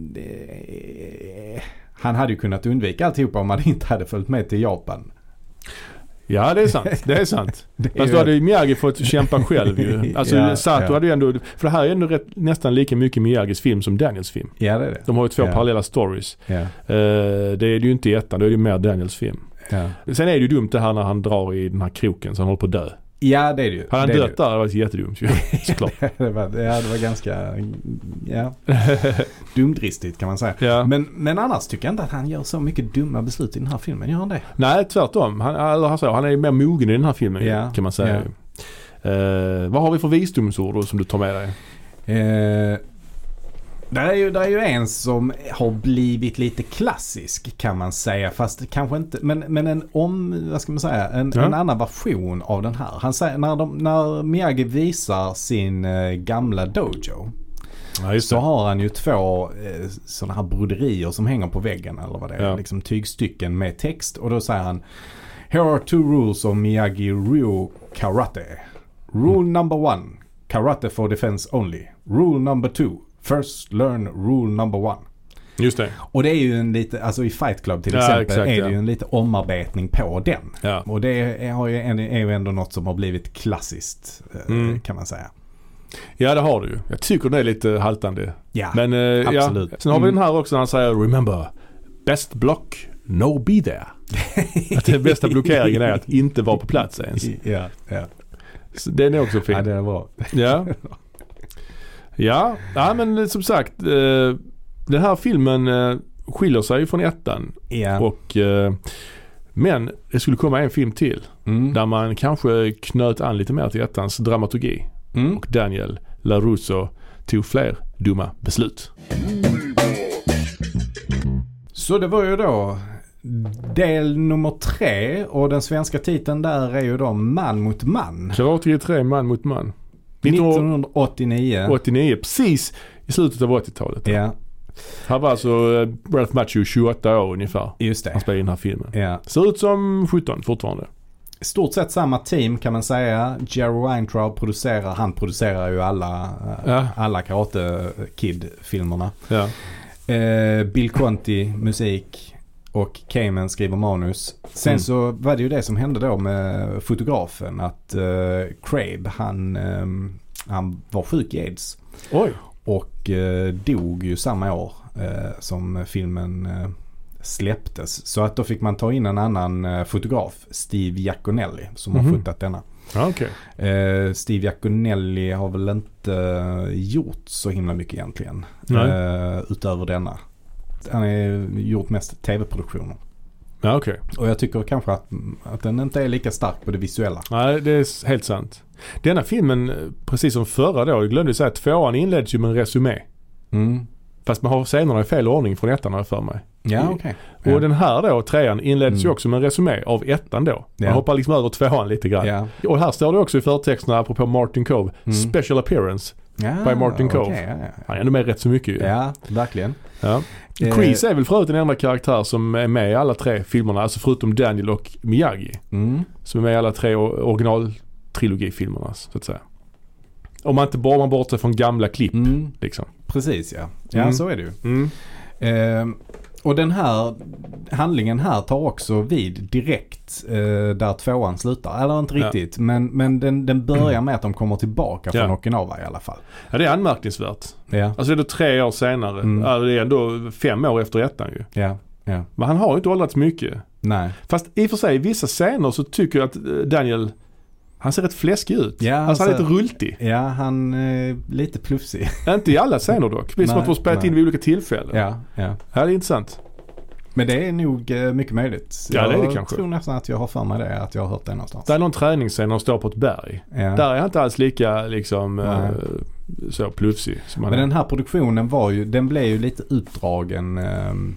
eh, han hade ju kunnat undvika alltihopa om han inte hade följt med till Japan. Ja, det är sant. Det är sant. Det är Fast ju- då hade ju Miyagi fått kämpa själv ju. Alltså Ja, Sato ja. hade ju ändå, för det här är ändå rätt, nästan lika mycket Miyagis film som Daniels film. Ja, det är det. De har ju två Ja. parallella stories. Ja, Eh, det är det ju inte i ettan, då är det ju mer Daniels film. ja. Sen är det ju dumt det här när han drar i den här kroken så han håller på att dö. ja, det är det ju. Hade han det är det dött där hade det varit jättedumt ju. Såklart. det var, ja, det var ganska ja, dumdristigt kan man säga. Ja. Men, men annars tycker jag inte att han gör så mycket dumma beslut i den här filmen. Gör han det? Nej, tvärtom. Han, eller, han, säger, han är ju mer mogen i den här filmen Ja, kan man säga. Eh, vad har vi för visdomsord då, som du tar med dig? Eh, där är ju, där är ju en som har blivit lite klassisk kan man säga. Fast kanske inte, men, men en om, vad ska man säga, en, Ja. en annan version av den här. Han säger, när, de, när Miyagi visar sin eh, gamla dojo. Ja, just Så det. har han ju två eh, sådana här broderier som hänger på väggen eller vad det är. Ja. Liksom tygstycken med text. Och då säger han: Here are two rules of Miyagi Ryu Karate. Rule Mm. number one. Karate for defense only. Rule number two. First learn rule number one. Just det. Och det är ju en lite, alltså i Fight Club till Ja, exempel exakt, är det ja. ju en lite omarbetning på den. Ja. Och det är, har ju, en- är ju ändå något som har blivit klassiskt eh, Mm. kan man säga. ja, det har du ju. Jag tycker det är lite haltande. Ja, Men eh, absolut. ja. Sen har vi Mm. den här också när han säger remember, best block, no be there. Att den bästa blockeringen är att inte vara på plats ens. ja, ja. Så den är också fin. Ja, det är bra. Ja. Ja, ja men som sagt, eh, den här filmen eh, skiljer sig från ettan. Ja. Och, eh, men det skulle komma en film till Mm. där man kanske knöt an lite mer till ettans dramaturgi. Mm. Och Daniel LaRusso tog fler dumma beslut. Så det var ju då del nummer tre och den svenska titeln där är ju då Man mot man. Karate tre, man mot man. nittonhundraåttionio, nittonhundraåttionio. precis i slutet av åttiotalet. Ja. Han var alltså uh, Ralph Macchio tjugoåtta år ungefär. Just det. Han spelade in den här filmen. Ja. Ser ut som sjutton fortfarande. Stort sett samma team kan man säga. Jerry Weintraub producerar, han producerar ju alla, ja. alla Karate Kid-filmerna. Ja. Eh, Bill Conti, musik och Kamen skriver manus. Sen mm. så var det ju det som hände då med fotografen att eh, Crabe, han, eh, han var sjuk i AIDS. Oj. Och eh, dog ju samma år eh, som filmen eh, släpptes. Så att då fick man ta in en annan eh, fotograf, Steve Giaconelli, som mm-hmm. har fotat denna. Okay. Eh, Steve Giaconelli har väl inte eh, gjort så himla mycket egentligen. Eh, utöver denna. Han har gjort mest tv-produktioner. Ja, okej. Okay. Och jag tycker kanske att, att den inte är lika stark på det visuella. Nej, det är helt sant. Denna filmen, precis som förra då, jag glömde säga att tvåan inleds ju med en resumé. Mm. Fast man har scenerna i fel ordning från ettan här för mig. Ja, okej. Okay. Och ja. den här då, trean, inleds mm. ju också med en resumé av ettan då. Man ja. hoppar liksom över tvåan lite grann. Ja. Och här står det också i förtexterna apropå Martin Cove. Mm. Special appearance ja, by Martin Cove. Okay, ja, ja. Han är ändå med rätt så mycket ju. Ja, verkligen. Ja. Chris är väl förut en enda karaktär som är med i alla tre filmerna. Alltså förutom Daniel och Miyagi. Mm. Som är med i alla tre originaltrilogifilmerna så att säga. Om man inte bara man bortser från gamla klipp. Mm. Liksom. Precis, ja. Ja, mm. så är det ju. Mm. Eh, och den här handlingen här tar också vid direkt eh, där tvåan slutar. Eller inte riktigt, ja. men, men den, den börjar med att de kommer tillbaka från ja. Okinawa i alla fall. Ja, det är anmärkningsvärt. Ja. Alltså det är då tre år senare. Mm. Alltså det är ändå fem år efter ettan ju. Ja. Ja. Men han har ju inte åldrats mycket. Nej. Fast i och för sig, i vissa scener så tycker jag att Daniel, han ser rätt fläskig ut. Ja, alltså, han är lite rultig. Ja, han är lite plufsig. Inte i alla scener dock. Visst, man får spelat in vid olika tillfällen. Ja, ja. Ja, det är intressant. Men det är nog mycket möjligt. Ja, det är det jag kanske. tror nästan att jag har för mig det, att jag har hört det någonstans. Det är någon träningsscen när de står på ett berg. Ja. Där är han inte alls lika liksom uh, så plufsig. Som Men är. Den här produktionen var ju, den blev ju lite utdragen. Um,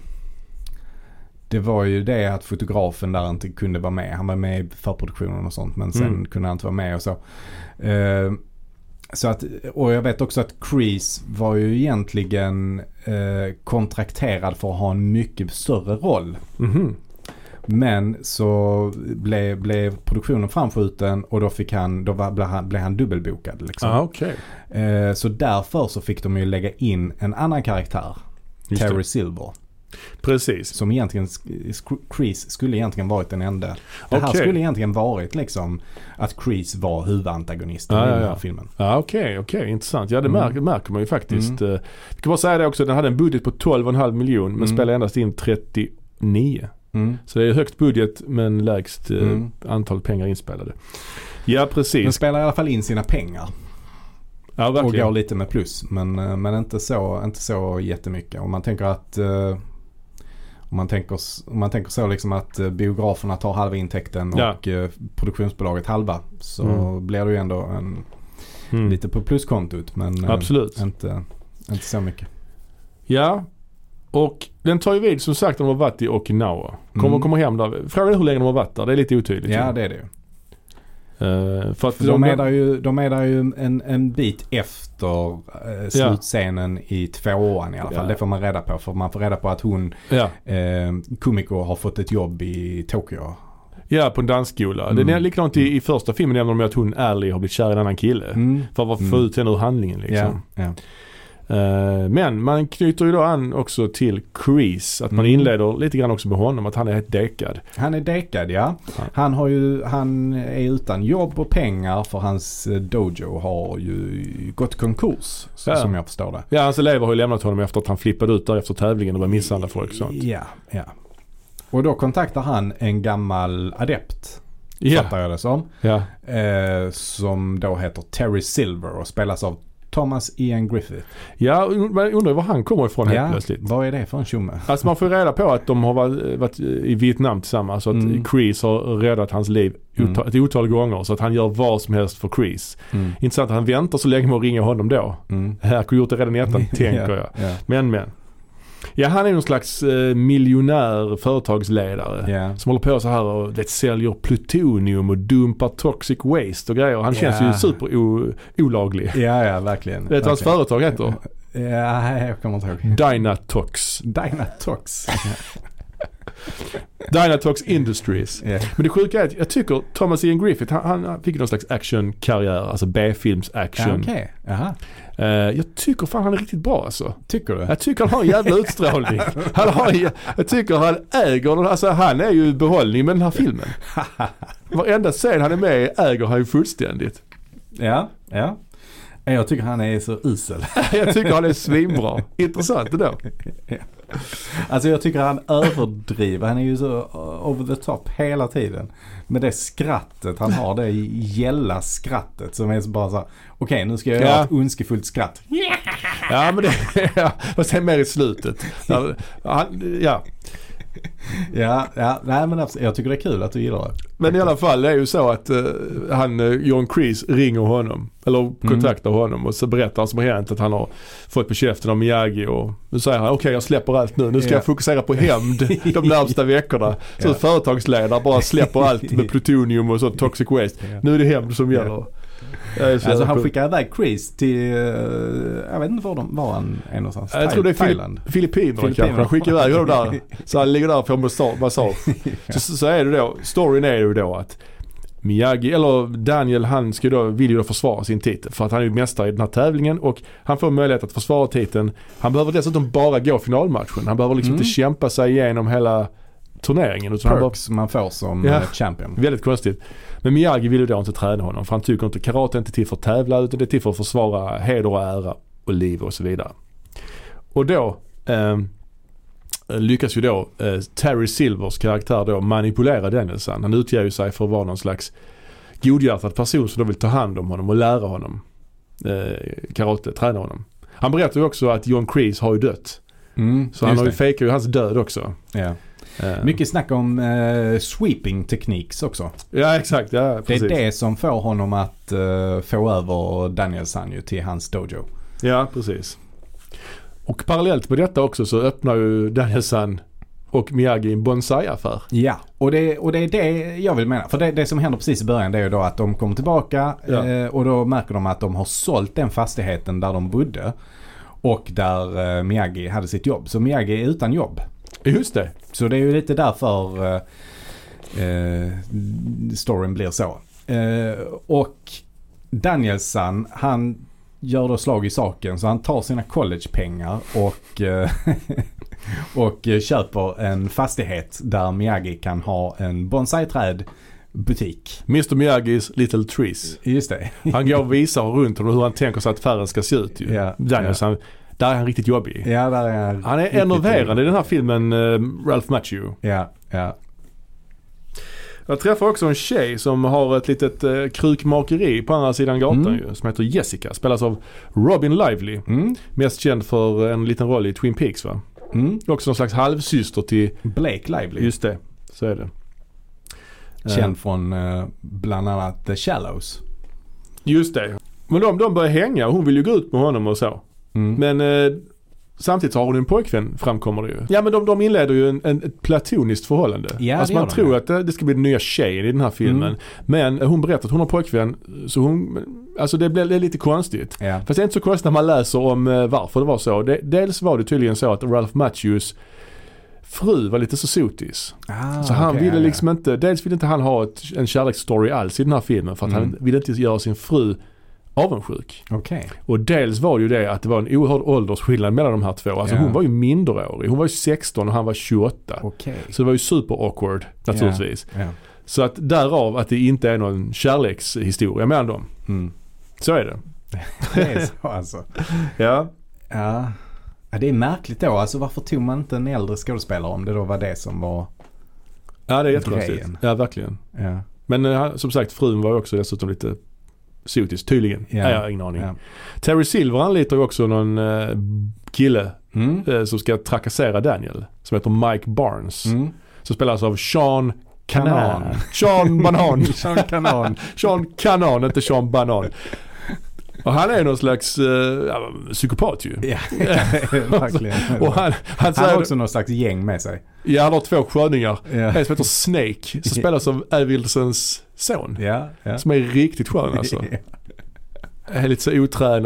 det var ju det att fotografen där inte kunde vara med. Han var med i förproduktionen och sånt, men sen mm. kunde han inte vara med och så. Uh, Så att, och jag vet också att Chris var ju egentligen eh, kontrakterad för att ha en mycket större roll. Mm-hmm. Men så blev, blev produktionen framskjuten och då fick han, då var, blev, han, blev han dubbelbokad. Liksom. Ah, okay. eh, så därför så fick de ju lägga in en annan karaktär, Just Terry det. Silver. Precis. Som egentligen, Chris skulle egentligen varit den enda. Det okay. här skulle egentligen varit liksom att Chris var huvudantagonisten ah, i ja, den här ja. filmen. Ja, okej, okay, okej, okay. Intressant. Ja, det mm. märker, märker man ju faktiskt. Mm. Jag kan bara säga det också, den hade en budget på tolv komma fem miljoner men mm. spelade endast in trettionio. Mm. Så det är högt budget men lägst mm. eh, antal pengar inspelade. Ja, precis. Den spelar i alla fall in sina pengar. Ja, verkligen. Och går lite med plus, men, men inte, så, inte så jättemycket. Om man tänker att uh, om man tänker, om man tänker så liksom att uh, biograferna tar halva intäkten ja. och uh, produktionsbolaget halva, så mm. blir det ju ändå en, mm. lite på pluskontot, men uh, Absolut. Inte, inte så mycket. Ja, och den tar ju vid som sagt de har varit i Okinawa. Kommer mm. komma hem där. Frågan är hur länge de har varit där. Det är lite otydligt. Ja, ju. det är det ju. Uh, för att för de, de, är där ju, de är där ju en, en bit efter uh, slutscenen ja. i tvåan i alla fall. Ja. Det får man reda på. För man får reda på att hon, ja. uh, Kumiko, har fått ett jobb i Tokyo. Ja, på en dansskola. Mm. Det är likadant i, i första filmen nämner de att hon, Ally, har blivit kär i en annan kille. Mm. För att få mm. ut henne ur handlingen liksom. Ja, ja. Uh, men man knyter ju då an också till Chris, att man mm. inleder lite grann också med honom, att han är helt dekad. Han är dekad, ja. ja. Han har ju, han är utan jobb och pengar för hans dojo har ju gått konkurs, så, ja. som jag förstår det. Ja, hans elever har ju lämnat honom efter att han flippade ut där efter tävlingen och var misshandla folk och sånt. Ja, ja. Och då kontaktar han en gammal adept, ja. fattar jag det som. Ja. Eh, som då heter Terry Silver och spelas av Thomas Ian Griffith. Ja, man undrar var han kommer ifrån helt ja, plötsligt. Vad är det för en tjomme? Alltså man får reda på att de har varit, varit i Vietnam tillsammans, så att mm. Chris har räddat hans liv mm. ett otal gånger, så att han gör vad som helst för Chris. Mm. Intressant att han väntar så länge med att ringa honom då. Mm. Här kunde gjort det redan i ettan, tänker ja, jag. Ja. Men, men. Ja, han är någon slags eh, miljonär företagsledare yeah. som håller på så här och det säljer plutonium och dumpar toxic waste och grejer. Han känns yeah. ju super o- olaglig. Ja, ja, verkligen. Vet du vad hans företag heter? Ja, jag kommer inte ihåg. Dynatox. Dynatox. Dynatox Industries. Yeah. Men det sjuka är att jag tycker Thomas Ian Griffith, han, han fick någon slags actionkarriär, alltså B-films action. Ja, okej. Jaha. Uh, jag tycker fan han är riktigt bra alltså. Tycker du? Jag tycker han har en jävla utstrålning. Han har, jag tycker han äger, alltså han är ju behållning med den här filmen. Varenda scen han är med i äger han ju fullständigt. Ja, ja. Jag tycker han är så usel. Jag tycker han är svinbra. Intressant det då. Ja. Alltså jag tycker han överdriver. Han är ju så over the top hela tiden. Med det skrattet han har, det gälla skrattet som är så bara så okej, okay, nu ska jag ja. göra ett ondskefullt skratt. Ja, men det ja, och sen mer i slutet. Ja. ja. Ja, ja, nej men absolut. Jag tycker det är kul att du gillar det. Men i alla fall det är ju så att uh, han, uh, John Kreese ringer honom eller kontaktar mm. honom och så berättar han som har hänt att han har fått på käften av Miyagi och nu säger han okej okay, jag släpper allt nu, nu ska yeah. jag fokusera på hämnd de närmsta veckorna. Så yeah. företagsledare bara släpper allt med plutonium och så toxic waste. Yeah. Nu är det hämnd som gäller. Yeah. Alltså han skickar iväg Chris till uh, jag vet inte var, de, var han är någonstans. Jag tror det är Thailand. Filippinerna kanske. Han skickar iväg honom där. Så han ligger där för massage. massage. så, så är det då, storyn är ju då att Miyagi, eller Daniel, han ska då, vill ju då försvara sin titel för att han är ju mästare i den här tävlingen och han får möjlighet att försvara titeln. Han behöver dessutom bara gå finalmatchen. Han behöver liksom mm. inte kämpa sig igenom hela turneringen. Utan Perks han bara, man får som ja, champion. Väldigt konstigt. Men Miyagi vill ju då inte träna honom för han tycker inte karate är inte till för att tävla utan det är till för att försvara heder och ära och liv och så vidare. Och då eh, lyckas ju då eh, Terry Silvers karaktär då manipulera Danielson. Han utger ju sig för att vara någon slags godhjärtad person som då vill ta hand om honom och lära honom eh, karate, träna honom. Han berättar ju också att John Kreese har ju dött. Mm, så han har ju fejkat ju hans död också. Ja. Uh. Mycket snack om uh, sweeping techniques också. Ja, exakt. Ja, det är det som får honom att uh, få över Danielson ju till hans dojo. Ja, precis. Och parallellt med detta också så öppnar ju Danielson och Miyagi en bonsai-affär. Ja, och det, och det är det jag vill mena. För det, det som händer precis i början det är ju då att de kommer tillbaka ja. eh, och då märker de att de har sålt den fastigheten där de bodde och där eh, Miyagi hade sitt jobb. Så Miyagi är utan jobb. Just det. Så det är ju lite därför eh, eh, storyn blir så. Eh, och Danielson, han gör då slag i saken så han tar sina collegepengar och, eh, och köper en fastighet där Miyagi kan ha en bonsai-träd butik. mister Miyagis Little Trees. Just det. Han går och visar runt om hur han tänker sig att affären ska se ut. Ju. Ja, Danielson, ja. Där är han riktigt jobbig. Ja, där är han, han är enerverande i den här filmen uh, Ralph Macchio. Ja, ja. Jag träffar också en tjej som har ett litet uh, krukmakeri på andra sidan gatan mm. ju, som heter Jessica. Spelas av Robin Lively. Mm. Mest känd för en liten roll i Twin Peaks va? Mm. Också någon slags halvsyster till Blake Lively. Just det, så är det. Känd uh. från uh, bland annat The Shallows. Just det. Men de, de börjar hänga och hon vill ju gå ut med honom och så. Mm. Men eh, samtidigt så har hon en pojkvän, framkommer det ju. Ja, men de, de inleder ju en, en, ett platoniskt förhållande. Ja, alltså man tror de. att det, det ska bli den nya tjejen i den här filmen. Mm. Men hon berättar att hon har pojkvän, så hon, alltså det blir det är lite konstigt. Ja. Fast det är inte så konstigt när man läser om eh, varför det var så. Det, dels var det tydligen så att Ralph Macchios fru var lite så sotis. Ah, så han okay, ville liksom ja. inte, dels ville inte han ha ett, en kärleksstory alls i den här filmen för att mm. han ville inte göra sin fru avundsjuk. Okay. Och dels var det ju det att det var en oerhörd åldersskillnad mellan de här två. Alltså yeah. hon var ju minderårig. Hon var ju sexton och han var tjugoåtta. Okay. Så det var ju super awkward naturligtvis. Yeah. Yeah. Så att därav att det inte är någon kärlekshistoria mellan dem. Mm. Så är det. Det är så alltså. Ja. Ja. Ja, det är märkligt då. Alltså varför tog man inte en äldre skådespelare om det då var det som var Ja, det är jättekonstigt. Ja, verkligen. Ja. Men som sagt, frun var ju också dessutom lite sotis, tydligen. Yeah. Jag har ingen aning. Yeah. Terry Silver anlitar ju också någon uh, kille mm. uh, som ska trakassera Daniel. Som heter Mike Barnes. Mm. Som spelas av Sean Kanan. Kanan. Sean Banan. Sean Kanan. Sean Kanan, inte Sean Banan. Och han är någon slags uh, ja, psykopat ju. Ja, verkligen. Och han, han, han har också någon slags gäng med sig. Ja, han har två sköningar. Ja. En som heter Snake, som spelas av Avildssons son. Ja, ja. Som är riktigt skön alltså. Är lite så otränad.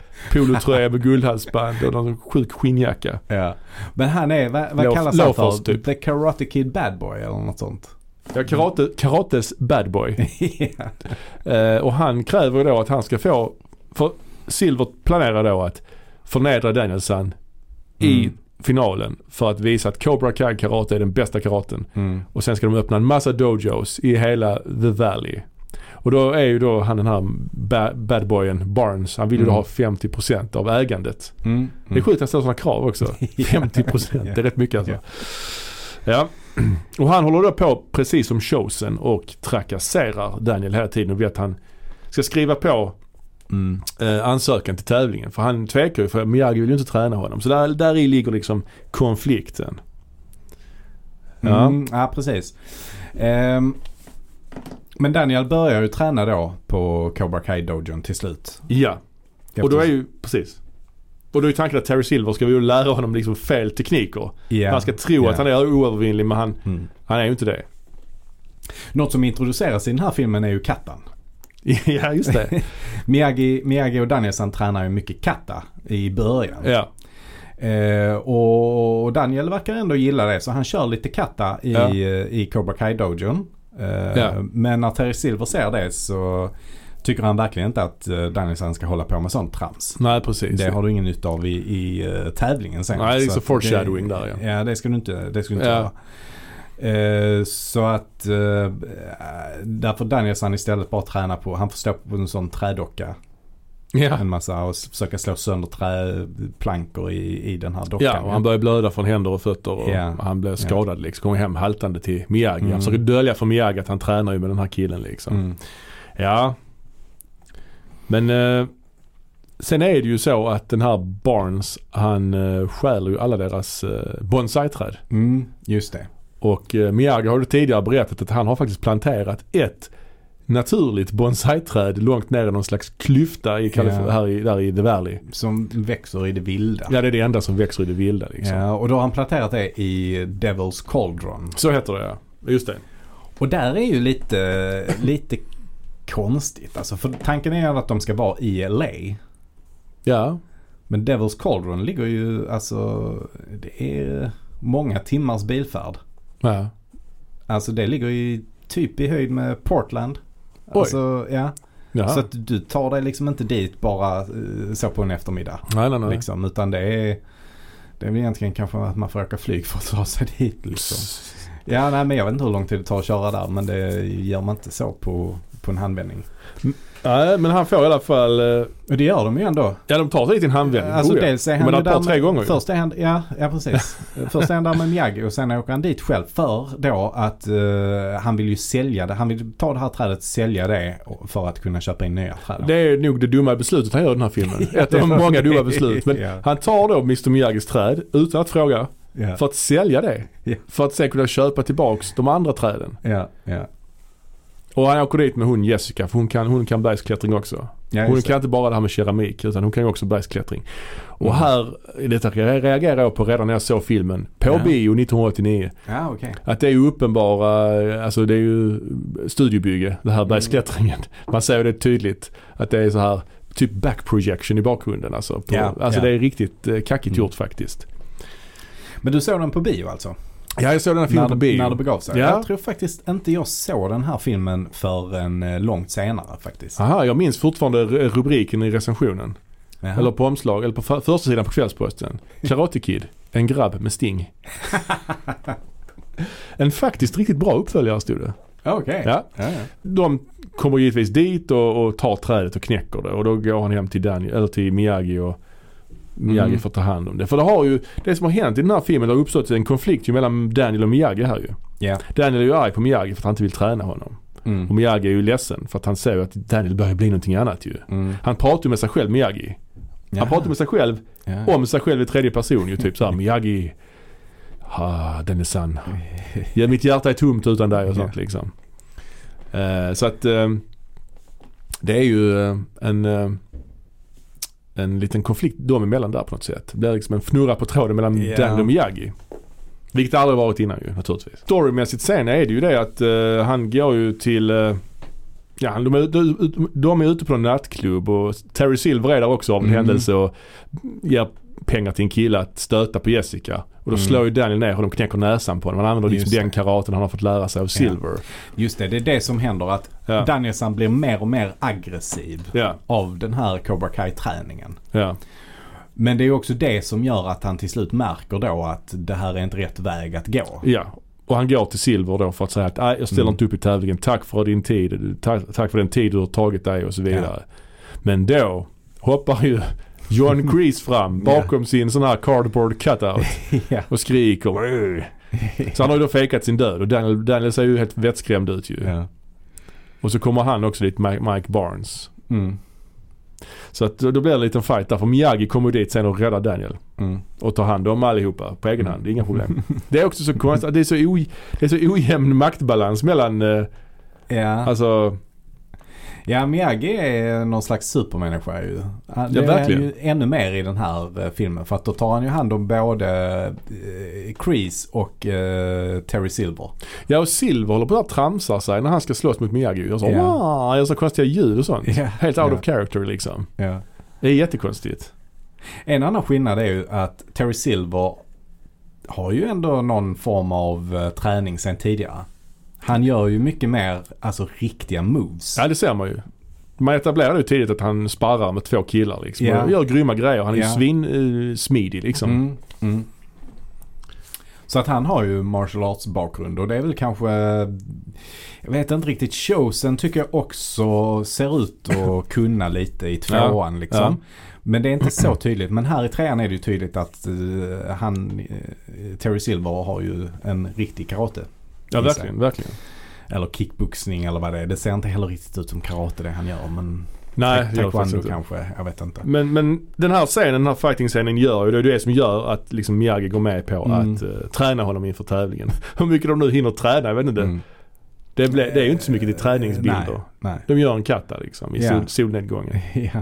polotröja med guldhalsband och någon sjuk skinnjacka. Ja. Men han är, vad, vad Lof, kallas han för? Typ. The Karate Kid Bad Boy eller något sånt. Ja, karate, karates bad boy. ja. eh, och han kräver då att han ska få, för Silver planerar då att förnedra Danielson mm. i finalen för att visa att Cobra Kai karate är den bästa karaten. Mm. Och sen ska de öppna en massa dojos i hela The Valley. Och då är ju då han den här ba- bad boyen Barnes, han vill ju mm. då ha femtio procent av ägandet. Mm. Mm. Det är sjukt att han ställer sådana krav också. femtio procent, det är rätt mycket alltså. Ja. Och han håller då på precis som Chosen och trakasserar Daniel hela tiden och vet att han ska skriva på mm. eh, ansökan till tävlingen. För han tvekar ju, för Miyagi vill ju inte träna honom. Så där, där i ligger liksom konflikten. Ja, mm, ja precis. Um, men Daniel börjar ju träna då på Cobra Kai Dojon till slut. Ja, och då är ju, precis. Och då är tanken att Terry Silver ska ju lära honom liksom fel tekniker. Yeah. Han ska tro yeah. att han är oövervinnlig, men han, mm. han är ju inte det. Något som introduceras i den här filmen är ju kattan. Ja, just det. Miyagi, Miyagi och Danielson tränar ju mycket katta i början. Ja. Eh, och Daniel verkar ändå gilla det, så han kör lite katta i, ja. i Cobra Kai Dojon. Eh, ja. Men när Terry Silver ser det så tycker han verkligen inte att Danielson ska hålla på med sånt trams. Nej, precis. Det har du ingen nytta av i, i uh, tävlingen sen. Nej, det är så, så det, foreshadowing där. Ja, ja det ska du inte, det ska du inte ja. göra. Uh, så att uh, därför Danielson istället bara tränar på, han får stå på en sån trädocka. Ja. En massa och försöka slå sönder träplankor i, i den här dockan. Ja, och han börjar blöda från händer och fötter och ja. han blir skadad ja. liksom. Kommer hem haltande till Miyagi. Mm. Han försöker dölja för Miyagi att han tränar ju med den här killen liksom. Mm. Ja. Men eh, sen är det ju så att den här Barnes, han eh, stjäler ju alla deras eh, bonsai-träd. Mm, just det. Och eh, Miyagi har ju tidigare berättat att han har faktiskt planterat ett naturligt bonsai-träd långt ner i någon slags klyfta i Kalif- ja. här i, där i The Valley. Som växer i det vilda. Ja, det är det enda som växer i det vilda liksom. Ja, och då har han planterat det i Devil's Cauldron. Så heter det, ja. Just det. Och där är ju lite, lite konstigt. Alltså, för tanken är att de ska vara i L A. Ja. Men Devil's Cauldron ligger ju, alltså, det är många timmars bilfärd. Ja. Alltså det ligger ju typ i höjd med Portland. Alltså, ja. Jaha. Så att du tar dig liksom inte dit bara uh, så på en eftermiddag. Nej, nej, nej. Liksom, utan det är det är väl egentligen kanske att man får åka flyg för att ta sig dit liksom. Ja, nej, men jag vet inte hur lång tid det tar att köra där, men det gör man inte så på, på en handvändning. Nej, men han får i alla fall... Uh, och det gör de ju ändå. Ja, de tar sig till en handvändning. Alltså, oh, ja. dels är han men ju där med, tre gånger. Först är han, ja, ja, precis. Först är han där med Miyagi och sen åker han dit själv för då att uh, han vill ju sälja det. Han vill ta det här trädet, sälja det för att kunna köpa in nya träd. Det är nog det dumma beslutet han gör i den här filmen. Ett av de många dumma beslut. Men ja. Han tar då mister Miyagis träd utan att fråga ja. för att sälja det. Ja. För att sen kunna köpa tillbaks de andra träden. Ja, ja. Och han åker dit med hon Jessica, för hon kan, hon kan bergsklättring också. Ja, hon kan inte bara det här med keramik, utan hon kan också bergsklättring. Och mm. här, detta reagerar jag på redan när jag såg filmen på ja. bio nittonhundraåttionio. Ja, okay. Att det är ju uppenbara, alltså det är ju studiobygge, det här bergsklättringen. Man ser ju det tydligt att det är så här typ back projection i bakgrunden. Alltså, på, ja, alltså ja. det är riktigt eh, kackigt mm. gjort faktiskt. Men du såg den på bio alltså? Ja, jag såg den här filmen när, på bio. När det begav sig. Ja. Jag tror faktiskt inte jag såg den här filmen för en långt senare faktiskt. Aha, jag minns fortfarande rubriken i recensionen. Jaha. Eller på omslag, eller på för, första sidan på Kvällsposten. Karate Kid, en grabb med sting. En faktiskt riktigt bra uppföljare stod det. Okej. Okay. Ja. Ja, ja. De kommer givetvis dit och, och tar trädet och knäcker det. Och då går han hem till Daniel, eller till Miyagi och Miyagi mm. får ta hand om det. För det har ju, det som har hänt i den här filmen, det har uppstått en konflikt ju mellan Daniel och Miyagi här ju. Yeah. Daniel är ju arg på Miyagi för att han inte vill träna honom. Mm. Och Miyagi är ju ledsen för att han säger att Daniel börjar bli någonting annat ju. Mm. Han pratar ju med sig själv, Miyagi. Han pratar med sig själv ja. om sig själv i tredje person ju. Typ såhär, Miyagi, ah, den är sann. Ja, mitt hjärta är tomt utan dig och sånt ja. liksom. Uh, så att uh, det är ju uh, en... Uh, en liten konflikt dem emellan där på något sätt. Det blir liksom en fnurra på tråden mellan yeah. Daniel och Miyagi. Vilket aldrig varit innan ju, naturligtvis. Storymässigt sen är det ju det att uh, han går ju till uh, Ja, de är, de, de är ute på en nattklubb och Terry Silver är där också av en mm. händelse och ger pengar till en kille att stöta på Jessica. Och då mm. slår ju Daniel ner och de knäcker näsan på honom. Han använder liksom den karaten han har fått lära sig av Silver. Ja. Just det, det är det som händer att ja. Danielson blir mer och mer aggressiv ja. av den här Cobra Kai-träningen. Ja. Men det är också det som gör att han till slut märker då att det här är inte rätt väg att gå. Ja. Och han går till Silver då för att säga att jag ställer mm. inte upp i tävlingen. Tack för din tid. Tack, tack för den tid du har tagit dig och så vidare. Ja. Men då hoppar ju John Kreese fram bakom ja. sin sån här cardboard cutout ja. och skriker. Så han har ju då fejkat sin död och Daniel, Daniel ser ju helt vettskrämd ut ju. Ja. Och så kommer han också dit, Mike Barnes. Mm. Så att då blir det en liten fight där. För Miyagi kommer dit sen och räddar Daniel. Mm. Och tar hand om allihopa på egen hand. Det är inga problem. Det är också så konstigt. Det är så, oj, det är så ojämn maktbalans mellan uh, ja. alltså ja, Miyagi är någon slags supermänniska ju. Det ja, är ju ännu mer i den här uh, filmen. För att då tar han ju hand om både uh, Kreese och uh, Terry Silver. Ja, och Silver håller på att tramsa sig när han ska slåss mot Miyagi. Och så, yeah. han gör så konstiga ljud och sånt. Yeah. Helt out yeah. of character liksom. Yeah. Det är jättekonstigt. En annan skillnad är ju att Terry Silver har ju ändå någon form av uh, träning sen tidigare. Han gör ju mycket mer alltså riktiga moves. Ja, det ser man ju. Man etablerade ju tidigt att han sparrar med två killar liksom. Yeah. Och gör grymma grejer. Han är yeah. ju svin uh, smidig liksom. Mm. Mm. Så att han har ju martial arts bakgrund och det är väl kanske, jag vet inte riktigt, Chosen tycker jag också ser ut att kunna lite i tvåan ja. liksom. Ja. Men det är inte så tydligt. Men här i trean är det ju tydligt att uh, han, uh, Terry Silver har ju en riktig karate. Ja, verkligen, verkligen. Eller kickboxning eller vad det är. Det ser inte heller riktigt ut som karate det han gör, men nej, taekwondo kanske, jag vet inte. Men, men den här scenen, den här fighting-scenen gör ju det, är det som gör att liksom Miyagi går med på mm. att uh, träna honom inför tävlingen. Hur mycket de nu hinner träna, jag vet inte. Mm. Det, ble, det är ju inte så mycket i träningsbilder. Nej, nej. De gör en katta liksom i yeah. sol, solnedgången. Ja.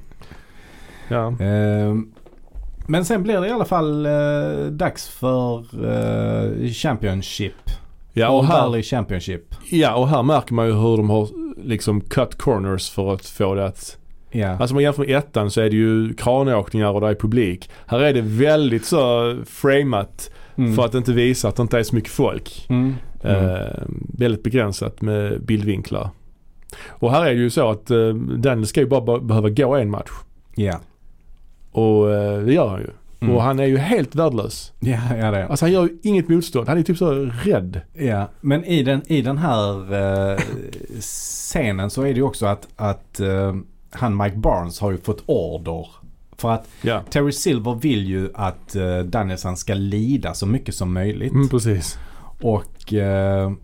Ja. Uh, men sen blir det i alla fall uh, dags för uh, Championship. Ja, och här, Championship. Ja, och här märker man ju hur de har liksom cut corners för att få det att ja. Alltså om man jämför med ettan så är det ju kranåkningar och det är publik. Här är det väldigt så framat mm. för att inte visa att det inte är så mycket folk. Mm. Mm. Uh, väldigt begränsat med bildvinklar. Och här är det ju så att uh, Daniel ska ju bara behöva gå en match. Ja. Och uh, det gör han ju. Mm. Och han är ju helt värdelös. Ja, ja det är. Alltså han gör ju inget motstånd. Han är typ så rädd. Ja, men i den, i den här uh, scenen så är det ju också att, att uh, han Mike Barnes har ju fått order. För att ja. Terry Silver vill ju att uh, Danielson ska lida så mycket som möjligt. Mm, precis. Och, uh,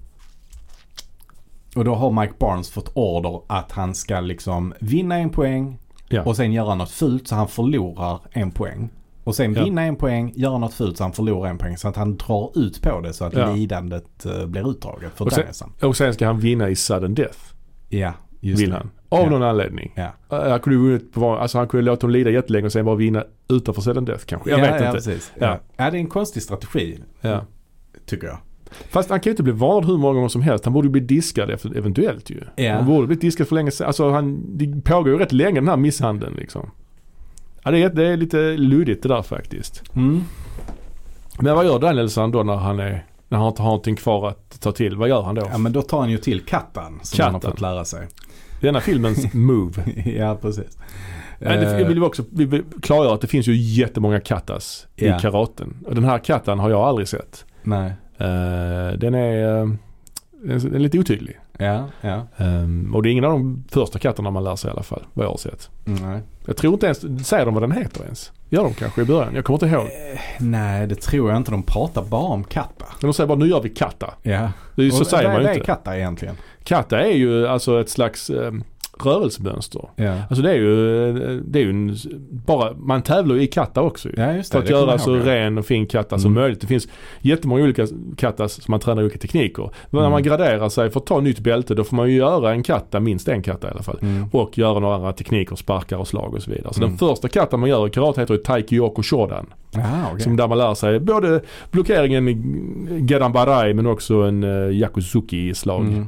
och då har Mike Barnes fått order att han ska liksom vinna en poäng ja. och sen göra något fult så han förlorar en poäng. Och sen vinna ja. en poäng, göra något fult så han förlorar en poäng. Så att han drar ut på det så att ja. lidandet uh, blir utdraget för Danielson. Och sen ska han vinna i sudden death. Ja, just Vill det. han. Av ja. någon anledning. Ja. Han kunde vunnit på, alltså han kunde låta dem lida jättelänge och sen bara vinna utanför sudden death kanske. Jag ja, vet ja, inte. Precis. Ja. Ja. ja, det är en konstig strategi. Ja. Tycker jag. Fast han kan ju inte bli varnad hur många gånger som helst. Han borde ju bli diskad eventuellt ju. Ja. Han borde bli diskad för länge sedan. Alltså han, det pågår ju rätt länge den här misshandeln liksom. Ja, det är, det är lite luddigt det där faktiskt. Mm. Men vad gör Danielsson då när han är när han inte har någonting kvar att ta till? Vad gör han då? Ja, men då tar han ju till kattan som Katten. han har fått lära sig. Denna filmens move. Ja, precis. Men det, jag vill också vi vill klargöra att det finns ju jättemånga kattas ja. i karaten. Och den här katten har jag aldrig sett. Nej. Uh, den är, uh, den är lite otydlig. Ja, ja. Um, och det är ingen av de första katterna man lär sig i alla fall, vad jag har sett. Nej. Jag tror inte ens, säger de vad den heter ens? Gör de kanske i början? Jag kommer inte ihåg. Eh, nej, det tror jag inte. De pratar bara om katta. Men de säger bara, nu gör vi katta. Ja. Det är, så och säger man ju inte. Vad är katta egentligen? Katta är ju alltså ett slags um, rörelsemönster. Ja. Alltså det är ju, det är ju en, bara, man tävlar ju i katta också. Ja, just det. För att det göra så ren och fin katta mm. som möjligt. Det finns jättemånga olika kattas som man tränar olika tekniker. Men mm. när man graderar sig för att ta nytt bälte, då får man ju göra en katta, minst en katta i alla fall. Mm. Och göra några andra tekniker, sparkar och slag och så vidare. Så mm. den första katta man gör i karate heter ju Taikyoku Shodan. Aha, okay. Som där man lär sig både blockeringen i Gedan Barai men också en uh, Yakuzuki-slag. Mm.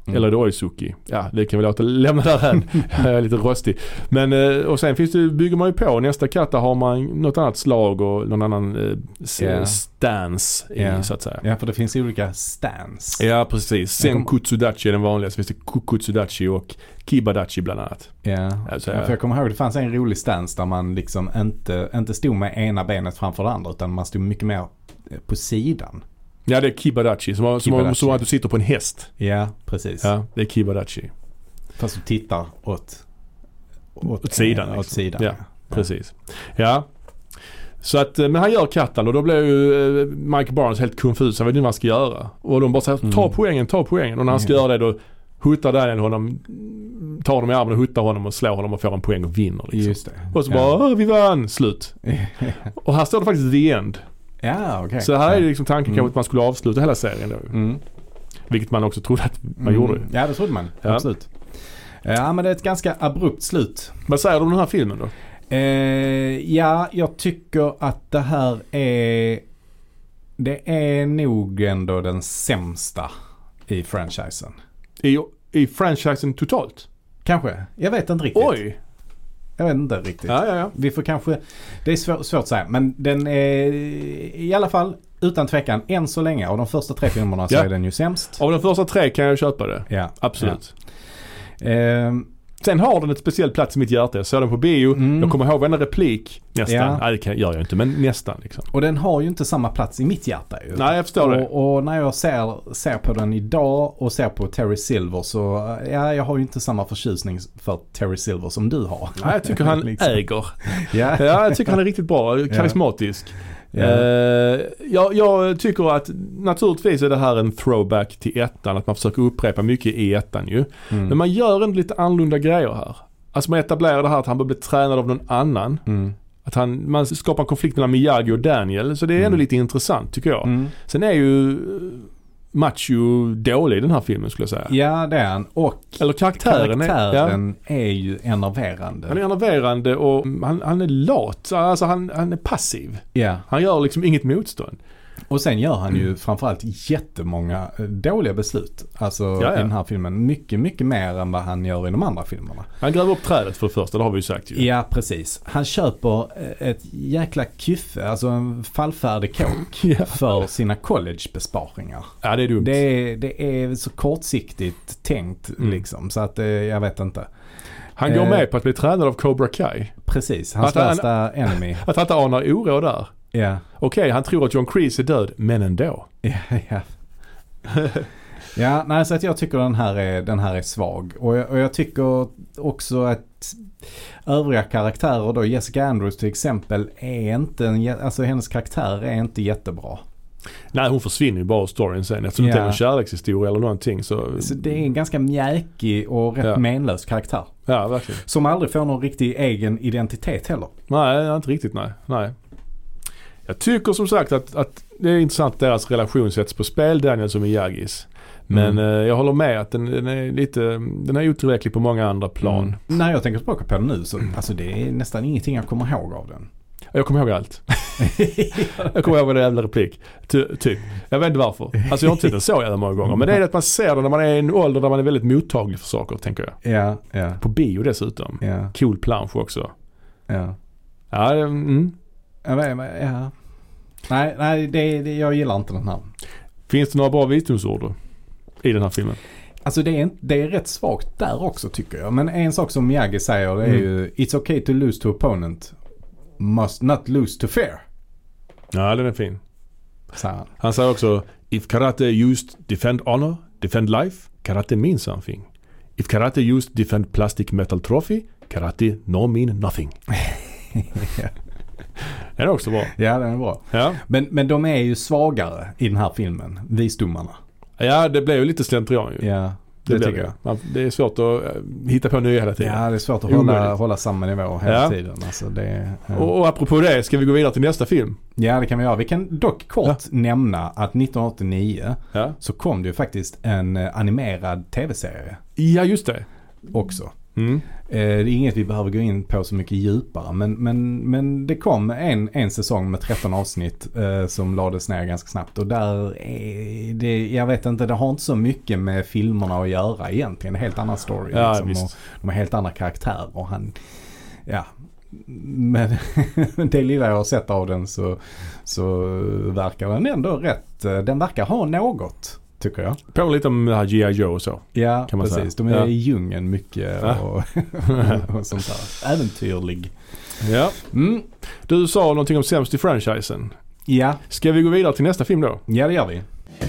Mm. Eller är det Oizuki? Ja, det kan vi låta lämna där här. Jag är lite rostig. Men, och sen finns det, bygger man ju på. Nästa katt har man något annat slag och någon annan eh, yeah. stance i, yeah. så att säga. Ja, för det finns olika stance. Ja, precis. Sen Kutsudachi är den vanligaste. Finns det Kukutsudachi och Kibadachi bland annat. Yeah. Alltså, ja. För jag kommer ihåg det fanns en rolig stance där man liksom inte, inte stod med ena benet framför det andra utan man stod mycket mer på sidan. Ja, det är Kibadachi. Som, Kibadachi. Som, som att du sitter på en häst. Ja, precis. Ja, det är Kibadachi. Fast du tittar åt, åt, åt sidan. Äh, liksom. åt sidan. Ja, ja, precis. Ja. Så att, men han gör katten och då blir ju Mike Barnes helt konfus. Han vet inte vad han ska göra. Och de bara säger, ta mm. poängen, ta poängen. Och när han ska mm. göra det då huttar Daniel honom, tar dem i armen och huttar honom och slår honom och får en poäng och vinner. Liksom. Just det. Och så ja. bara, vi vann, slut. Och här står det faktiskt the end. Ja, okay. Så här är liksom tanken mm. att man skulle avsluta hela serien då. Mm. Vilket man också trodde att man mm. gjorde. Ja, det trodde man. Ja. Absolut. Ja, men det är ett ganska abrupt slut. Vad säger du om den här filmen då? Eh, ja, jag tycker att det här är det är nog ändå den sämsta i franchisen. I, i franchisen totalt? Kanske. Jag vet inte riktigt. Oj! Jag vet inte riktigt. Ja, ja, ja. Vi får kanske, det är svår, svårt att säga, men den är i alla fall utan tvekan än så länge av de första tre filmerna så ja. är den ju sämst. Av de första tre kan jag köpa det. Ja. Absolut. Ja. Eh, Sen har den ett speciellt plats i mitt hjärta. Jag såg den på bio. Mm. Jag kommer ihåg varenda replik. Nästan. Ja. Nej, det kan, gör jag inte, men nästan. Liksom. Och den har ju inte samma plats i mitt hjärta. Ju. Nej, jag förstår och, det. Och när jag ser, ser på den idag och ser på Terry Silver så ja, jag har ju inte samma förtjusning för Terry Silver som du har. Nej, jag tycker han liksom. äger. Ja. Ja, jag tycker han är riktigt bra. Karismatisk. Ja. Uh, jag, jag tycker att naturligtvis är det här en throwback till ettan. Att man försöker upprepa mycket i ettan ju. Mm. Men man gör en lite annorlunda grejer här. Alltså man etablerar det här att han blir tränad av någon annan. Mm. Att han, man skapar en konflikt mellan Miyagi och Daniel. Så det är ändå mm. lite intressant tycker jag. Mm. Sen är ju Macho dålig i den här filmen skulle jag säga. Ja, det är han. Och Eller karaktären, karaktären är, ja. är ju enerverande. Han är enerverande och han, han är lat. Alltså han, han är passiv. Ja. Han gör liksom inget motstånd. Och sen gör han ju mm. framförallt jättemånga dåliga beslut. Alltså ja, ja. i den här filmen. Mycket, mycket mer än vad han gör i de andra filmerna. Han gräver upp trädet för det första, det har vi ju sagt ju. Ja, precis. Han köper ett jäkla kyffe, alltså en fallfärdig kåk ja. för sina collegebesparingar. Ja, det är dumt. Det är, det är så kortsiktigt tänkt mm. liksom, så att jag vet inte. Han går med på att bli tränad av Cobra Kai. Precis, hans värsta enemy. Att han inte anar oro där. Ja. Okej, okay, han tror att John Kreese är död, men ändå. Ja, ja. ja, nej, så att jag tycker den här är, den här är svag. Och jag, och jag tycker också att övriga karaktärer då, Jessica Andrews till exempel, är inte en, alltså hennes karaktär är inte jättebra. Nej, hon försvinner ju bara storyn sen. Eftersom ja. det inte är en kärlekshistoria eller någonting. Så, så det är en ganska mjäkig och rätt ja. menlös karaktär. Ja, verkligen. Som aldrig får någon riktig egen identitet heller. Nej, inte riktigt, nej. nej. Jag tycker som sagt att, att det är intressant att deras relation sätts på spel, Daniel som Miyagis. Men mm. eh, jag håller med att den, den är lite den är otillräcklig på många andra plan. Mm. När jag tänker tillbaka på den nu så alltså det är nästan ingenting jag kommer ihåg av den. Jag kommer ihåg allt. Jag kommer ihåg vad det jävla replik. Ty, typ. Jag vet inte varför. Alltså jag har inte sett den så jävla många gånger. Men det är att man ser det när man är i en ålder där man är väldigt mottaglig för saker, tänker jag. Ja, ja. På bio dessutom. Ja. Cool plansch också. Ja. Ja, mm. Jag vet, ja. Nej, nej det, det, jag gillar inte den här. Finns det några bra visdomsord i den här filmen? Alltså det är, det är rätt svagt där också tycker jag. Men en sak som Miyagi säger det är mm. ju It's okay to lose to opponent. Must not lose to fear. Ja, den är fin. Så han. han säger också If karate used defend honor, defend life, karate means something. If karate used defend plastic metal trophy, karate no mean nothing. ja. Den är också bra. Ja, den är bra. Ja. Men, men de är ju svagare i den här filmen, visdomarna. Ja, det blev ju lite slentrian ju. Ja, det, det tycker jag. Man, det är svårt att hitta på nya hela tiden. Ja, det är svårt att hålla, hålla samma nivå hela ja. tiden. Alltså det, ja. och, och apropå det, ska vi gå vidare till nästa film? Ja, det kan vi göra. Vi kan dock kort ja. nämna att nittonhundraåttionio ja. så kom det ju faktiskt en animerad tv-serie. Ja, just det. Också. Mm. Eh, det är inget vi behöver gå in på så mycket djupare. Men, men, men det kom en, en säsong med tretton avsnitt eh, som lades ner ganska snabbt. Och där är det, jag vet inte, det har inte så mycket med filmerna att göra egentligen. En helt annan story. Ja, liksom, visst. och de har helt andra karaktärer. Och han, ja... Men det lilla jag har sett av den så, så verkar den ändå rätt. Den verkar ha något, tycker jag. På lite om det här G I. Joe och så. Ja, kan man precis. säga. De är Ja. i djungeln mycket Ja. och, och sånt där. Äventyrlig. Ja. Mm. Du sa någonting om sämst i franchisen. Ja. Ska vi gå vidare till nästa film då? Ja, det gör vi.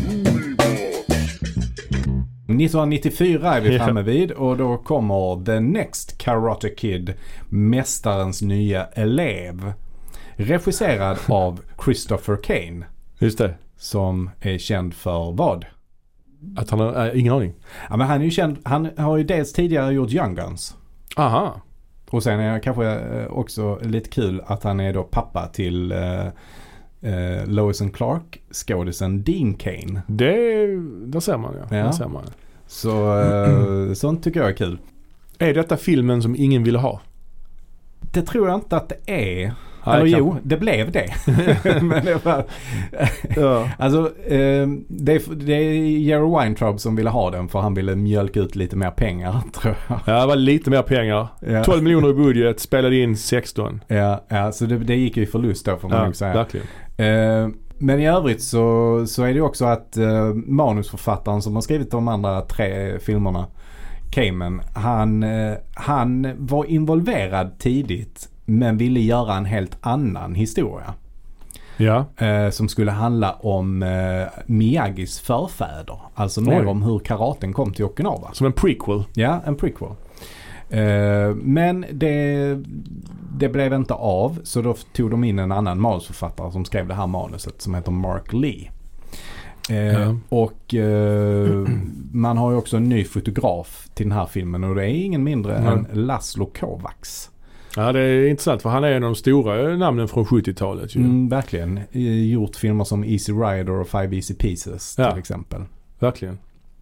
nittonhundranittiofyra är vi framme vid och då kommer The Next Karate Kid, mästarens nya elev. Regisserad av Christopher Kane. Just det. Som är känd för vad? Att han har äh, ingen aning. Ja, men han är ju känd, han har ju dels tidigare gjort Young Guns. Aha. Och sen är det kanske också lite kul att han är då pappa till uh, uh, Lois and Clark, skådisen Dean Cain. Det, där ser man ja. Ja. Där ser man. Så uh, sånt tycker jag är kul. Är detta filmen som ingen ville ha? Det tror jag inte att det är. Nej, Eller kan... jo, det blev det. Men det var... ja. Alltså, eh, det, är, det är Jerry Weintraub som ville ha den för han ville mjölka ut lite mer pengar, tror jag. Ja, det var lite mer pengar. Ja. tolv miljoner i budget, spelade in sexton. Ja, ja så det, det gick ju i förlust då, får man Ja, nog säga. verkligen. Eh, men i övrigt så, så är det också att eh, manusförfattaren som har skrivit de andra tre filmerna, Kamen, han, eh, han var involverad tidigt men ville göra en helt annan historia. Ja. Eh, som skulle handla om eh, Miyagis förfäder. Alltså mer Oj. om hur karaten kom till Okinawa. Som en prequel. Ja, en prequel. Eh, men det, det blev inte av, så då tog de in en annan manusförfattare som skrev det här manuset som heter Mark Lee. Eh, Ja. Och eh, man har ju också en ny fotograf till den här filmen och det är ingen mindre Mm. än Laszlo Kovacs. Ja, det är intressant för han är en av de stora namnen från sjuttiotalet ju. Mm, verkligen. Eh, Gjort filmer som Easy Rider och Five Easy Pieces till Ja. exempel. Verkligen.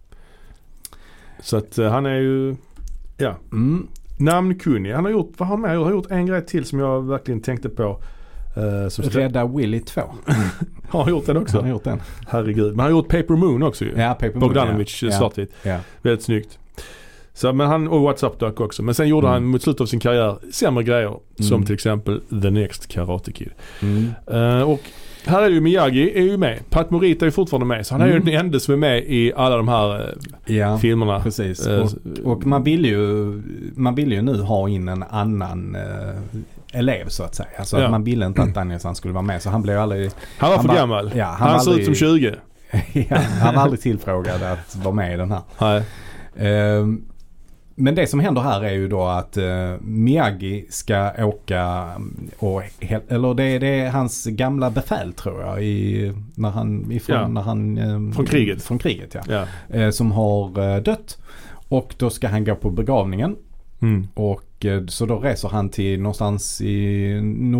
Så att uh, han är ju ja, Mm. namnkunnig. Han har gjort, vad har han med? Han har gjort en grej till som jag verkligen tänkte på. Uh, som stä- Rädda Willy två. har han gjort den också? Han har gjort den. Herregud. Men han har gjort Paper Moon också ju. Ja, Paper Moon, Bogdanovich, ja. svartvit. Ja. Väldigt snyggt. Så, men han, och WhatsApp Duck också. Men sen gjorde Mm. han mot slutet av sin karriär sämre grejer. Som Mm. till exempel The Next Karate Kid. Mm. Uh, och här är ju Miyagi är ju med. Pat Morita är ju fortfarande med. Så han är Mm. ju den enda som är med i alla de här uh, Ja, filmerna. precis. Uh, Och, och man vill ju man vill ju nu ha in en annan eh, elev så att säga. Alltså Ja. att man ville inte att Danielsson skulle vara med. Så han blev aldrig... han var han för var- gammal. Ja, han han var ser aldrig- ut som tjugo. ja, han var aldrig tillfrågad att vara med i den här. Nej. Ehm, men det som händer här är ju då att uh, Miyagi ska åka och he- eller det, det är hans gamla befäl tror jag i, när han ifrån, Ja. när han ehm, Från kriget. från kriget ja. Ja. Eh, som har eh, dött och då ska han gå på begravningen Mm. och eh, så då reser han till någonstans i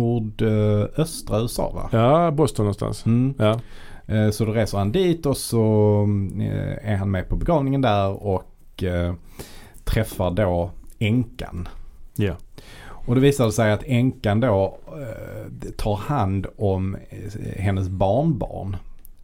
nordöstra U S A va? Ja, Boston någonstans. Mm. Ja. Eh, Så då reser han dit och så eh, är han med på begravningen där och eh, träffar då änkan. Ja. Och det visar sig att änkan då eh, tar hand om eh, hennes barnbarn.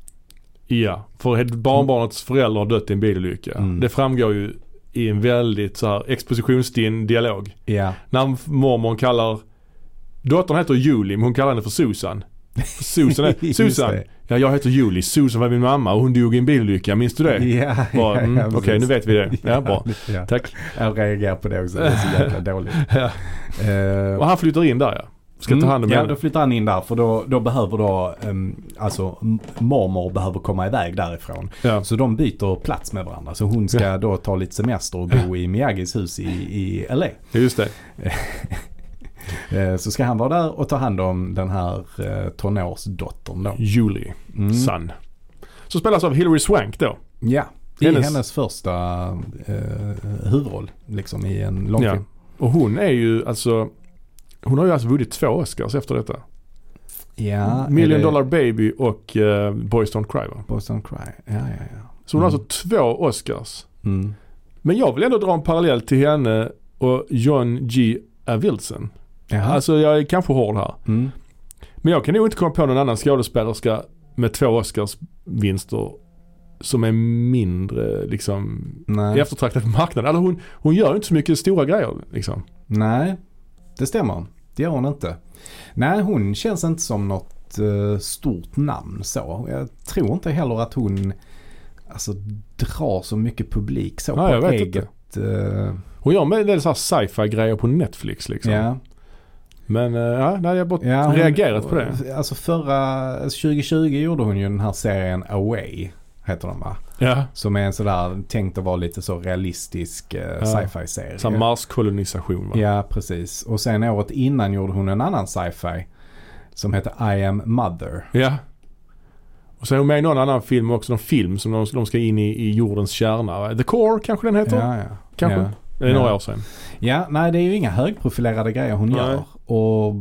Ja, för barnbarnets föräldrar har dött i en bilolycka. Mm. Det framgår ju i en väldigt så här expositionsstinn dialog. Ja. När mormor kallar dottern heter Julie, men hon kallar henne för Susan. Susan, är, Just Susan. det. Ja, jag heter Julie. Susan var min mamma och hon dog i en bilolycka. Minns du det? Ja, Bra. ja, Mm, ja, Okej, precis. nu vet vi det. Ja, bra. Ja. Tack. Jag reagerar på det också. Det är så jävla dåligt. Ja. Eh, Och han flyttar in där ja. Ska ta hand om ja, henne. då flyttar han in där för då, då behöver då um, alltså m- mormor behöver komma iväg därifrån. Ja. Så de byter plats med varandra. Så hon ska Ja. då ta lite semester och bo i Miyagis hus i, i L A. Just det. Eh, Så ska han vara där och ta hand om den här eh, tonårsdottern då. Julie. Mm. Son. Så spelas av Hilary Swank då. Ja, i Hennes- hennes, första eh, huvudroll liksom i en långfilm. Ja. Och hon är ju alltså hon har ju alltså vunnit två Oscars efter detta. Ja, Million är det Dollar Baby och uh, Boys Don't Cry va? Boys Don't Cry. Ja, ja, ja. Så hon har Mm. alltså två Oscars. Mm. Men jag vill ändå dra en parallell till henne och John G. Avildsen. Jaha. Alltså jag är kanske hård här. Mm. Men jag kan nog inte komma på någon annan skådespelerska med två Oscarsvinster som är mindre liksom Nej. eftertraktad på marknaden. Alltså hon, hon gör ju inte så mycket stora grejer liksom. Nej, det stämmer. Det gör hon inte. Nej, hon känns inte som något uh, stort namn så. Jag tror inte heller att hon alltså drar så mycket publik så. Nej, på jag vet eget. inte. Uh, Hon gör med en del så här sci-fi grejer på Netflix liksom. ja. Men uh, ja, nej, jag har bara Ja, hon, reagerat på det. Alltså förra alltså tjugo tjugo gjorde hon ju den här serien Away, heter den va? Ja. Som är en sådär tänkt att vara lite så realistisk uh, Ja. sci-fi-serie. Så Mars-kolonisation va? Ja, precis. Och sen året innan gjorde hon en annan sci-fi som heter I am Mother. Ja. Och sen är hon med i någon annan film också, någon film som de, de ska in i, i jordens kärna. The Core kanske den heter? Ja, ja. Kanske? Ja. Det är några Ja. år sedan. Ja, nej det är ju inga högprofilerade grejer hon Nej. gör. Och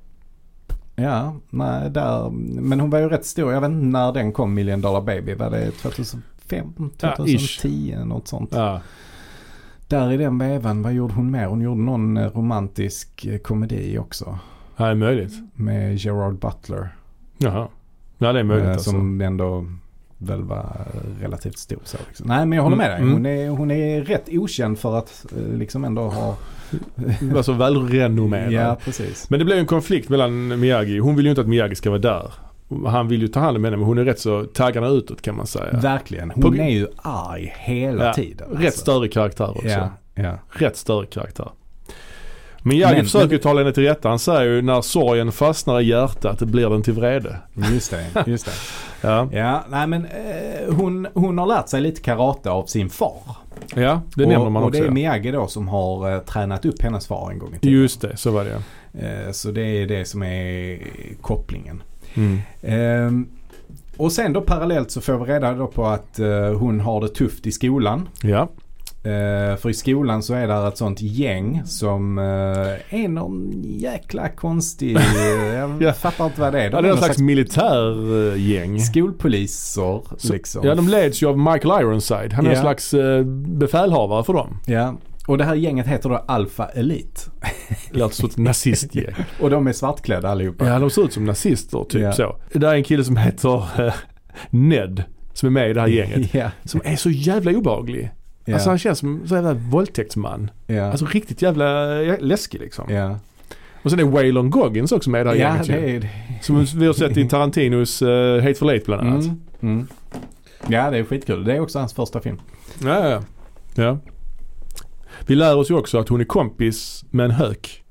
ja, nej där. Men hon var ju rätt stor. Jag vet inte när den kom, Million Dollar Baby. Var det tjugohundrafem, tjugohundratio, ja, något sånt. Ja. Där i den vevan, vad gjorde hon mer? Hon gjorde någon eh, romantisk eh, komedi också. Ja, det är möjligt. Med Gerard Butler. Jaha. Ja, det är möjligt eh, alltså. Som ändå väl var relativt stor så liksom. Nej, men jag håller med dig. Mm. Hon är, hon är rätt okänd för att eh, liksom ändå ha... Alltså välrenommerad. Ja, precis. Men det blev en konflikt mellan Miyagi. Hon vill ju inte att Miyagi ska vara där. Han vill ju ta hand om henne, men hon är rätt så taggarna utåt kan man säga. Verkligen. Hon På- är ju arg hela Ja, tiden. Rätt alltså. större karaktär också. Ja, ja. Rätt större karaktär. Miyagi Men- försöker men- ju tala henne till rätta. Han säger ju när sorgen fastnar i hjärtat, det blir den till vrede. Just det, just det. Ja, Ja, nej men eh, hon, hon har lärt sig lite karate av sin far. ja det och, nämner man och också. det är Ja. Miyagi då som har eh, tränat upp hennes far en gång i tiden. Just det, så var det. Eh, så det är det som är kopplingen. Mm. Ehm, och sen då parallellt så får vi reda då på att eh, hon har det tufft i skolan. Ja. Eh, för i skolan så är det ett sånt gäng som eh, är någon jäkla konstig, eh, jag Ja. fattar inte vad det är. De Ja, det är någon en slags militärgäng. skolpoliser Så- liksom. Ja, de leds ju av Michael Ironside. Han är Ja. en slags eh, befälhavare för dem. Ja. Och det här gänget heter då Alpha Elite. Det låter som ett nazistgäng. Och de är svartklädda allihopa. Ja, de ser ut som nazister, typ Ja. så. Det är en kille som heter eh, Ned, som är med i det här gänget. Ja. Som är så jävla obehaglig. Ja. Alltså han känns som så jävla våldtäktsman. ja. Alltså riktigt jävla eh, läskig liksom. ja. Och sen är Waylon Goggins också med i det här Ja, gänget. det ju. är det. Som vi har sett i Tarantinos uh, Hateful Eight bland annat. Mm. Mm. Ja, det är skitkul. Det är också hans första film. Ja, ja, ja. Vi lär oss ju också att hon är kompis med en hök.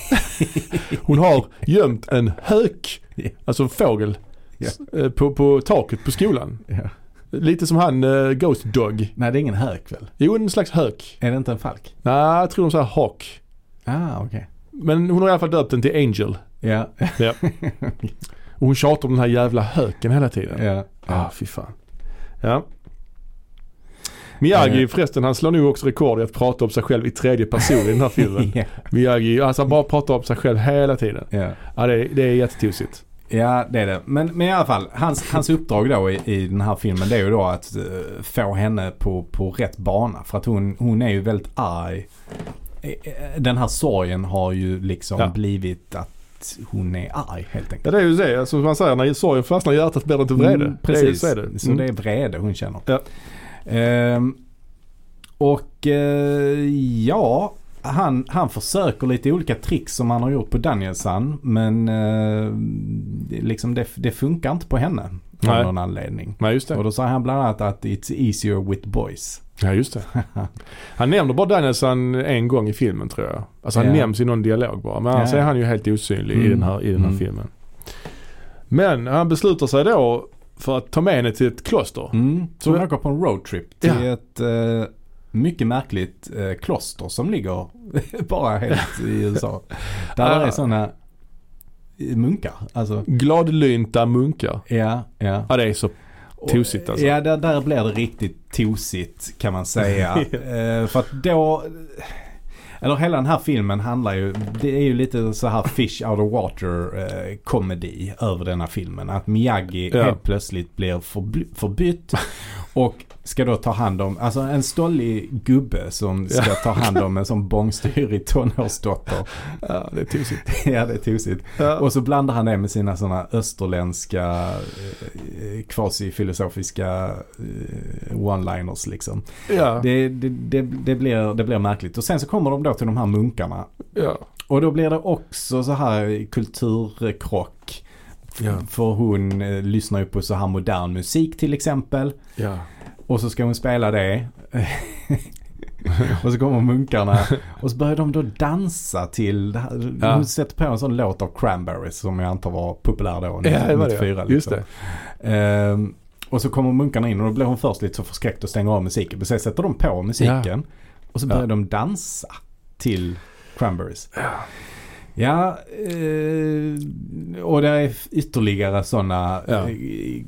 Hon har gömt en hök, alltså en fågel, Ja. eh, på, på taket på skolan. Ja. Lite som han uh, Ghost Dog. Nej, det är ingen hök väl? Jo, en slags hök. Är det inte en falk? Nej, jag tror de säger hawk. Ah, okej. Okay. Men hon har i alla fall döpt den till Angel. Ja. Ja. Och hon tjatar om den här jävla höken hela tiden. ja. Ah, fy fan. Ja. Miyagi Eh. förresten, han slår nu också rekord i att prata om sig själv i tredje person i den här filmen. ja. Miyagi, alltså han bara pratar om sig själv hela tiden. Ja. Ja, det är, det är jättetusigt. Ja, det är det. Men, men i alla fall, hans, hans uppdrag då i, i den här filmen, det är ju då att uh, få henne på, på rätt bana. För att hon, hon är ju väldigt arg. Den här sorgen har ju liksom Ja. blivit att hon är arg helt enkelt. Ja, det är ju det. Alltså, som man säger, när sorgen fastnar i hjärtat blir det inte vrede. Mm, precis, Det är, så är det. så Mm. det är vrede hon känner. Ja. Ehm, och eh, ja, han, han försöker lite olika tricks som han har gjort på Danielsson, men eh, det, liksom det, det funkar inte på henne av Nej. någon anledning. Nej, just det. Och då sa han bland annat att it's easier with boys. Ja, just det. Han nämner bara Danielsson en gång i filmen, tror jag. Alltså han Ja. nämns i någon dialog bara. Men annars Ja. är han ju helt osynlig i Mm. den här, i den här Mm. filmen. Men han beslutar sig då för att ta med henne till ett kloster. Mm. Så Så- de åker på en roadtrip till Ja. ett eh, mycket märkligt eh, kloster som ligger bara helt i U S A. Där Ah. är sådana munkar. Alltså, Gladlynta munkar. ja, ja. Ja, det är så tosigt alltså. Ja, där, där blir det riktigt tosigt kan man säga. eh, för att då... Eller hela den här filmen handlar ju, det är ju lite så här fish out of water eh, komedi över den här filmen. Att Miyagi ja. helt plötsligt blir förby- förbytt och ska då ta hand om, alltså en stollig gubbe som ska ja. ta hand om en sån bångstyrig tonårsdotter. Ja, det är tosigt. Ja, det är tosigt. Ja. Och så blandar han det med sina såna österländska eh, kvasi-filosofiska eh, one-liners liksom. Ja. Det, det, det, det, blir, det blir märkligt. Och sen så kommer de då till de här munkarna. Ja. Och då blir det också så här kulturkrock. Ja. För hon eh, lyssnar ju på så här modern musik till exempel. Ja. Och så ska hon spela det. Och så kommer munkarna. Och så börjar de då dansa till det här. Ja. Hon sätter på en sån låt av Cranberries som jag antar var populär då. Ja, det var nittiofyra, det. Just liksom. det. Ehm, och så kommer munkarna in och då blir hon först lite så förskräckt och stänger av musiken. Men sen sätter de på musiken. Ja. Och så börjar ja. de dansa till Cranberries. Ja. Ja, eh, och det är ytterligare sådana ja. eh,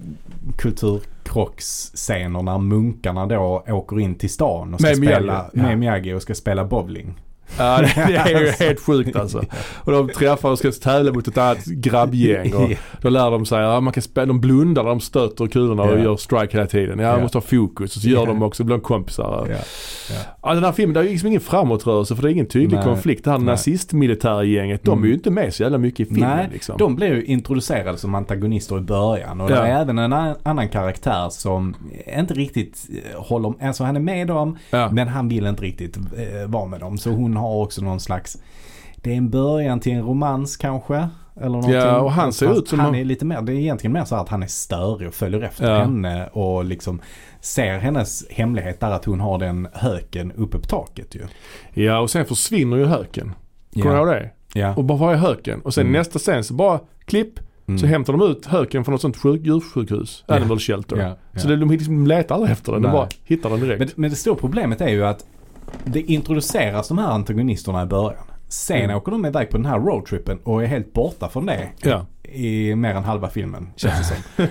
kulturkrocksscener när munkarna då åker in till stan och ska med spela Miyagi. med Ja. Miyagi och ska spela bowling. Ja, det, det är ju helt sjukt alltså. Och de träffar och ska tävla mot ett annat grabbgäng och då lär de sig att man kan spela, de blundar när de stöter kulorna och yeah. gör strike hela tiden. Ja, man yeah. måste ha fokus och så gör yeah. de också bland kompisar. Yeah. Yeah. Ja, den här filmen, det är ju liksom ingen framåtrörelse för det är ingen tydlig Nej. konflikt. Det här nazistmilitära gänget, de Mm. är ju inte med så jävla mycket i filmen. Nej, liksom. de blev ju introducerade som antagonister i början och Ja. det är även en a- annan karaktär som inte riktigt eh, håller, alltså han är med dem Ja. men han vill inte riktigt eh, vara med dem så hon har också någon slags, det är en början till en romans kanske eller någonting. Ja, och han ser Fast ut som han han- är lite mer, det är egentligen mer så att han är störig och följer efter Ja. henne och liksom ser hennes hemlighet där att hon har den höken uppe på taket ju. Ja, och sen försvinner ju höken. Kommer Ja. du ihåg det? Ja. Och bara, vad är höken? Och sen Mm. nästa scen så bara klipp. Mm. Så hämtar de ut höken från något sånt sjuk, djursjukhus. Ja. Animal shelter. Ja, ja. Så det, de liksom letar aldrig efter den. De Nej. bara hittar den direkt. Men, men det stora problemet är ju att det introduceras de här antagonisterna i början. Sen Mm. åker de iväg på den här roadtrippen och är helt borta från det Ja. i mer än halva filmen, känns det som.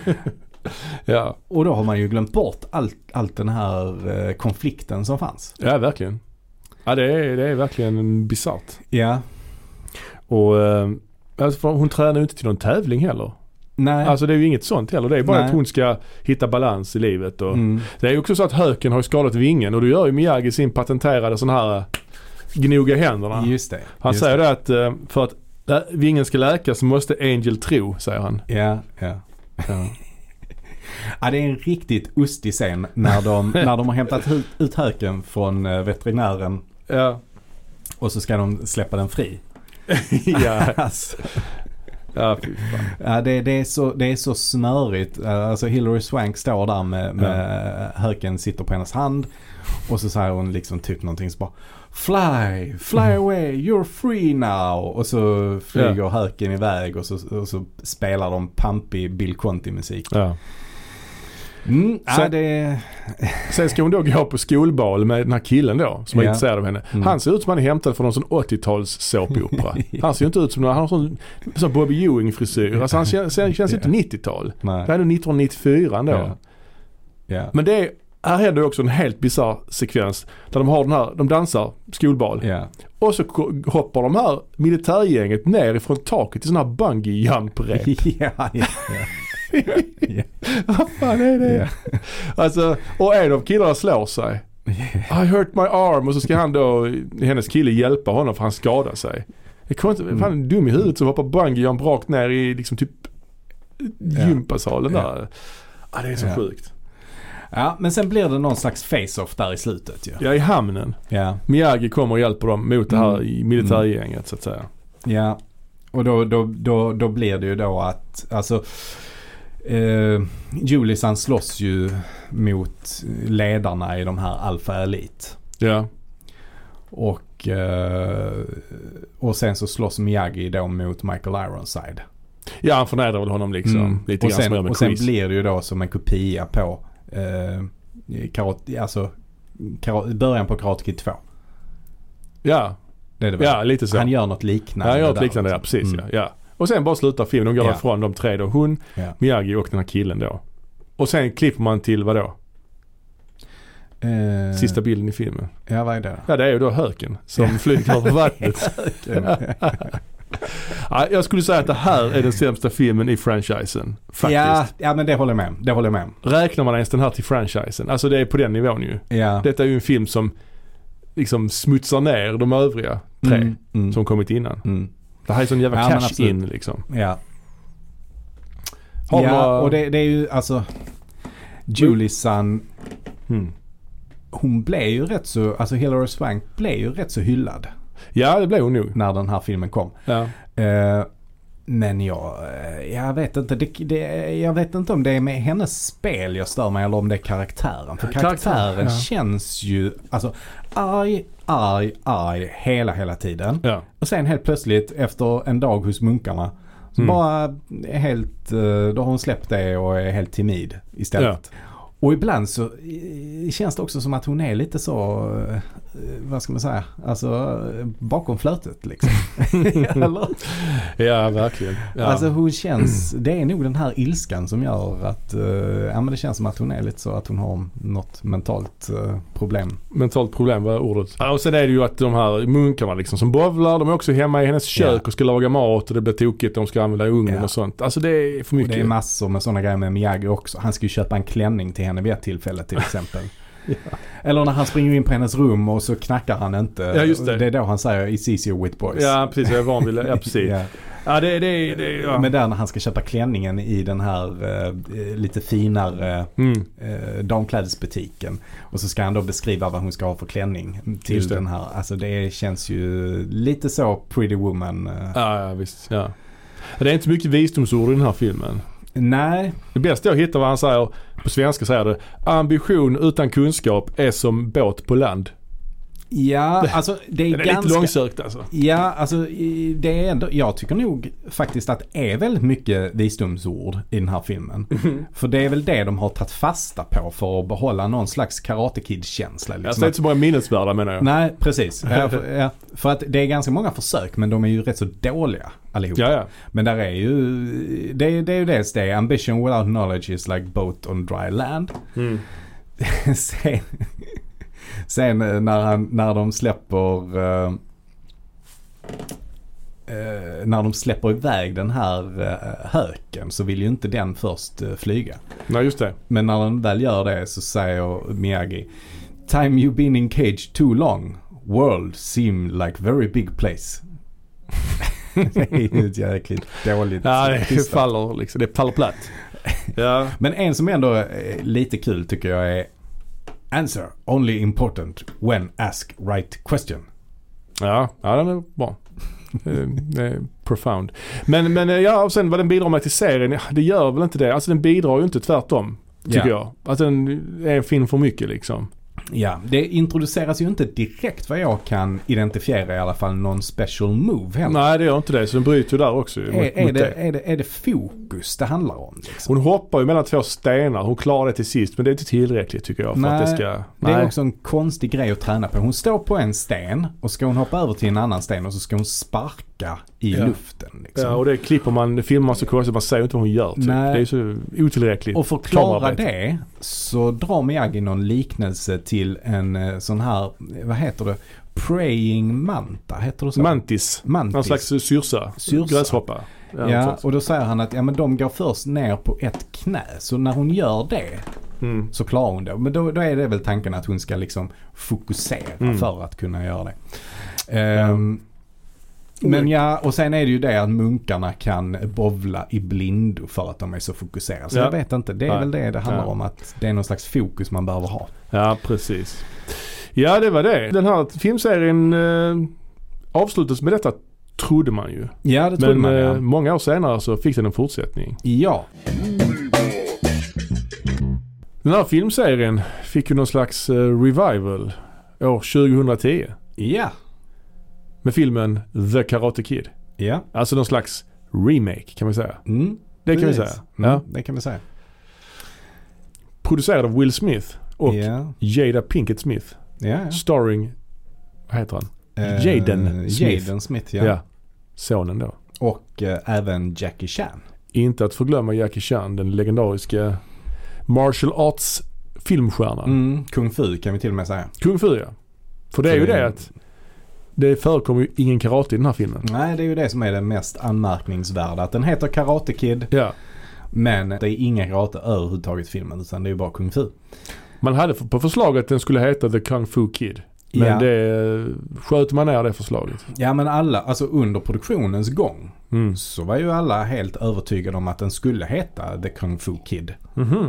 Ja. Och då har man ju glömt bort allt, allt den här eh, konflikten som fanns. Ja, verkligen. Ja, det är, det är verkligen bisarrt. Ja. Och eh, alltså, för hon tränar ju inte till någon tävling heller. Nej. Alltså det är ju inget sånt heller. Det är bara Nej. att hon ska hitta balans i livet. Och Mm. det är ju också så att höken har ju skadat vingen och då gör ju Miyagi sin patenterade sån här gnoga händerna. Just det. Han just säger det. det att eh, för att äh, vingen ska läka så måste Angel tro, säger han. Ja, ja. Ja. Ja, det är en riktigt ustig scen när de, när de har hämtat ut, ut höken från eh, veterinären Ja. och så ska de släppa den fri. Ja. Alltså. Ja, fy fan. Ja, det, det, är så, det är så smörigt. Alltså Hilary Swank står där med, med ja. höken sitter på hennes hand och så säger hon liksom typ någonting så bara Fly, fly away, you're free now. Och så flyger ja. höken iväg och så, och så spelar de pampig Bill Conti-musik. Ja. Mm, sen, ja, det... sen ska hon då gå på skolbal med den här killen då som är ja. intresserad av henne. Mm. Han ser ut som han är hämtad från någon sån åttio-tals såpopera. Han ser ju inte ut som någon, han har sån, sån Bobby Ewing-frisyr. Alltså han känns, känns ja. inte nittio-tal. Nej. Det är nog nittonhundranittiofyra ändå. Ja. Ja. Men det är, här händer också en helt bizarr sekvens där de har den här, de dansar skolbal. Ja. Och så hoppar de här militärgänget ner ifrån taket till sån här bungee jump-rep. ja, ja, ja. ja. Vad fan är det? Yeah. Alltså, och en av killarna slår sig. Yeah. I hurt my arm. Och så ska han då, hennes kille hjälpa honom för han skadar sig. Det är inte, mm. fan är dum i huvudet som hoppar bungee jump rakt ner i liksom typ yeah. gympasalen där. Yeah. Ah, det är så yeah. sjukt. Ja, men sen blir det någon slags face-off där i slutet ju. Ja, i hamnen. Ja. Miyagi kommer och hjälper dem mot det här mm. militärgänget så att säga. Ja, och då, då, då, då blir det ju då att alltså eh, Julius han slåss ju mot ledarna i de här Alpha Elite. Ja. Och eh, och sen så slåss Miyagi då mot Michael Ironside. Ja, han förnedrar väl honom liksom. Mm. Lite och grann sen, som med och sen quiz. blir det ju då som en kopia på eh, karate, alltså karate, början på Karate Kid två. Ja. Det är det väl. Ja, lite så. Han gör något liknande. Ja, han gör något där, liknande, ja, precis. Mm. Ja. Ja. Och sen bara slutar filmen. De går ja. ifrån de tre då. Hon, ja. Miyagi och den här killen då. Och sen klipper man till vad då? Eh, Sista bilden i filmen. Ja, vad är det? Ja, det är ju då höken som flyger över vattnet. Ja, jag skulle säga att det här är den sämsta filmen i franchisen. Faktiskt. Ja, ja, men det håller jag med om. Det håller jag med om. Räknar man ens den här till franchisen? Alltså det är på den nivån ju. Ja. Detta är ju en film som liksom smutsar ner de övriga tre mm, mm. som kommit innan. Mm. Det här är sån jävla Ja, cash in liksom. Ja. Har ja, några... och det, det är ju alltså Julie Sun mm. hon blev ju rätt så, alltså Hilary Swank blev ju rätt så hyllad. Ja, det blev hon nog. När den här filmen kom. Ja. Uh, men jag, jag vet inte det, det, jag vet inte om det är med hennes spel jag stör mig eller om det är karaktären. För karaktären ja. känns ju alltså arg, arg, arg hela, hela tiden. Ja. Och sen helt plötsligt efter en dag hos munkarna så Mm. bara helt, då har hon släppt det och är helt timid istället. Ja. Och ibland så känns det också som att hon är lite så, vad ska man säga, alltså bakom flötet liksom. Eller? Ja, verkligen. Ja. Alltså hon känns, det är nog den här ilskan som gör att, ja men det känns som att hon är lite så att hon har något mentalt problem. Mentalt problem var ordet. Ja, och sen är det ju att de här munkarna liksom som bovlar, de är också hemma i hennes kök ja. och ska laga mat och det blir tokigt, de ska använda ugnen ja. och sånt. Alltså det är för mycket. Och det är massor med sådana grejer med Miyagi också. Han ska ju köpa en klänning till henne vid ett tillfälle till exempel. ja. Eller när han springer in på hennes rum och så knackar han inte. Ja, just det. Det är då han säger it's easier with boys. Ja, precis. Jag är van vid det. Ja, precis. ja. Ja, det, det, det, ja. Men där när han ska köpa klänningen i den här eh, lite finare mm. eh, damklädesbutiken. Och så ska han då beskriva vad hon ska ha för klänning till den här. Alltså det känns ju lite så Pretty Woman. Eh. Ja, ja, visst. Ja. Det är inte mycket visdomsord i den här filmen. Nej. Det bästa jag hittar vad han säger, på svenska säger det, ambition utan kunskap är som båt på land. Ja, alltså det är, det är ganska... lite långsökt alltså. Ja, alltså det är ändå, jag tycker nog faktiskt att det är väldigt mycket visdomsord i den här filmen. Mm. För det är väl det de har tagit fasta på för att behålla någon slags Karate Kid-känsla. Liksom. Jag säger inte så många minnesvärda menar jag. Nej, precis. ja, för, ja, för att det är ganska många försök men de är ju rätt så dåliga allihopa. Ja, ja. Men där är ju, det, det är ju dels det, ambition without knowledge is like boat on dry land. Mm. Sen... Sen när, han, när de släpper uh, uh, när de släpper iväg den här uh, höken så vill ju inte den först uh, flyga. Nej, just det. Men när den väl gör det så säger Miyagi, time you've been in cage too long, world seem like very big place. Det är ju ett jäkligt dåligt. Ja, det faller liksom, det faller platt. Ja. Men en som ändå är lite kul tycker jag är answer only important when ask right question. Ja, ja den är bra. Det är profound. Men, men ja, och sen vad den bidrar med till serien, det gör väl inte det. Alltså den bidrar ju inte, tvärtom, tycker yeah. jag. Att den är en film för mycket liksom. Ja, det introduceras ju inte direkt vad jag kan identifiera i alla fall någon special move heller. Nej, det gör inte det. Så den bryter ju där också. Är, mot, är, mot det, det. är, det, är det fokus det handlar om? Liksom? Hon hoppar ju mellan två stenar. Hon klarar det till sist, men det är inte tillräckligt tycker jag. För nej, att det, ska, det nej. är också en konstig grej att träna på. Hon står på en sten och ska hon hoppa över till en annan sten och så ska hon sparka i ja. luften. Liksom. Ja, och det klipper man, det filmar man så konstigt, man säger inte vad hon gör. Typ. Det är så otillräckligt. Och för att klara det så drar Miyagi någon liknelse till en sån här, vad heter det? Praying manta, heter det så? Mantis. Mantis. Någon slags syrsa. Syrsa. Gräshoppa. Ja, ja och då säger han att ja, men de går först ner på ett knä. Så när hon gör det mm. så klarar hon det. Men då, då är det väl tanken att hon ska liksom fokusera mm. för att kunna göra det. Um, ja. Men ja, och sen är det ju det att munkarna kan bovla i blindo för att de är så fokuserade. Så ja. jag vet inte, det är Nej. väl det det handlar ja. om, att det är någon slags fokus man behöver ha. Ja, precis. Ja, det var det. Den här filmserien eh, avslutades med detta, trodde man ju. Ja, det trodde Men, man, ja. Men många år senare så fick den en fortsättning. Ja. Den här filmserien fick ju någon slags eh, revival år tjugohundratio. Ja. Med filmen The Karate Kid. Ja. Alltså någon slags remake kan man säga. Mm, det kan precis. vi säga. Mm, ja. Det kan vi säga. Producerad av Will Smith och ja. Jada Pinkett Smith. Ja, ja. Starring, vad heter han? Uh, Jaden Smith. Jaden Smith, ja. ja. Sonen då. Och uh, även Jackie Chan. Inte att förglömma Jackie Chan, den legendariska martial arts filmstjärna. Mm, Kung Fu kan vi till och med säga. Kung Fu, ja. För det är ju det att det förekommer ju ingen karate i den här filmen. Nej, det är ju det som är det mest anmärkningsvärda. Att den heter Karate Kid. Ja. Men det är ingen karate överhuvudtaget i filmen, utan det är ju bara Kung Fu. Man hade på förslag att den skulle heta The Kung Fu Kid. Men ja. det sköt man ner det förslaget. Ja, men alla, alltså under produktionens gång mm. så var ju alla helt övertygade om att den skulle heta The Kung Fu Kid. Mm-hmm.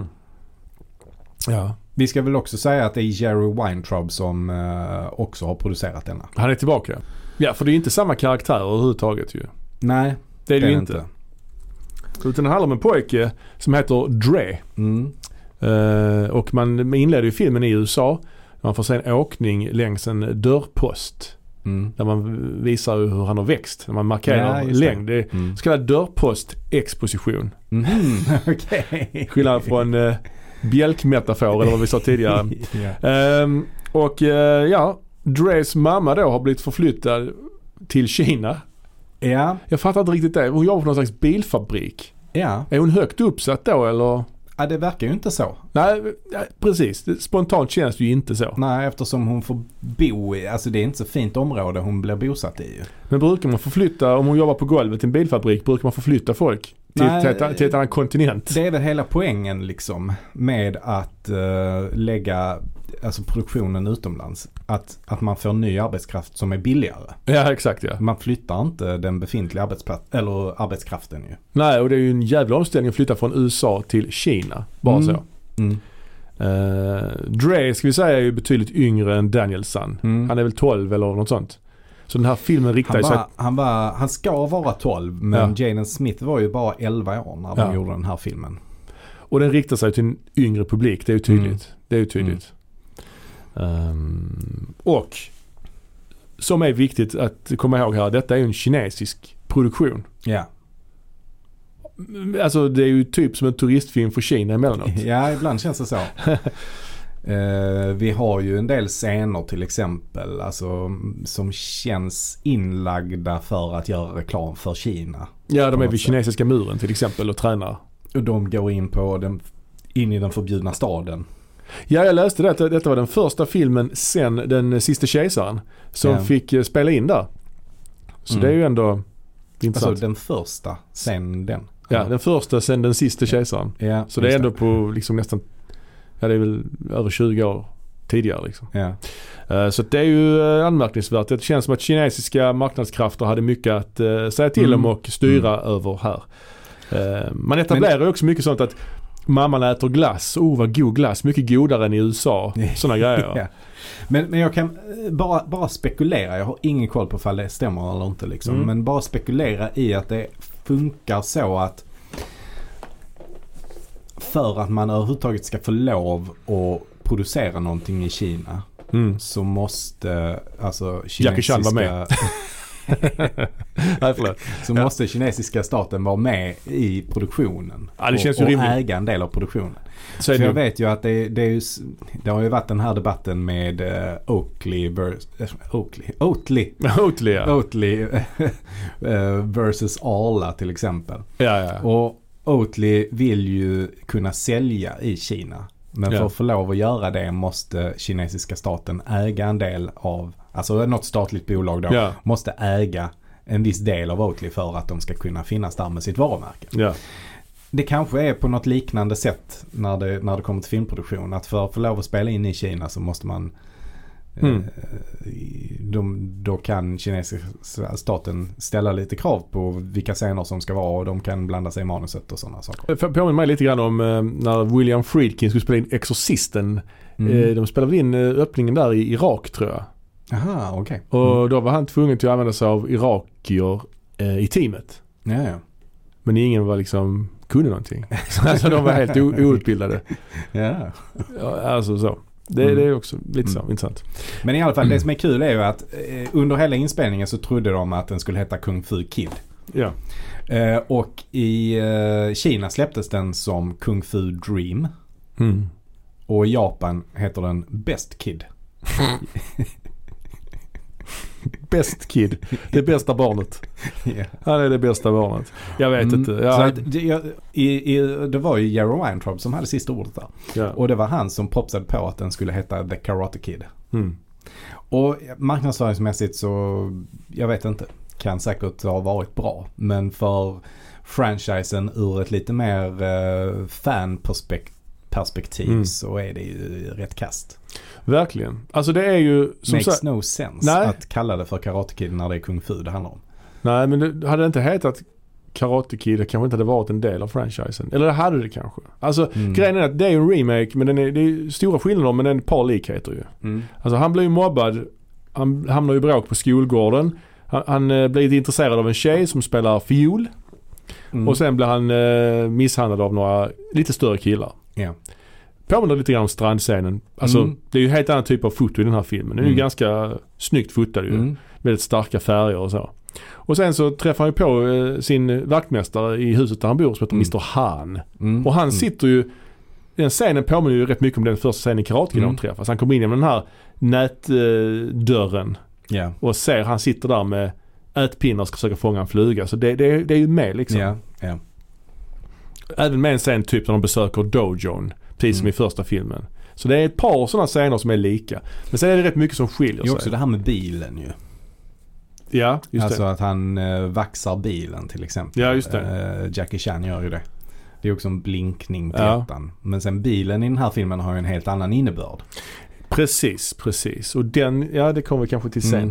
Ja. Vi ska väl också säga att det är Jerry Weintraub som uh, också har producerat denna. Han är tillbaka. Ja, för det är inte samma karaktär överhuvudtaget ju. Nej, det är det, det ju är inte. inte. Utan det handlar om en pojke som heter Dre. Mm. Uh, och man inleder ju filmen i U S A. Man får se en åkning längs en dörrpost. Mm. Där man visar hur han har växt. När man markerar ja, längd. Det är mm. så kallad dörrpost-exposition. Mm. Okay. Skillnad från uh, bjälkmetafor eller vad vi sa tidigare. yeah. um, och uh, ja, Dres mamma då har blivit förflyttad till Kina. Ja. Jag fattar inte riktigt det. Hon jobbar på någon slags bilfabrik. Ja. Är hon högt uppsatt då eller? Ja, det verkar ju inte så. Nej, precis. Spontant känns det ju inte så. Nej, eftersom hon får bo i, alltså det är inte så fint område hon blir bosatt i. Men brukar man förflytta, om hon jobbar på golvet i en bilfabrik, brukar man förflytta folk till, Nej, till, ett, till ett annat kontinent? Det är väl hela poängen liksom med att uh, lägga alltså produktionen utomlands. Att, att man får ny arbetskraft som är billigare. Ja, exakt ja. Man flyttar inte den befintliga arbetsplats eller arbetskraften ju. Nej, och det är ju en jävla omställning att flytta från U S A till Kina. Bara mm. så. Mm. Uh, Dre ska vi säga är ju betydligt yngre än Danielson. Mm. Han är väl tolv eller något sånt. Så den här filmen riktar han, sig... var, han, var, han ska vara tolv, men ja. Jaden Smith var ju bara elva år när ja. de gjorde den här filmen. Och den riktar sig till en yngre publik, det är ju tydligt. Mm. Det är ju tydligt. Mm. Um, och som är viktigt att komma ihåg här, detta är ju en kinesisk produktion. Ja. Alltså det är ju typ som en turistfilm för Kina emellanåt. Ja, ibland känns det så. Uh, vi har ju en del scener till exempel alltså, som känns inlagda för att göra reklam för Kina. Ja, de är vid kinesiska muren till exempel och tränar. Och de går in på den, in i den förbjudna staden. Ja, jag läste det att detta var den första filmen sen Den sista kejsaren som ja. fick spela in där. Så mm. det är ju ändå intressant. Alltså den första sen den. Ja, den första sen Den sista kejsaren. Ja, så det är ändå på liksom nästan, ja det är väl över tjugo år tidigare liksom. Ja. Uh, så det är ju uh, anmärkningsvärt. Det känns som att kinesiska marknadskrafter hade mycket att uh, säga till mm. om och styra mm. över här. Uh, man etablerar ju också mycket sånt att mamman äter glass. Oh, vad god glass. Mycket godare än i U S A. Sådana grejer. Ja. Men, men jag kan bara, bara spekulera. Jag har ingen koll på ifall det stämmer eller inte. Liksom. Mm. Men bara spekulera i att det funkar så att för att man överhuvudtaget ska få lov att producera någonting i Kina mm. så måste alltså kinesiska... vara med. Nej, så ja. måste kinesiska staten vara med i produktionen ja, det känns och, ju och äga en del av produktionen. Så jag vet ju att det, det, är ju, det har ju varit den här debatten med uh, Oakley, vers, uh, Oakley, Oatley, Oatley, ja. Oatley uh, versus Arla till exempel. Ja, ja. Och Oatley vill ju kunna sälja i Kina. Men för ja. att få lov att göra det måste kinesiska staten äga en del av, alltså något statligt bolag då, ja. måste äga en viss del av Oakley för att de ska kunna finnas där med sitt varumärke. Ja. Det kanske är på något liknande sätt när det, när det kommer till filmproduktion. Att för att få lov att spela in i Kina så måste man mm. eh, de, då kan kinesiska staten ställa lite krav på vilka scener som ska vara och de kan blanda sig i manuset och sådana saker. Jag påminner mig lite grann om eh, när William Friedkin skulle spela in Exorcisten. Mm. Eh, de spelade in eh, öppningen där i Irak tror jag. Aha, okej. Okay. Och mm. då var han tvungen till att använda sig av irakier eh, i teamet. Ja, ja. Men ingen var liksom kunde någonting. Alltså de var helt o- outbildade. Ja. Ja, alltså så. Det, mm. det är också lite så mm. intressant. Men i alla fall, det som är kul är ju att eh, under hela inspelningen så trodde de att den skulle heta Kung Fu Kid. Ja. Eh, och i eh, Kina släpptes den som Kung Fu Dream. Mm. Och i Japan heter den Best Kid. Best kid. Det bästa barnet. Yeah. Han är det bästa barnet. Jag vet Mm, inte. Ja. Så att, det, jag, i, i, det var ju Jero Weintraub som hade sista ordet där. Ja. Och det var han som propsade på att den skulle heta The Karate Kid. Mm. Och marknadsföringsmässigt så, jag vet inte, kan säkert ha varit bra. Men för franchisen ur ett lite mer uh, fanperspektiv mm. så är det ju rätt kast. Verkligen. Alltså det är ju... Som Makes sa- no sense Nej. att kalla det för Karate Kid när det är Kung Fu det handlar om. Nej, men det hade det inte hetat Karate Kid, det kanske inte hade varit en del av franchisen. Eller det hade det kanske. Alltså Mm. grejen är att det är ju en remake, men den är, det är stora skillnader, men det är ett par likheter ju. Mm. Alltså han blir ju mobbad, han hamnar ju i bråk på skolgården. Han, han eh, blir intresserad av en tjej som spelar fiol. Mm. Och sen blir han eh, misshandlad av några lite större killar. Ja. Påminner lite grann om strandscenen. Alltså Mm. det är ju helt annan typ av foto i den här filmen. Den är ju Mm. ganska snyggt fotad ju. Mm. Väldigt starka färger och så. Och sen så träffar han ju på eh, sin vaktmästare i huset där han bor som heter Mm. mister Han. Mm. Och han Mm. sitter ju, den scenen påminner ju rätt mycket om den första scenen i Karate Kid Mm. de träffas. Han kommer in genom den här nätdörren Ja. och ser han sitter där med ätpinnar och ska försöka fånga en fluga. Så det, det, det är ju med liksom. Ja. Ja. Även med en scen typ när de besöker dojon, precis som Mm. i första filmen. Så det är ett par sådana scener som är lika. Men sen är det rätt mycket som skiljer Det är sig. också det här med bilen ju. Ja, just alltså det. att han uh, vaxar bilen till exempel. Ja, just det. Uh, Jackie Chan gör ju det. Det är också en blinkning till Ja. ettan. Men sen bilen i den här filmen har ju en helt annan innebörd. Precis, precis. Och den, ja det kommer vi kanske till sen.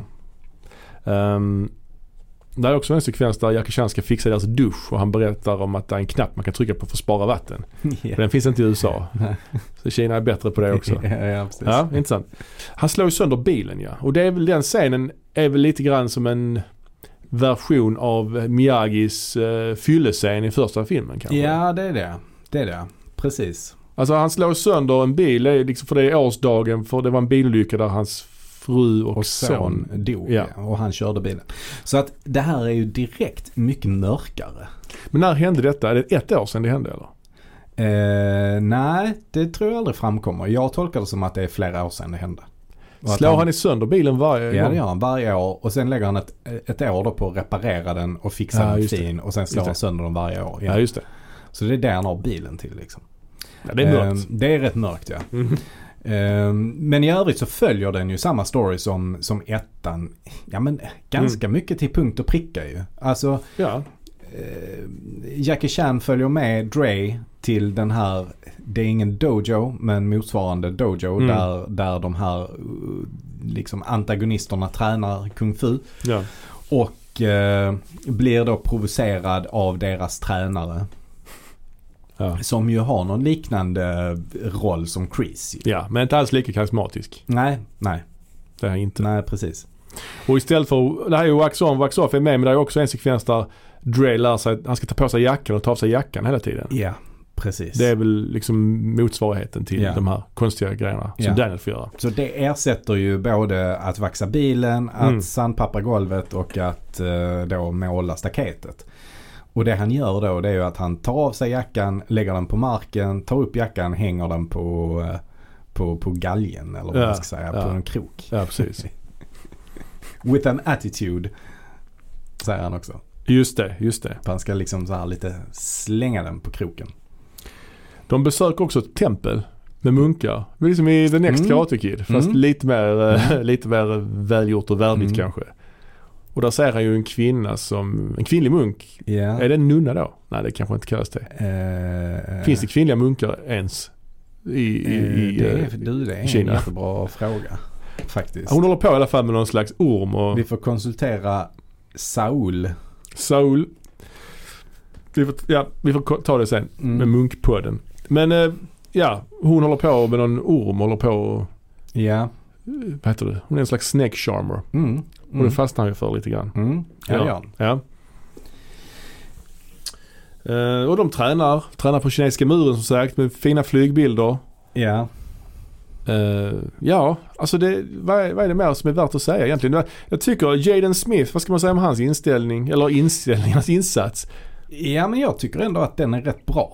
Mm. Um, det är också en sekvens där Jackie Chan ska fixa deras dusch och han berättar om att det är en knapp man kan trycka på för att spara vatten. Ja. Den finns inte i U S A. Så Kina är bättre på det också. ja, ja, precis. Ja, intressant. Han slår ju sönder bilen, ja. Och det är väl den scenen är väl lite grann som en version av Miyagis uh, fyllescen i första filmen kanske. Ja, det är det. Det är det. Precis. Alltså han slår sönder en bil, det är liksom för det är årsdagen, för det var en bilolycka där hans fru och, Och son. son dog. Ja. Ja. Och han körde bilen. Så att det här är ju direkt mycket mörkare. Men när hände detta? Är det ett år sedan det hände eller? Eh, nej, det tror jag aldrig framkommer. Jag tolkar det som att det är flera år sedan det hände. Och att Slår han, han i sönder bilen varje Ja, gång? det gör han varje år. Och sen lägger han ett, ett år då på att reparera den och fixa Ja, den just det. fin. Och sen slår Just det. han sönder den varje år. Ja, just det. Så det är det han har bilen till liksom. Ja, det är mörkt. Eh, det är rätt mörkt, ja. Mm. Eh, men i övrigt så följer den ju samma story som, som ettan. Ja, men ganska mycket till punkt och pricka ju. Alltså, Ja. eh, Jackie Chan följer med Dre till den här, det är ingen dojo men motsvarande dojo Mm. där, där de här uh, liksom antagonisterna tränar kung fu Ja. och eh, blir då provocerad av deras tränare Ja. som ju har någon liknande roll som Chris. Ja, men inte alls lika karismatisk. Nej, nej, Det är inte. nej precis. Och istället för, det här är ju wax on, wax off är med, men det är också en sekvens där Dre lär sig att han ska ta på sig jackan och ta av sig jackan hela tiden. Ja, precis. Det är väl liksom motsvarigheten till Ja. de här konstiga grejerna som Ja. Daniel får göra. Så det ersätter ju både att vaxa bilen, att Mm. sandpappra golvet och att eh, då måla staketet. Och det han gör då, det är ju att han tar av sig jackan, lägger den på marken, tar upp jackan, hänger den på, eh, på, på galgen eller vad Ja, man ska säga, ja. på en krok. Ja, precis. With an attitude, säger han också. Just det, just det. För han ska liksom så här lite slänga den på kroken. De besöker också ett tempel med munkar. Det är liksom i The Next Mm. Karate Kid. Fast Mm. lite mer eh, lite mer välgjort och värdigt Mm. kanske. Och där ser han ju en kvinna som, en kvinnlig munk. Ja. Är det en nunna då? Nej, det kanske inte kallas det. Eh, Finns det kvinnliga munkar ens i, i, i det är, eh, du, det är en Kina? jättebra fråga faktiskt. Hon håller på i alla fall med någon slags orm och Vi får konsultera Saul. Saul. Vi får, ja, vi får ta det sen Mm. med munkpodden. Men eh, ja, hon håller på med någon orm, håller på och, Ja. vad heter det? Hon är en slags snake charmer. Mm. Och det Mm. fastnar han ju för lite grann. Mm. Ja, Ja. ja. Ja. Eh, och de tränar. Tränar på kinesiska muren som sagt med fina flygbilder. Ja. Eh, ja, alltså det, vad, är, vad är det mer som är värt att säga egentligen? Jag, jag tycker Jaden Smith, vad ska man säga om hans inställning? Eller inställning, hans insats? Ja, men jag tycker ändå att den är rätt bra.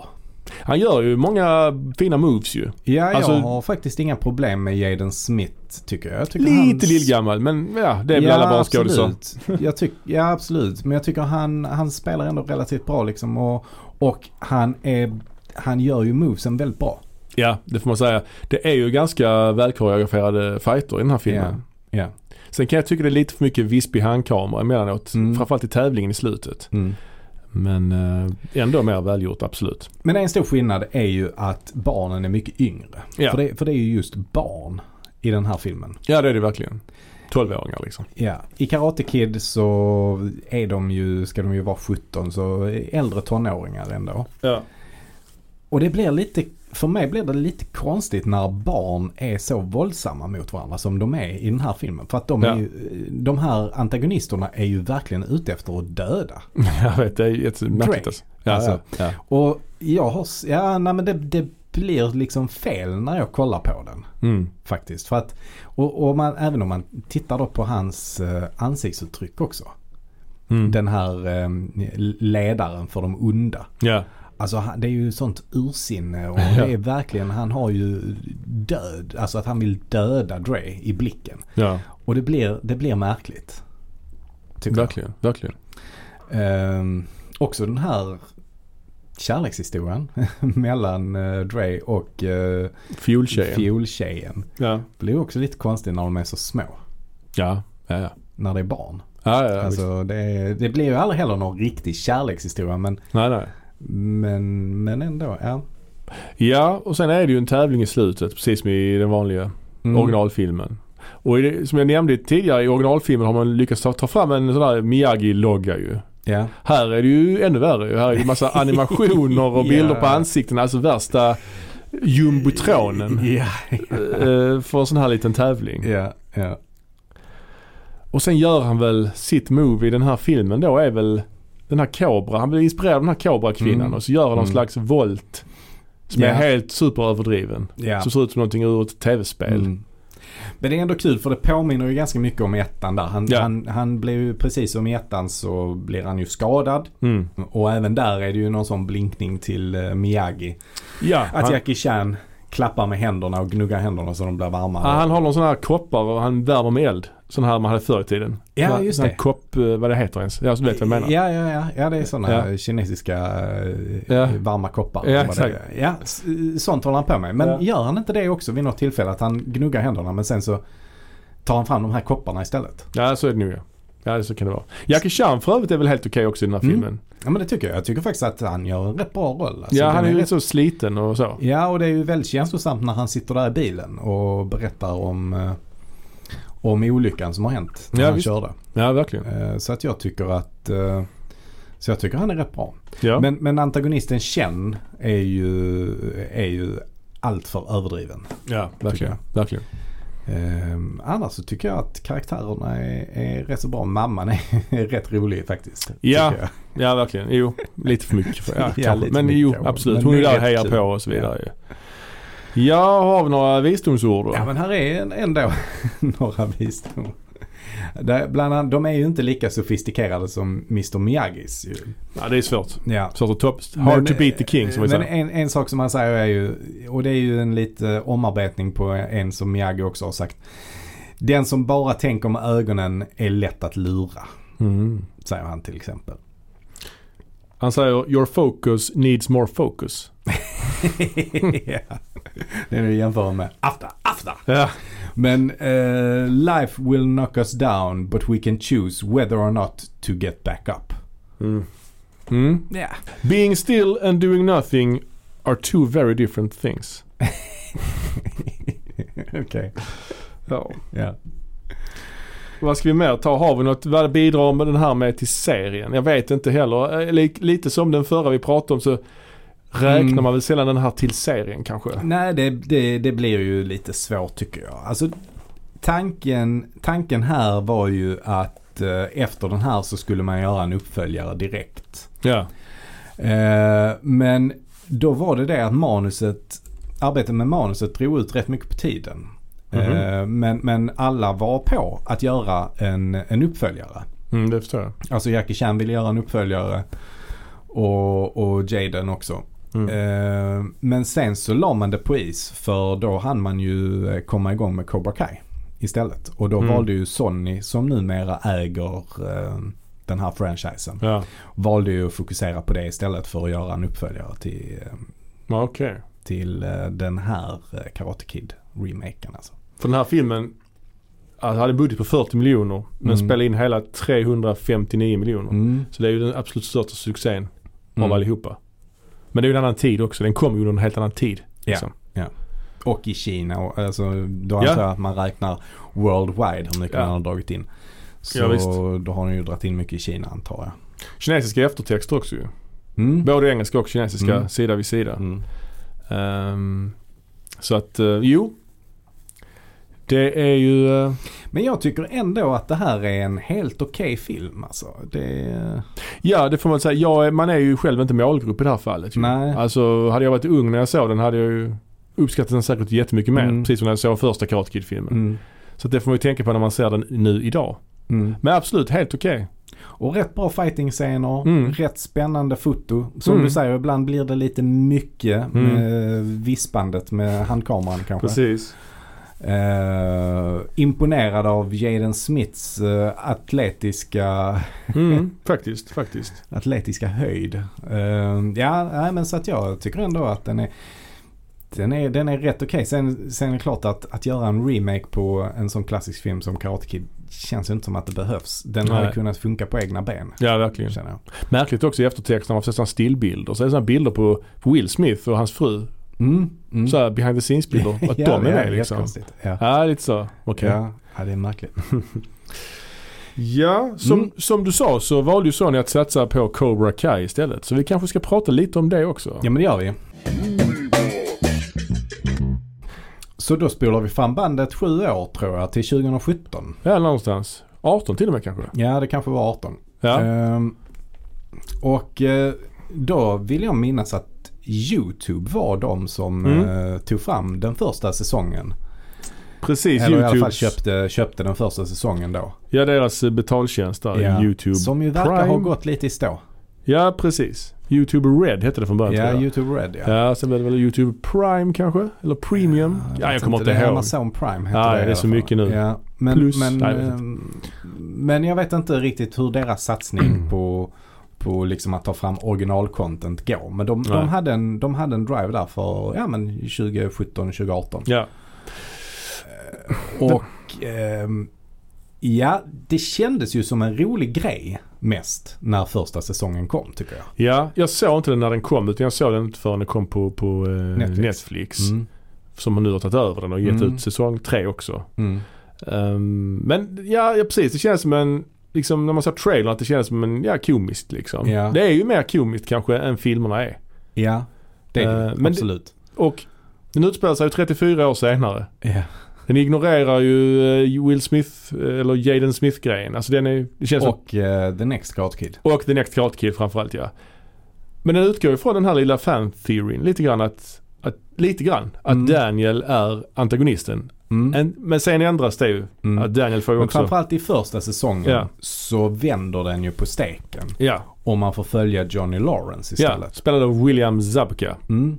Han gör ju många fina moves ju. Ja, jag alltså, har faktiskt inga problem med Jaden Smith tycker jag. jag tycker lite hans... lillgammal, men ja, det är väl ja, alla barnskådisar. jag tyck... Ja, absolut. Men jag tycker han, han spelar ändå relativt bra liksom. Och, och han, är, han gör ju movesen väldigt bra. Ja, det får man säga. Det är ju ganska välkoreograferade fighter i den här filmen. Ja, ja. Sen kan jag tycka det är lite för mycket vispig handkamera emellanåt. Mm. Framförallt i tävlingen i slutet. Mm. Men äh, ändå mer välgjort, absolut. Men en stor skillnad är ju att barnen är mycket yngre. Ja. För, det, för det är ju just barn i den här filmen. Ja, det är det verkligen. tolvåringar liksom. Ja. I Karate Kid så är de ju, ska de ju vara sjutton, så äldre tonåringar ändå. Ja. Och det blir lite, för mig blir det lite konstigt när barn är så våldsamma mot varandra som de är i den här filmen. För att de, Ja. är ju, de här antagonisterna är ju verkligen ute efter att döda. Jag vet, det är jättemärkligt. Alltså. Ja, Alltså, ja, ja. Och jag har, ja nej men det, det blir liksom fel när jag kollar på den. Mm. Faktiskt. För att, och, och man, även om man tittar då på hans eh, ansiktsuttryck också. Mm. Den här eh, ledaren för de onda. Ja. Alltså han- det är ju sånt ursinne och Ja. det är verkligen, han har ju död, alltså att han vill döda Dre i blicken. Ja, Och det blir, det blir märkligt. Tycker verkligen, verkligen. jag. Ehm, också den här kärlekshistorien mellan eh, Dre och eh, Fioltjejen. fioltjejen. Ja. Blir också lite konstigt när de är så små. Ja, ja, ja. När det är barn. Ja, ja, ja. Alltså det, är- det blir ju aldrig heller någon riktig kärlekshistoria men, Nej, nej. men, men ändå, ja. Ja, och sen är det ju en tävling i slutet, precis som i den vanliga Mm. originalfilmen. Och i det, som jag nämnde tidigare, i originalfilmen har man lyckats ta, ta fram en sån där Miyagi-logga ju. Ja. Här är det ju ännu värre ju. Här är det massa animationer och bilder Ja. på ansikten. Alltså värsta jumbotronen Ja, eh, för en sån här liten tävling. ja, ja. Och sen gör han väl sitt move i den här filmen då är väl den här Cobra. Han blir inspirerad av den här Cobra-kvinnan Mm. och så gör han någon Mm. slags volt som Ja. är helt superöverdriven. Ja. Som ser ut som någonting ur ett tv-spel. Mm. Men det är ändå kul för det påminner ju ganska mycket om ettan där. Han, Ja. han, han blir ju precis som i ettan så blir han ju skadad. Mm. Och även där är det ju någon sån blinkning till uh, Miyagi. Ja, Att han, Jackie Chan klappar med händerna och gnuggar händerna så de blir varma. ja, han har någon sån här koppar och han värmer med eld. Sån här man hade förr i tiden. Ja, Sån här- just sån här det. kopp, eh, vad det heter ens. Jag vet vad jag menar. Ja, ja, ja. Ja, det är sådana Ja. kinesiska uh, Ja. varma koppar. Ja, Vad det exakt. är. Ja, s- sånt håller han på med. Men Ja. gör han inte det också vid något tillfälle att han gnuggar händerna men sen så tar han fram de här kopparna istället? Ja, så är det nog ja. Ja, så kan det vara. Jackie Chan för övrigt är väl helt okej också i den här Mm. filmen. Ja, men det tycker jag. Jag tycker faktiskt att han gör en rätt bra roll. Alltså, ja, den han är ju rätt- lite så sliten och så. Ja, och det är ju väldigt känslosamt när han sitter där i bilen och berättar om, eh, om olyckan som har hänt när Ja, han visst. körde. Ja, verkligen. Eh, så att jag tycker att eh, så jag tycker han är rätt bra. Ja. Men, men antagonisten Chen är ju, är ju allt för överdriven. ja, verkligen. Verkligen. Eh, annars så tycker jag att karaktärerna är, är rätt så bra. Mamman är, är rätt rolig faktiskt. Ja. tycker jag. Ja, verkligen. Jo, lite för mycket. För, ja, Ja, kanske. lite Men mycket jo, kanske. absolut. Men Hon är det är där och rätt hejar kul. på och så vidare. Ja, ja har vi några visdomsord då? Ja, men här är en- ändå några visdom. Där, bland annat, de är ju inte lika sofistikerade som mister Miyagis. Ju. Ja, det är svårt. Ja. Svårt att top. Hard to beat the king som vi Men säger. en, en sak som han säger är ju, och det är ju en lite omarbetning på en som Miyagi också har sagt. Den som bara tänker med ögonen är lätt att lura, Mm. säger han till exempel. Han säger your focus needs more focus. Ja. Det är det jämför med after, after. Ja. Men eh, life will knock us down but we can choose whether or not to get back up. Mm. Mm. Ja. Being still and doing nothing are two very different things. Okej. Ja. Ja. Vad ska vi mer ta? Har vi något, vad bidrar med den här med till serien? Jag vet inte heller. Eh, li- Lite som den förra vi pratade om så räknar Mm. man väl sällan den här till serien kanske. Nej, det, det, det blir ju lite svårt tycker jag. Alltså tanken, tanken här var ju att eh, efter den här så skulle man göra en uppföljare direkt. Ja. Eh, men då var det det att manuset, arbetet med manuset drog ut rätt mycket på tiden. Mhm. Eh, men, men alla var på att göra en, en uppföljare. Mm, det förstår jag. Alltså Jackie Chan ville göra en uppföljare och, och Jaden också. Mm. Eh, men sen så la man det på is, för då hann man ju komma igång med Cobra Kai istället. Och då Mm. valde valde ju Sony, som numera äger eh, den här franchisen, Ja. valde ju att fokusera på det istället för att göra en uppföljare till, eh, Ja, okej. Okay. till eh, den här eh, Karate Kid-remaken alltså. För den här filmen alltså, hade en budget på fyrtio miljoner men Mm. spelade in hela trehundrafemtionio miljoner. Mm. Så det är ju den absolut största succén Mm. av allihopa. Men det är ju en annan tid också. Den kom ju under en helt annan tid. Liksom. Ja. Och i Kina. Och, alltså, då antar jag att man räknar worldwide hur mycket Ja. man har dragit in. Så Ja, visst. då har ni ju dragit in mycket i Kina, antar jag. Kinesiska eftertexter också ju. Mm. Både engelska och kinesiska Mm. sida vid sida. Mm. Um, så att, uh, jo. Det är ju... Uh, Men jag tycker ändå att det här är en helt okej film. Alltså. Det är... ja, det får man säga. Jag, är- man är ju själv inte målgrupp i det här fallet. Ju. Nej. Alltså, hade jag varit ung när jag såg den hade jag ju uppskattat den säkert jättemycket mer. Mm. Precis som när jag såg första Karate Kid-filmen. Mm. Så att det får man ju tänka på när man ser den nu idag. Mm. Men absolut, helt okej. Och rätt bra fighting-scener, Mm. rätt spännande foto. Som Mm. du säger, ibland blir det lite mycket Mm. med vispandet med handkameran kanske. Precis. Eh, imponerad av Jaden Smiths eh, atletiska Mm, faktiskt, faktiskt. atletiska höjd. Eh, ja, nej, men så att jag tycker ändå att den är den är, den är rätt okej. Sen, sen är det klart att, att göra en remake på en sån klassisk film som Karate Kid känns inte som att det behövs. Den Nej. hade kunnat funka på egna ben. Ja, verkligen. Känner jag. Märkligt också i eftertexterna av sådana stillbilder. Så är det sådana bilder på, på Will Smith och hans fru. Mm, mm. Så här behind the scenes bilder. Att Ja, de är ja, med liksom. jättekonstigt. Ja. Ja, lite så. Okej. Ja, Ja, ja, det är märkligt. som, Mm. som du sa så valde ju Sony att satsa på Cobra Kai istället. Så vi kanske ska prata lite om det också. Ja, men det gör vi. Så då spolar vi fram bandet sju år tror jag till tjugo sjutton. Ja, någonstans. arton till och med kanske. Ja, det kanske var arton. Ja. Ehm, och eh, då vill jag minnas att YouTube var de som Mm. eh, tog fram den första säsongen. Precis, Eller i alla fall YouTube. köpte, köpte den första säsongen då. Ja, deras eh, betaltjänst där. Ja, YouTube som ju verkar Prime. ha gått lite i stå. Ja, precis. YouTube Red hette det från början. Ja, tror jag. YouTube Red, ja. Ja, sen blev det väl YouTube Prime kanske? Eller Premium? Ja, jag, vet kommer inte Det är ihåg. Amazon Prime heter Ja, det det i är alla så fall. mycket nu. Ja, men, Plus- men, Nej, jag vet ehm, men jag vet inte riktigt hur deras satsning på, på liksom att ta fram original-content går. Men de, Nej. de, hade en, de hade en drive där för ja, men tjugo sjutton tjugo arton. Ja. Och ehm, ja, det kändes ju som en rolig grej mest när första säsongen kom, tycker jag. Ja, jag såg inte den när den kom utan jag såg den inte förrän den kom på, på eh, Netflix. Netflix. Netflix som nu har tagit över den och gett Mm. ut säsong tre också. Mm. Um, men ja, ja, precis. Det känns som en, liksom när man ser trailern att det känns som en, ja, komiskt liksom. Ja. Det är ju mer komiskt kanske än filmerna är. Ja, det är det. Eh, men Absolut. Och den utspelar sig ju trettiofyra år senare. Ja. Den ignorerar ju eh, Will Smith eh, eller Jaden Smith-grejen. Alltså den är, det känns som, Och uh, The Next Karate Kid. och The Next Karate Kid framförallt, ja. Men den utgår ju från den här lilla fan-theorin lite grann att, att lite grann att Mm. Daniel är antagonisten. Mm. En, men sen ändras det ju. Mm. Att Daniel får ju Men också... framförallt i första säsongen Ja. så vänder den ju på steken. Ja, Och man får följa Johnny Lawrence ja, istället. spelad av William Zabka. Mm.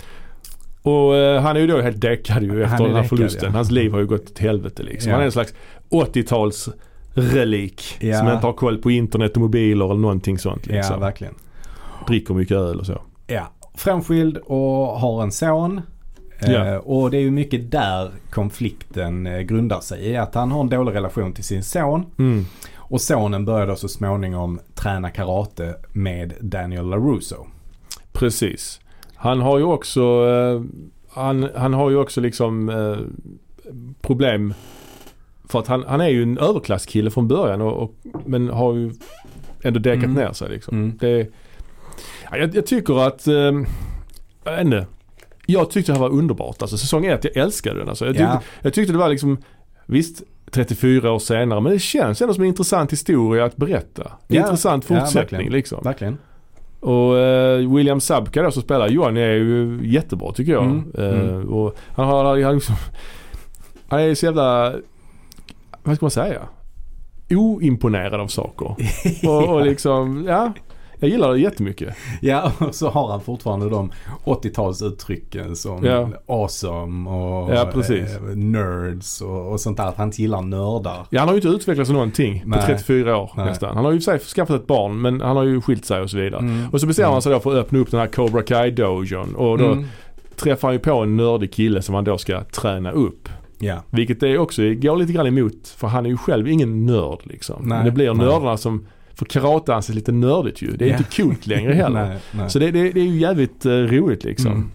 Och eh, han är ju då helt däckad ju efter Han är den här däckad, förlusten. ja. Hans liv har ju gått till helvete liksom. Ja. Han är en slags åttio-tals relik Ja. som inte har koll på internet och mobiler eller någonting sånt liksom. Ja, verkligen. Dricker mycket öl och så. Ja. Frånskild och har en son. Ja. Eh, och det är ju mycket där konflikten eh, grundar sig i. Att han har en dålig relation till sin son. Mm. Och sonen börjar då så småningom träna karate med Daniel LaRusso. Precis. Han har ju också eh, han, han har ju också liksom eh, problem för att han, han är ju en överklasskille från början och, och, men har ju ändå däkat Mm. ner sig liksom. Mm. Det, ja, jag, jag tycker att eh, jag vet inte, jag tyckte det här var underbart. Alltså säsong ett, jag älskade den. Alltså, jag, tyckte, Ja. jag tyckte det var liksom, visst trettiofyra år senare, men det känns ändå som en intressant historia att berätta. En Ja. intressant Ja, fortsättning verkligen. liksom. Verkligen. Och eh, William Zabka då som spelar Johan är ju jättebra tycker jag. Mm, Eh, mm. och han har han, liksom, han är så jävla, vad ska man säga, oimponerad av saker. och, och liksom, ja, Jag gillar det jättemycket. Ja, och så har han fortfarande de åttiotalsuttrycken som Ja. awesome och Ja, precis. eh, nerds och, och sånt där. Att han gillar nördar. Ja, han har ju inte utvecklats någonting Nej. på trettiofyra år Nej. nästan. Han har ju i och för sig skaffat ett barn, men han har ju skilt sig och så vidare. Mm. Och så bestämmer Mm. han sig då för att öppna upp den här Cobra Kai dojon. Och då Mm. träffar han ju på en nördig kille som han då ska träna upp. Ja. Vilket det också går lite grann emot, för han är ju själv ingen nörd liksom. Nej, Men det blir nej. nördarna som, för karate anses lite nördigt ju. Det är Ja. inte coolt längre heller. nej, nej. Så det, det, det är ju jävligt uh, roligt liksom. Mm.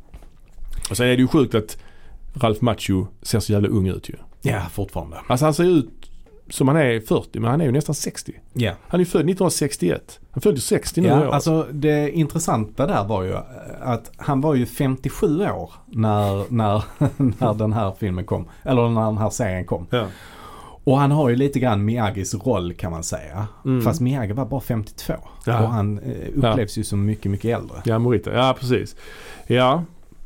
Och sen är det ju sjukt att Ralph Macchio ser så jävla ung ut ju. Ja, fortfarande. Alltså han ser ut som han är fyrtio, men han är ju nästan sextio. Ja. Han är född nittonhundrasextioett. Han föddes sextio nu i Ja, år. alltså det intressanta där var ju att han var ju femtiosju år när, när, när den här filmen kom. Eller när den här serien kom. Ja. Och han har ju lite grann Miyagis roll kan man säga. Mm. Fast Miyagi var bara femtiotvå. Ja. Och han eh, upplevs ju som mycket, mycket äldre. Ja, Morita. Ja, precis. Ja.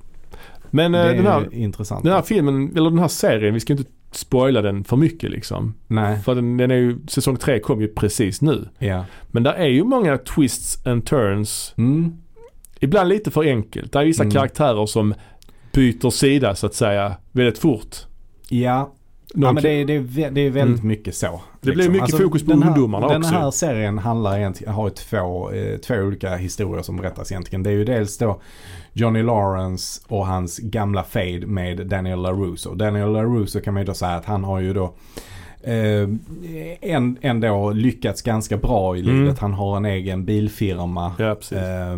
Men Det eh, är den här, intressant. den här filmen, eller den här serien, vi ska inte spoila den för mycket liksom. Nej, För den, den är ju, säsong tre kom ju precis nu. ja. Men där är ju många twists and turns. Mm. Ibland lite för enkelt. Det är vissa Mm. karaktärer som byter sida så att säga väldigt fort. Ja, Någon ja men det är, det är, vä- det är väldigt Mm. mycket så. Det blir mycket fokus på den här, ungdomarna den också. Den här serien handlar egentligen, har ju två, eh, två olika historier som berättas egentligen. Det är ju dels då Johnny Lawrence och hans gamla fade med Daniel LaRusso. Daniel LaRusso kan man ju då säga att han har ju då eh, en, ändå lyckats ganska bra i livet. Mm. Han har en egen bilfirma. Ja, precis. Eh,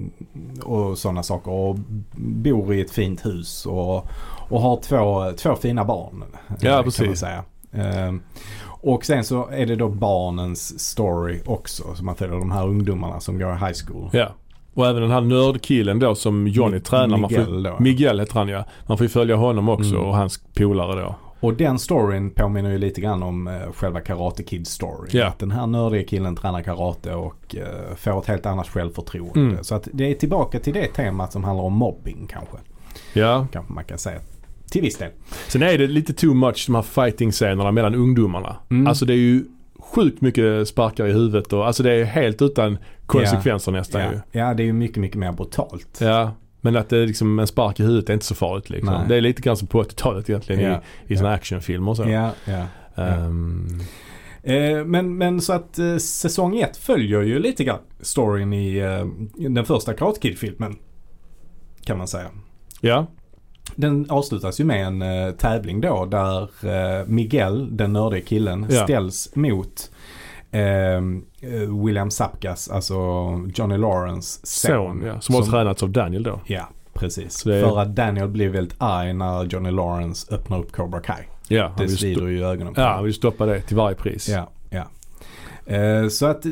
och sådana saker. Och bor i ett fint hus. Och, och har två, två fina barn. Ja, kan precis. man säga. Eh, och sen så är det då barnens story också. Så man följer de här ungdomarna som går i high school. Ja. Och även den här nördkillen då som Johnny Mi- tränar. Man Miguel får, då. Miguel heter han ja. Man får ju följa honom också Mm. och hans polare då. Och den storyn påminner ju lite grann om eh, själva Karate Kid story. Ja. Att den här nördiga killen tränar karate och eh, får ett helt annat självförtroende. Mm. Så att det är tillbaka till det temat som handlar om mobbing kanske. Ja. Kanske man kan säga. Till viss del. Sen är det lite too much de här fighting-scenerna mellan ungdomarna. Mm. Alltså det är ju sjukt mycket sparkar i huvudet och alltså det är helt utan konsekvenser nästan Ja. ju. ja, det är ju mycket, mycket mer brutalt. Ja. Men att det är liksom en spark i huvudet är inte så farligt liksom. Nej. Det är lite grann som på åttiotalet egentligen Ja. i, i såna actionfilmer och så. Ja, ja. Um, Eh, men, men så att eh, säsong ett följer ju lite grann storyn i eh, den första Karate Kid-filmen. Kan man säga. ja. Den avslutas ju med en eh, tävling då där eh, Miguel, den nördiga killen, Ja. ställs mot eh, eh, William Sapkas, alltså Johnny Lawrence son. Son, ja. Som har tränats av Daniel då. Ja, precis. Så det är- För att Daniel blir väldigt arg när Johnny Lawrence öppnar upp Cobra Kai. Ja, han Det vill, svider sto- ju i ögonen på ja, honom. han vill stoppa det till varje pris. Ja, ja. Eh, så att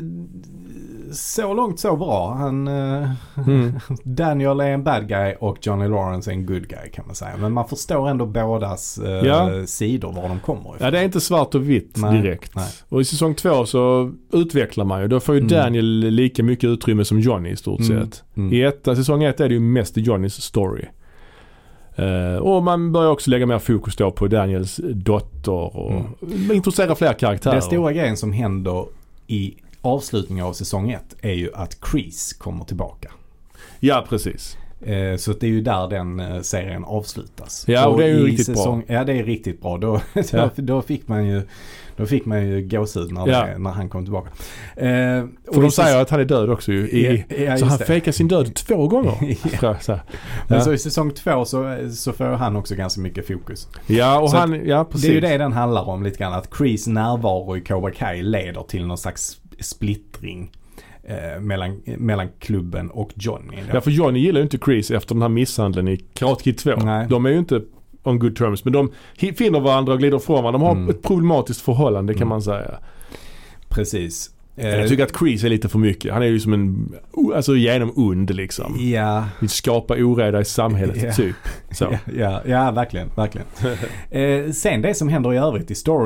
så långt så bra. Han, eh, Mm. Daniel är en bad guy och Johnny Lawrence är en good guy kan man säga. Men man förstår ändå bådas eh, Ja. sidor var de kommer ifrån. Ja, det är inte svart och vitt Nej, direkt. nej. Och i säsong två så utvecklar man ju. Då får ju Mm. Daniel lika mycket utrymme som Johnny i stort Mm. sett. Mm. I ett, säsong ett är det ju mest Johnnys story. Eh, och man börjar också lägga mer fokus då på Daniels dotter och Mm. introducera fler karaktärer. Den stora grejen som händer i avslutningen av säsong ett är ju att Kreese kommer tillbaka. Ja, precis. Eh, så att det är ju där den eh, serien avslutas. Ja, och det är ju i riktigt bra. Ja, det är riktigt bra. Då, Ja. då, då fick man ju Då fick man ju gåshud när, Ja. det, när han kom tillbaka. Eh, och För de i säger säs- att han är död också ju. I, Ja, ja, så just han det. fejkar sin död två gånger. Ja. Så, så. Men Ja. så i säsong två så, så får han också ganska mycket fokus. Ja, och Så han, ja precis. Det är ju det den handlar om lite grann. Att Kreese närvaro i Cobra Kai leder till någon slags splittring eh, mellan, mellan klubben och Johnny. då. Ja, för Johnny gillar ju inte Kreese efter den här misshandeln i Karate Kid två. Nej. De är ju inte on good terms, men de hi- finner varandra och glider från varandra. De har Mm. ett problematiskt förhållande kan Mm. man säga. Precis. Eh, Jag tycker att Kreese är lite för mycket. Han är ju som en, o- alltså genom ond liksom. Ja, Vill skapa oreda i samhället Ja. typ. Så. ja, ja, ja, verkligen, verkligen. eh, sen det som händer i övrigt i storyn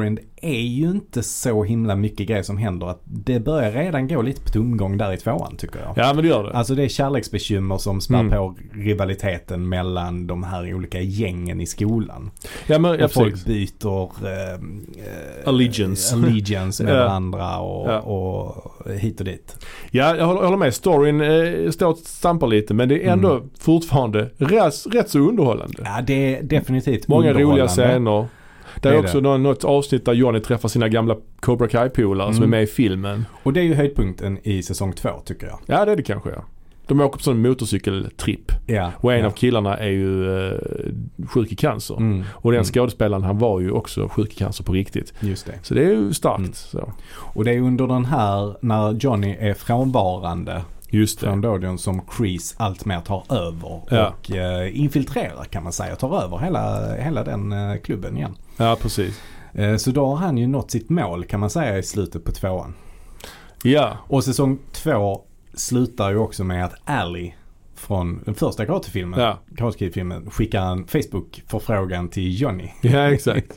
är ju inte så himla mycket grejer som händer. Att det börjar redan gå lite på tomgång där i tvåan, tycker jag. Ja, men det gör det. Alltså det är kärleksbekymmer som spär Mm. på rivaliteten mellan de här olika gängen i skolan. Ja, men ja, Och folk precis. byter eh, Allegiance. allegiance med Ja. varandra och, Ja. och hit och dit. Ja, jag håller, jag håller med. Storyn eh, står och stampar lite, men det är ändå Mm. fortfarande rätt, rätt så underhållande. Ja, det är definitivt Många roliga underhållande. scener. Det är, Det är också det. Någon, något avsnitt där Johnny träffar sina gamla Cobra Kai-polare som är Mm. med i filmen. Och det är ju höjdpunkten i säsong två, tycker jag. Ja, det är det kanske, ja. De åker på sån motorcykeltripp. Ja. Och en ja. av killarna är ju eh, sjuk i cancer. Mm. Och den Mm. skådespelaren, han var ju också sjuk i cancer på riktigt. Just det. Så det är ju starkt. Mm. Så. Och det är under den här, när Johnny är frånvarande Just det. från Dojon, som Kreese allt mer tar över Ja. och eh, infiltrerar, kan man säga. Tar över hela, hela den eh, klubben igen. Ja, precis. Eh, så då har han ju nått sitt mål, kan man säga, i slutet på tvåan. Ja. Och säsong två slutar ju också med att Ally från den första Karate-filmen, Ja. Karate Kid-filmen, skickar en Facebook-förfrågan till Johnny. Ja, exakt.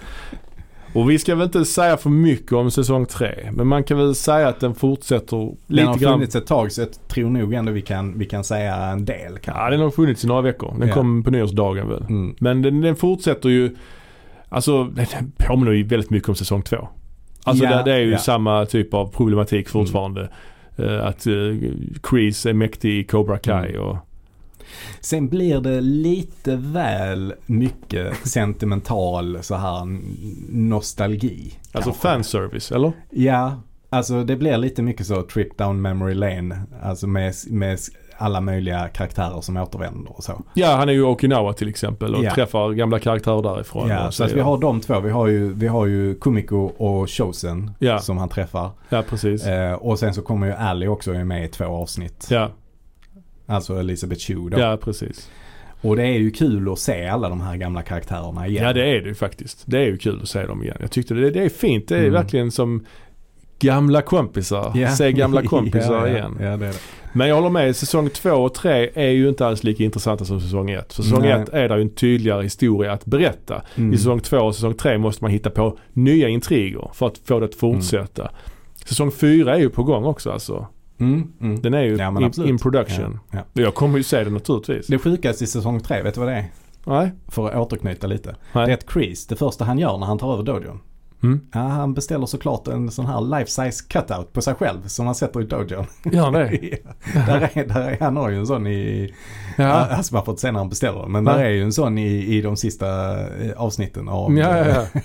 Och vi ska väl inte säga för mycket om säsong tre. Men man kan väl säga att den fortsätter Den lite har grann. funnits ett tag, så jag tror nog ändå vi kan, vi kan säga en del. Kanske. Ja, den har funnits i några veckor. Den Ja. kom på nyårsdagen väl. Mm. Men den, den fortsätter ju, alltså den påminner ju väldigt mycket om säsong två. Alltså Ja, det, det är ju ja. samma typ av problematik fortfarande. Uh, att uh, Kreese är mäktig i Cobra Kai Mm. och Sen blir det lite väl mycket sentimental så här n- nostalgi. alltså kanske. fanservice, eller? Ja, alltså det blir lite mycket så trip down memory lane. Alltså med, med alla möjliga karaktärer som återvänder och så. Ja, han är ju i Okinawa till exempel och Ja. träffar gamla karaktärer därifrån. Ja, och så att vi har de två. Vi har ju, vi har ju Kumiko och Chosen Ja. som han träffar. Ja, precis. Eh, och sen så kommer ju Ally också med i två avsnitt. Ja, Alltså Elizabeth Shue då. ja, precis. Och det är ju kul att se alla de här gamla karaktärerna igen. Ja, det är det ju faktiskt. Det är ju kul att se dem igen. Jag tyckte det, det är fint. Det är Mm. verkligen som gamla kompisar. Ja. Se gamla kompisar ja, ja, igen. Ja, det är det. Men jag håller med, säsong två och tre är ju inte alls lika intressanta som säsong ett. För säsong Nej. ett är det ju en tydligare historia att berätta. Mm. I säsong två och säsong tre måste man hitta på nya intriger för att få det att fortsätta. Mm. Säsong fyra är ju på gång också alltså. Mm, mm. Den är ju Ja, men in, absolut. in production. Ja, ja. Jag kommer ju se det naturligtvis. Det sjukaste i säsong tre, vet du vad det är? Nej. För att återknyta lite. Nej. Det är att Kreese, det första han gör när han tar över dojon. Mm. Ja, han beställer såklart en sån här life-size cutout på sig själv som han sätter i dojon. Gör han det? Ja, där, är, där är, han har ju en sån i, Ja. alltså man får inte se när han beställer den, men Nej. där är ju en sån i, i de sista eh, avsnitten av... Ja, ja, ja.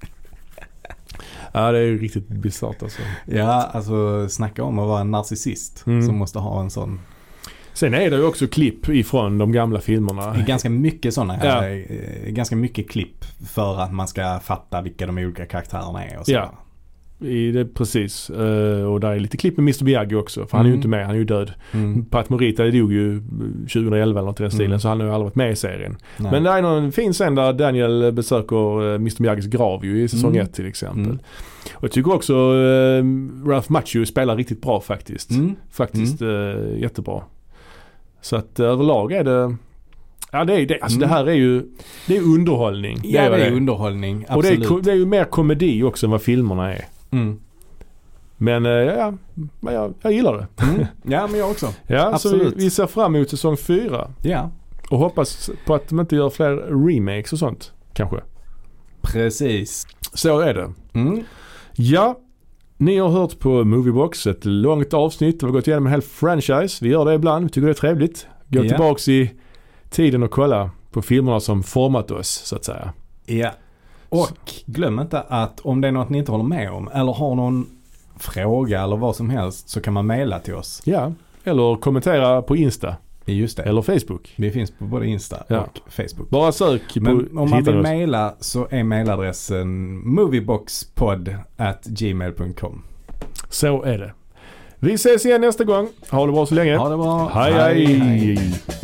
Ja, det är ju riktigt bisarrt alltså. Ja, alltså snacka om att vara en narcissist Mm. som måste ha en sån. Sen är det ju också klipp ifrån de gamla filmerna. Det är ganska mycket sådana Ja. här, eh, ganska mycket klipp för att man ska fatta vilka de olika karaktärerna är och så. Ja. I det, precis. Uh, och där är lite klipp med mister Miyagi också. För han är ju Mm. inte med, han är ju död. Mm. Pat Morita dog ju tjugoelva eller något i den stilen. Mm. Så han har ju aldrig varit med i serien. Nej. Men det är någon fin scen där Daniel besöker uh, mister Miyagis grav ju i säsong Mm. ett till exempel. Mm. Och jag tycker också uh, Ralph Macchio spelar riktigt bra faktiskt. Mm. Faktiskt uh, jättebra. Så att uh, överlag är det... Ja, det är det. Alltså Mm. det här är ju... Det är underhållning. Ja, är vad det är underhållning. Och det Absolut. är, ko- det är ju mer komedi också än vad filmerna är. Mm. Men eh, ja, men jag, jag gillar det. Mm. Ja, men jag också. Ja, Absolut. så vi, vi ser fram emot säsong fyra. Ja, Och hoppas på att de inte gör fler remakes och sånt. Kanske. precis. Så är det. Mm. Ja, ni har hört på Moviebox. Ett långt avsnitt. Vi har gått igenom en hel franchise. Vi gör det ibland. Vi tycker det är trevligt. Gå Ja. tillbaks i tiden och kolla på filmerna som format oss, så att säga. Ja. Och glöm inte att om det är något ni inte håller med om eller har någon fråga eller vad som helst, så kan man mejla till oss. Ja, eller kommentera på Insta. Just det. Eller Facebook. Vi finns på både Insta Ja. och Facebook. Bara sök på... Men om man hittar vill oss. mejla så är mejladressen movieboxpod at gmail dot com. Så är det. Vi ses igen nästa gång. Ha det bra så länge. Ha det bra. Hej, hej.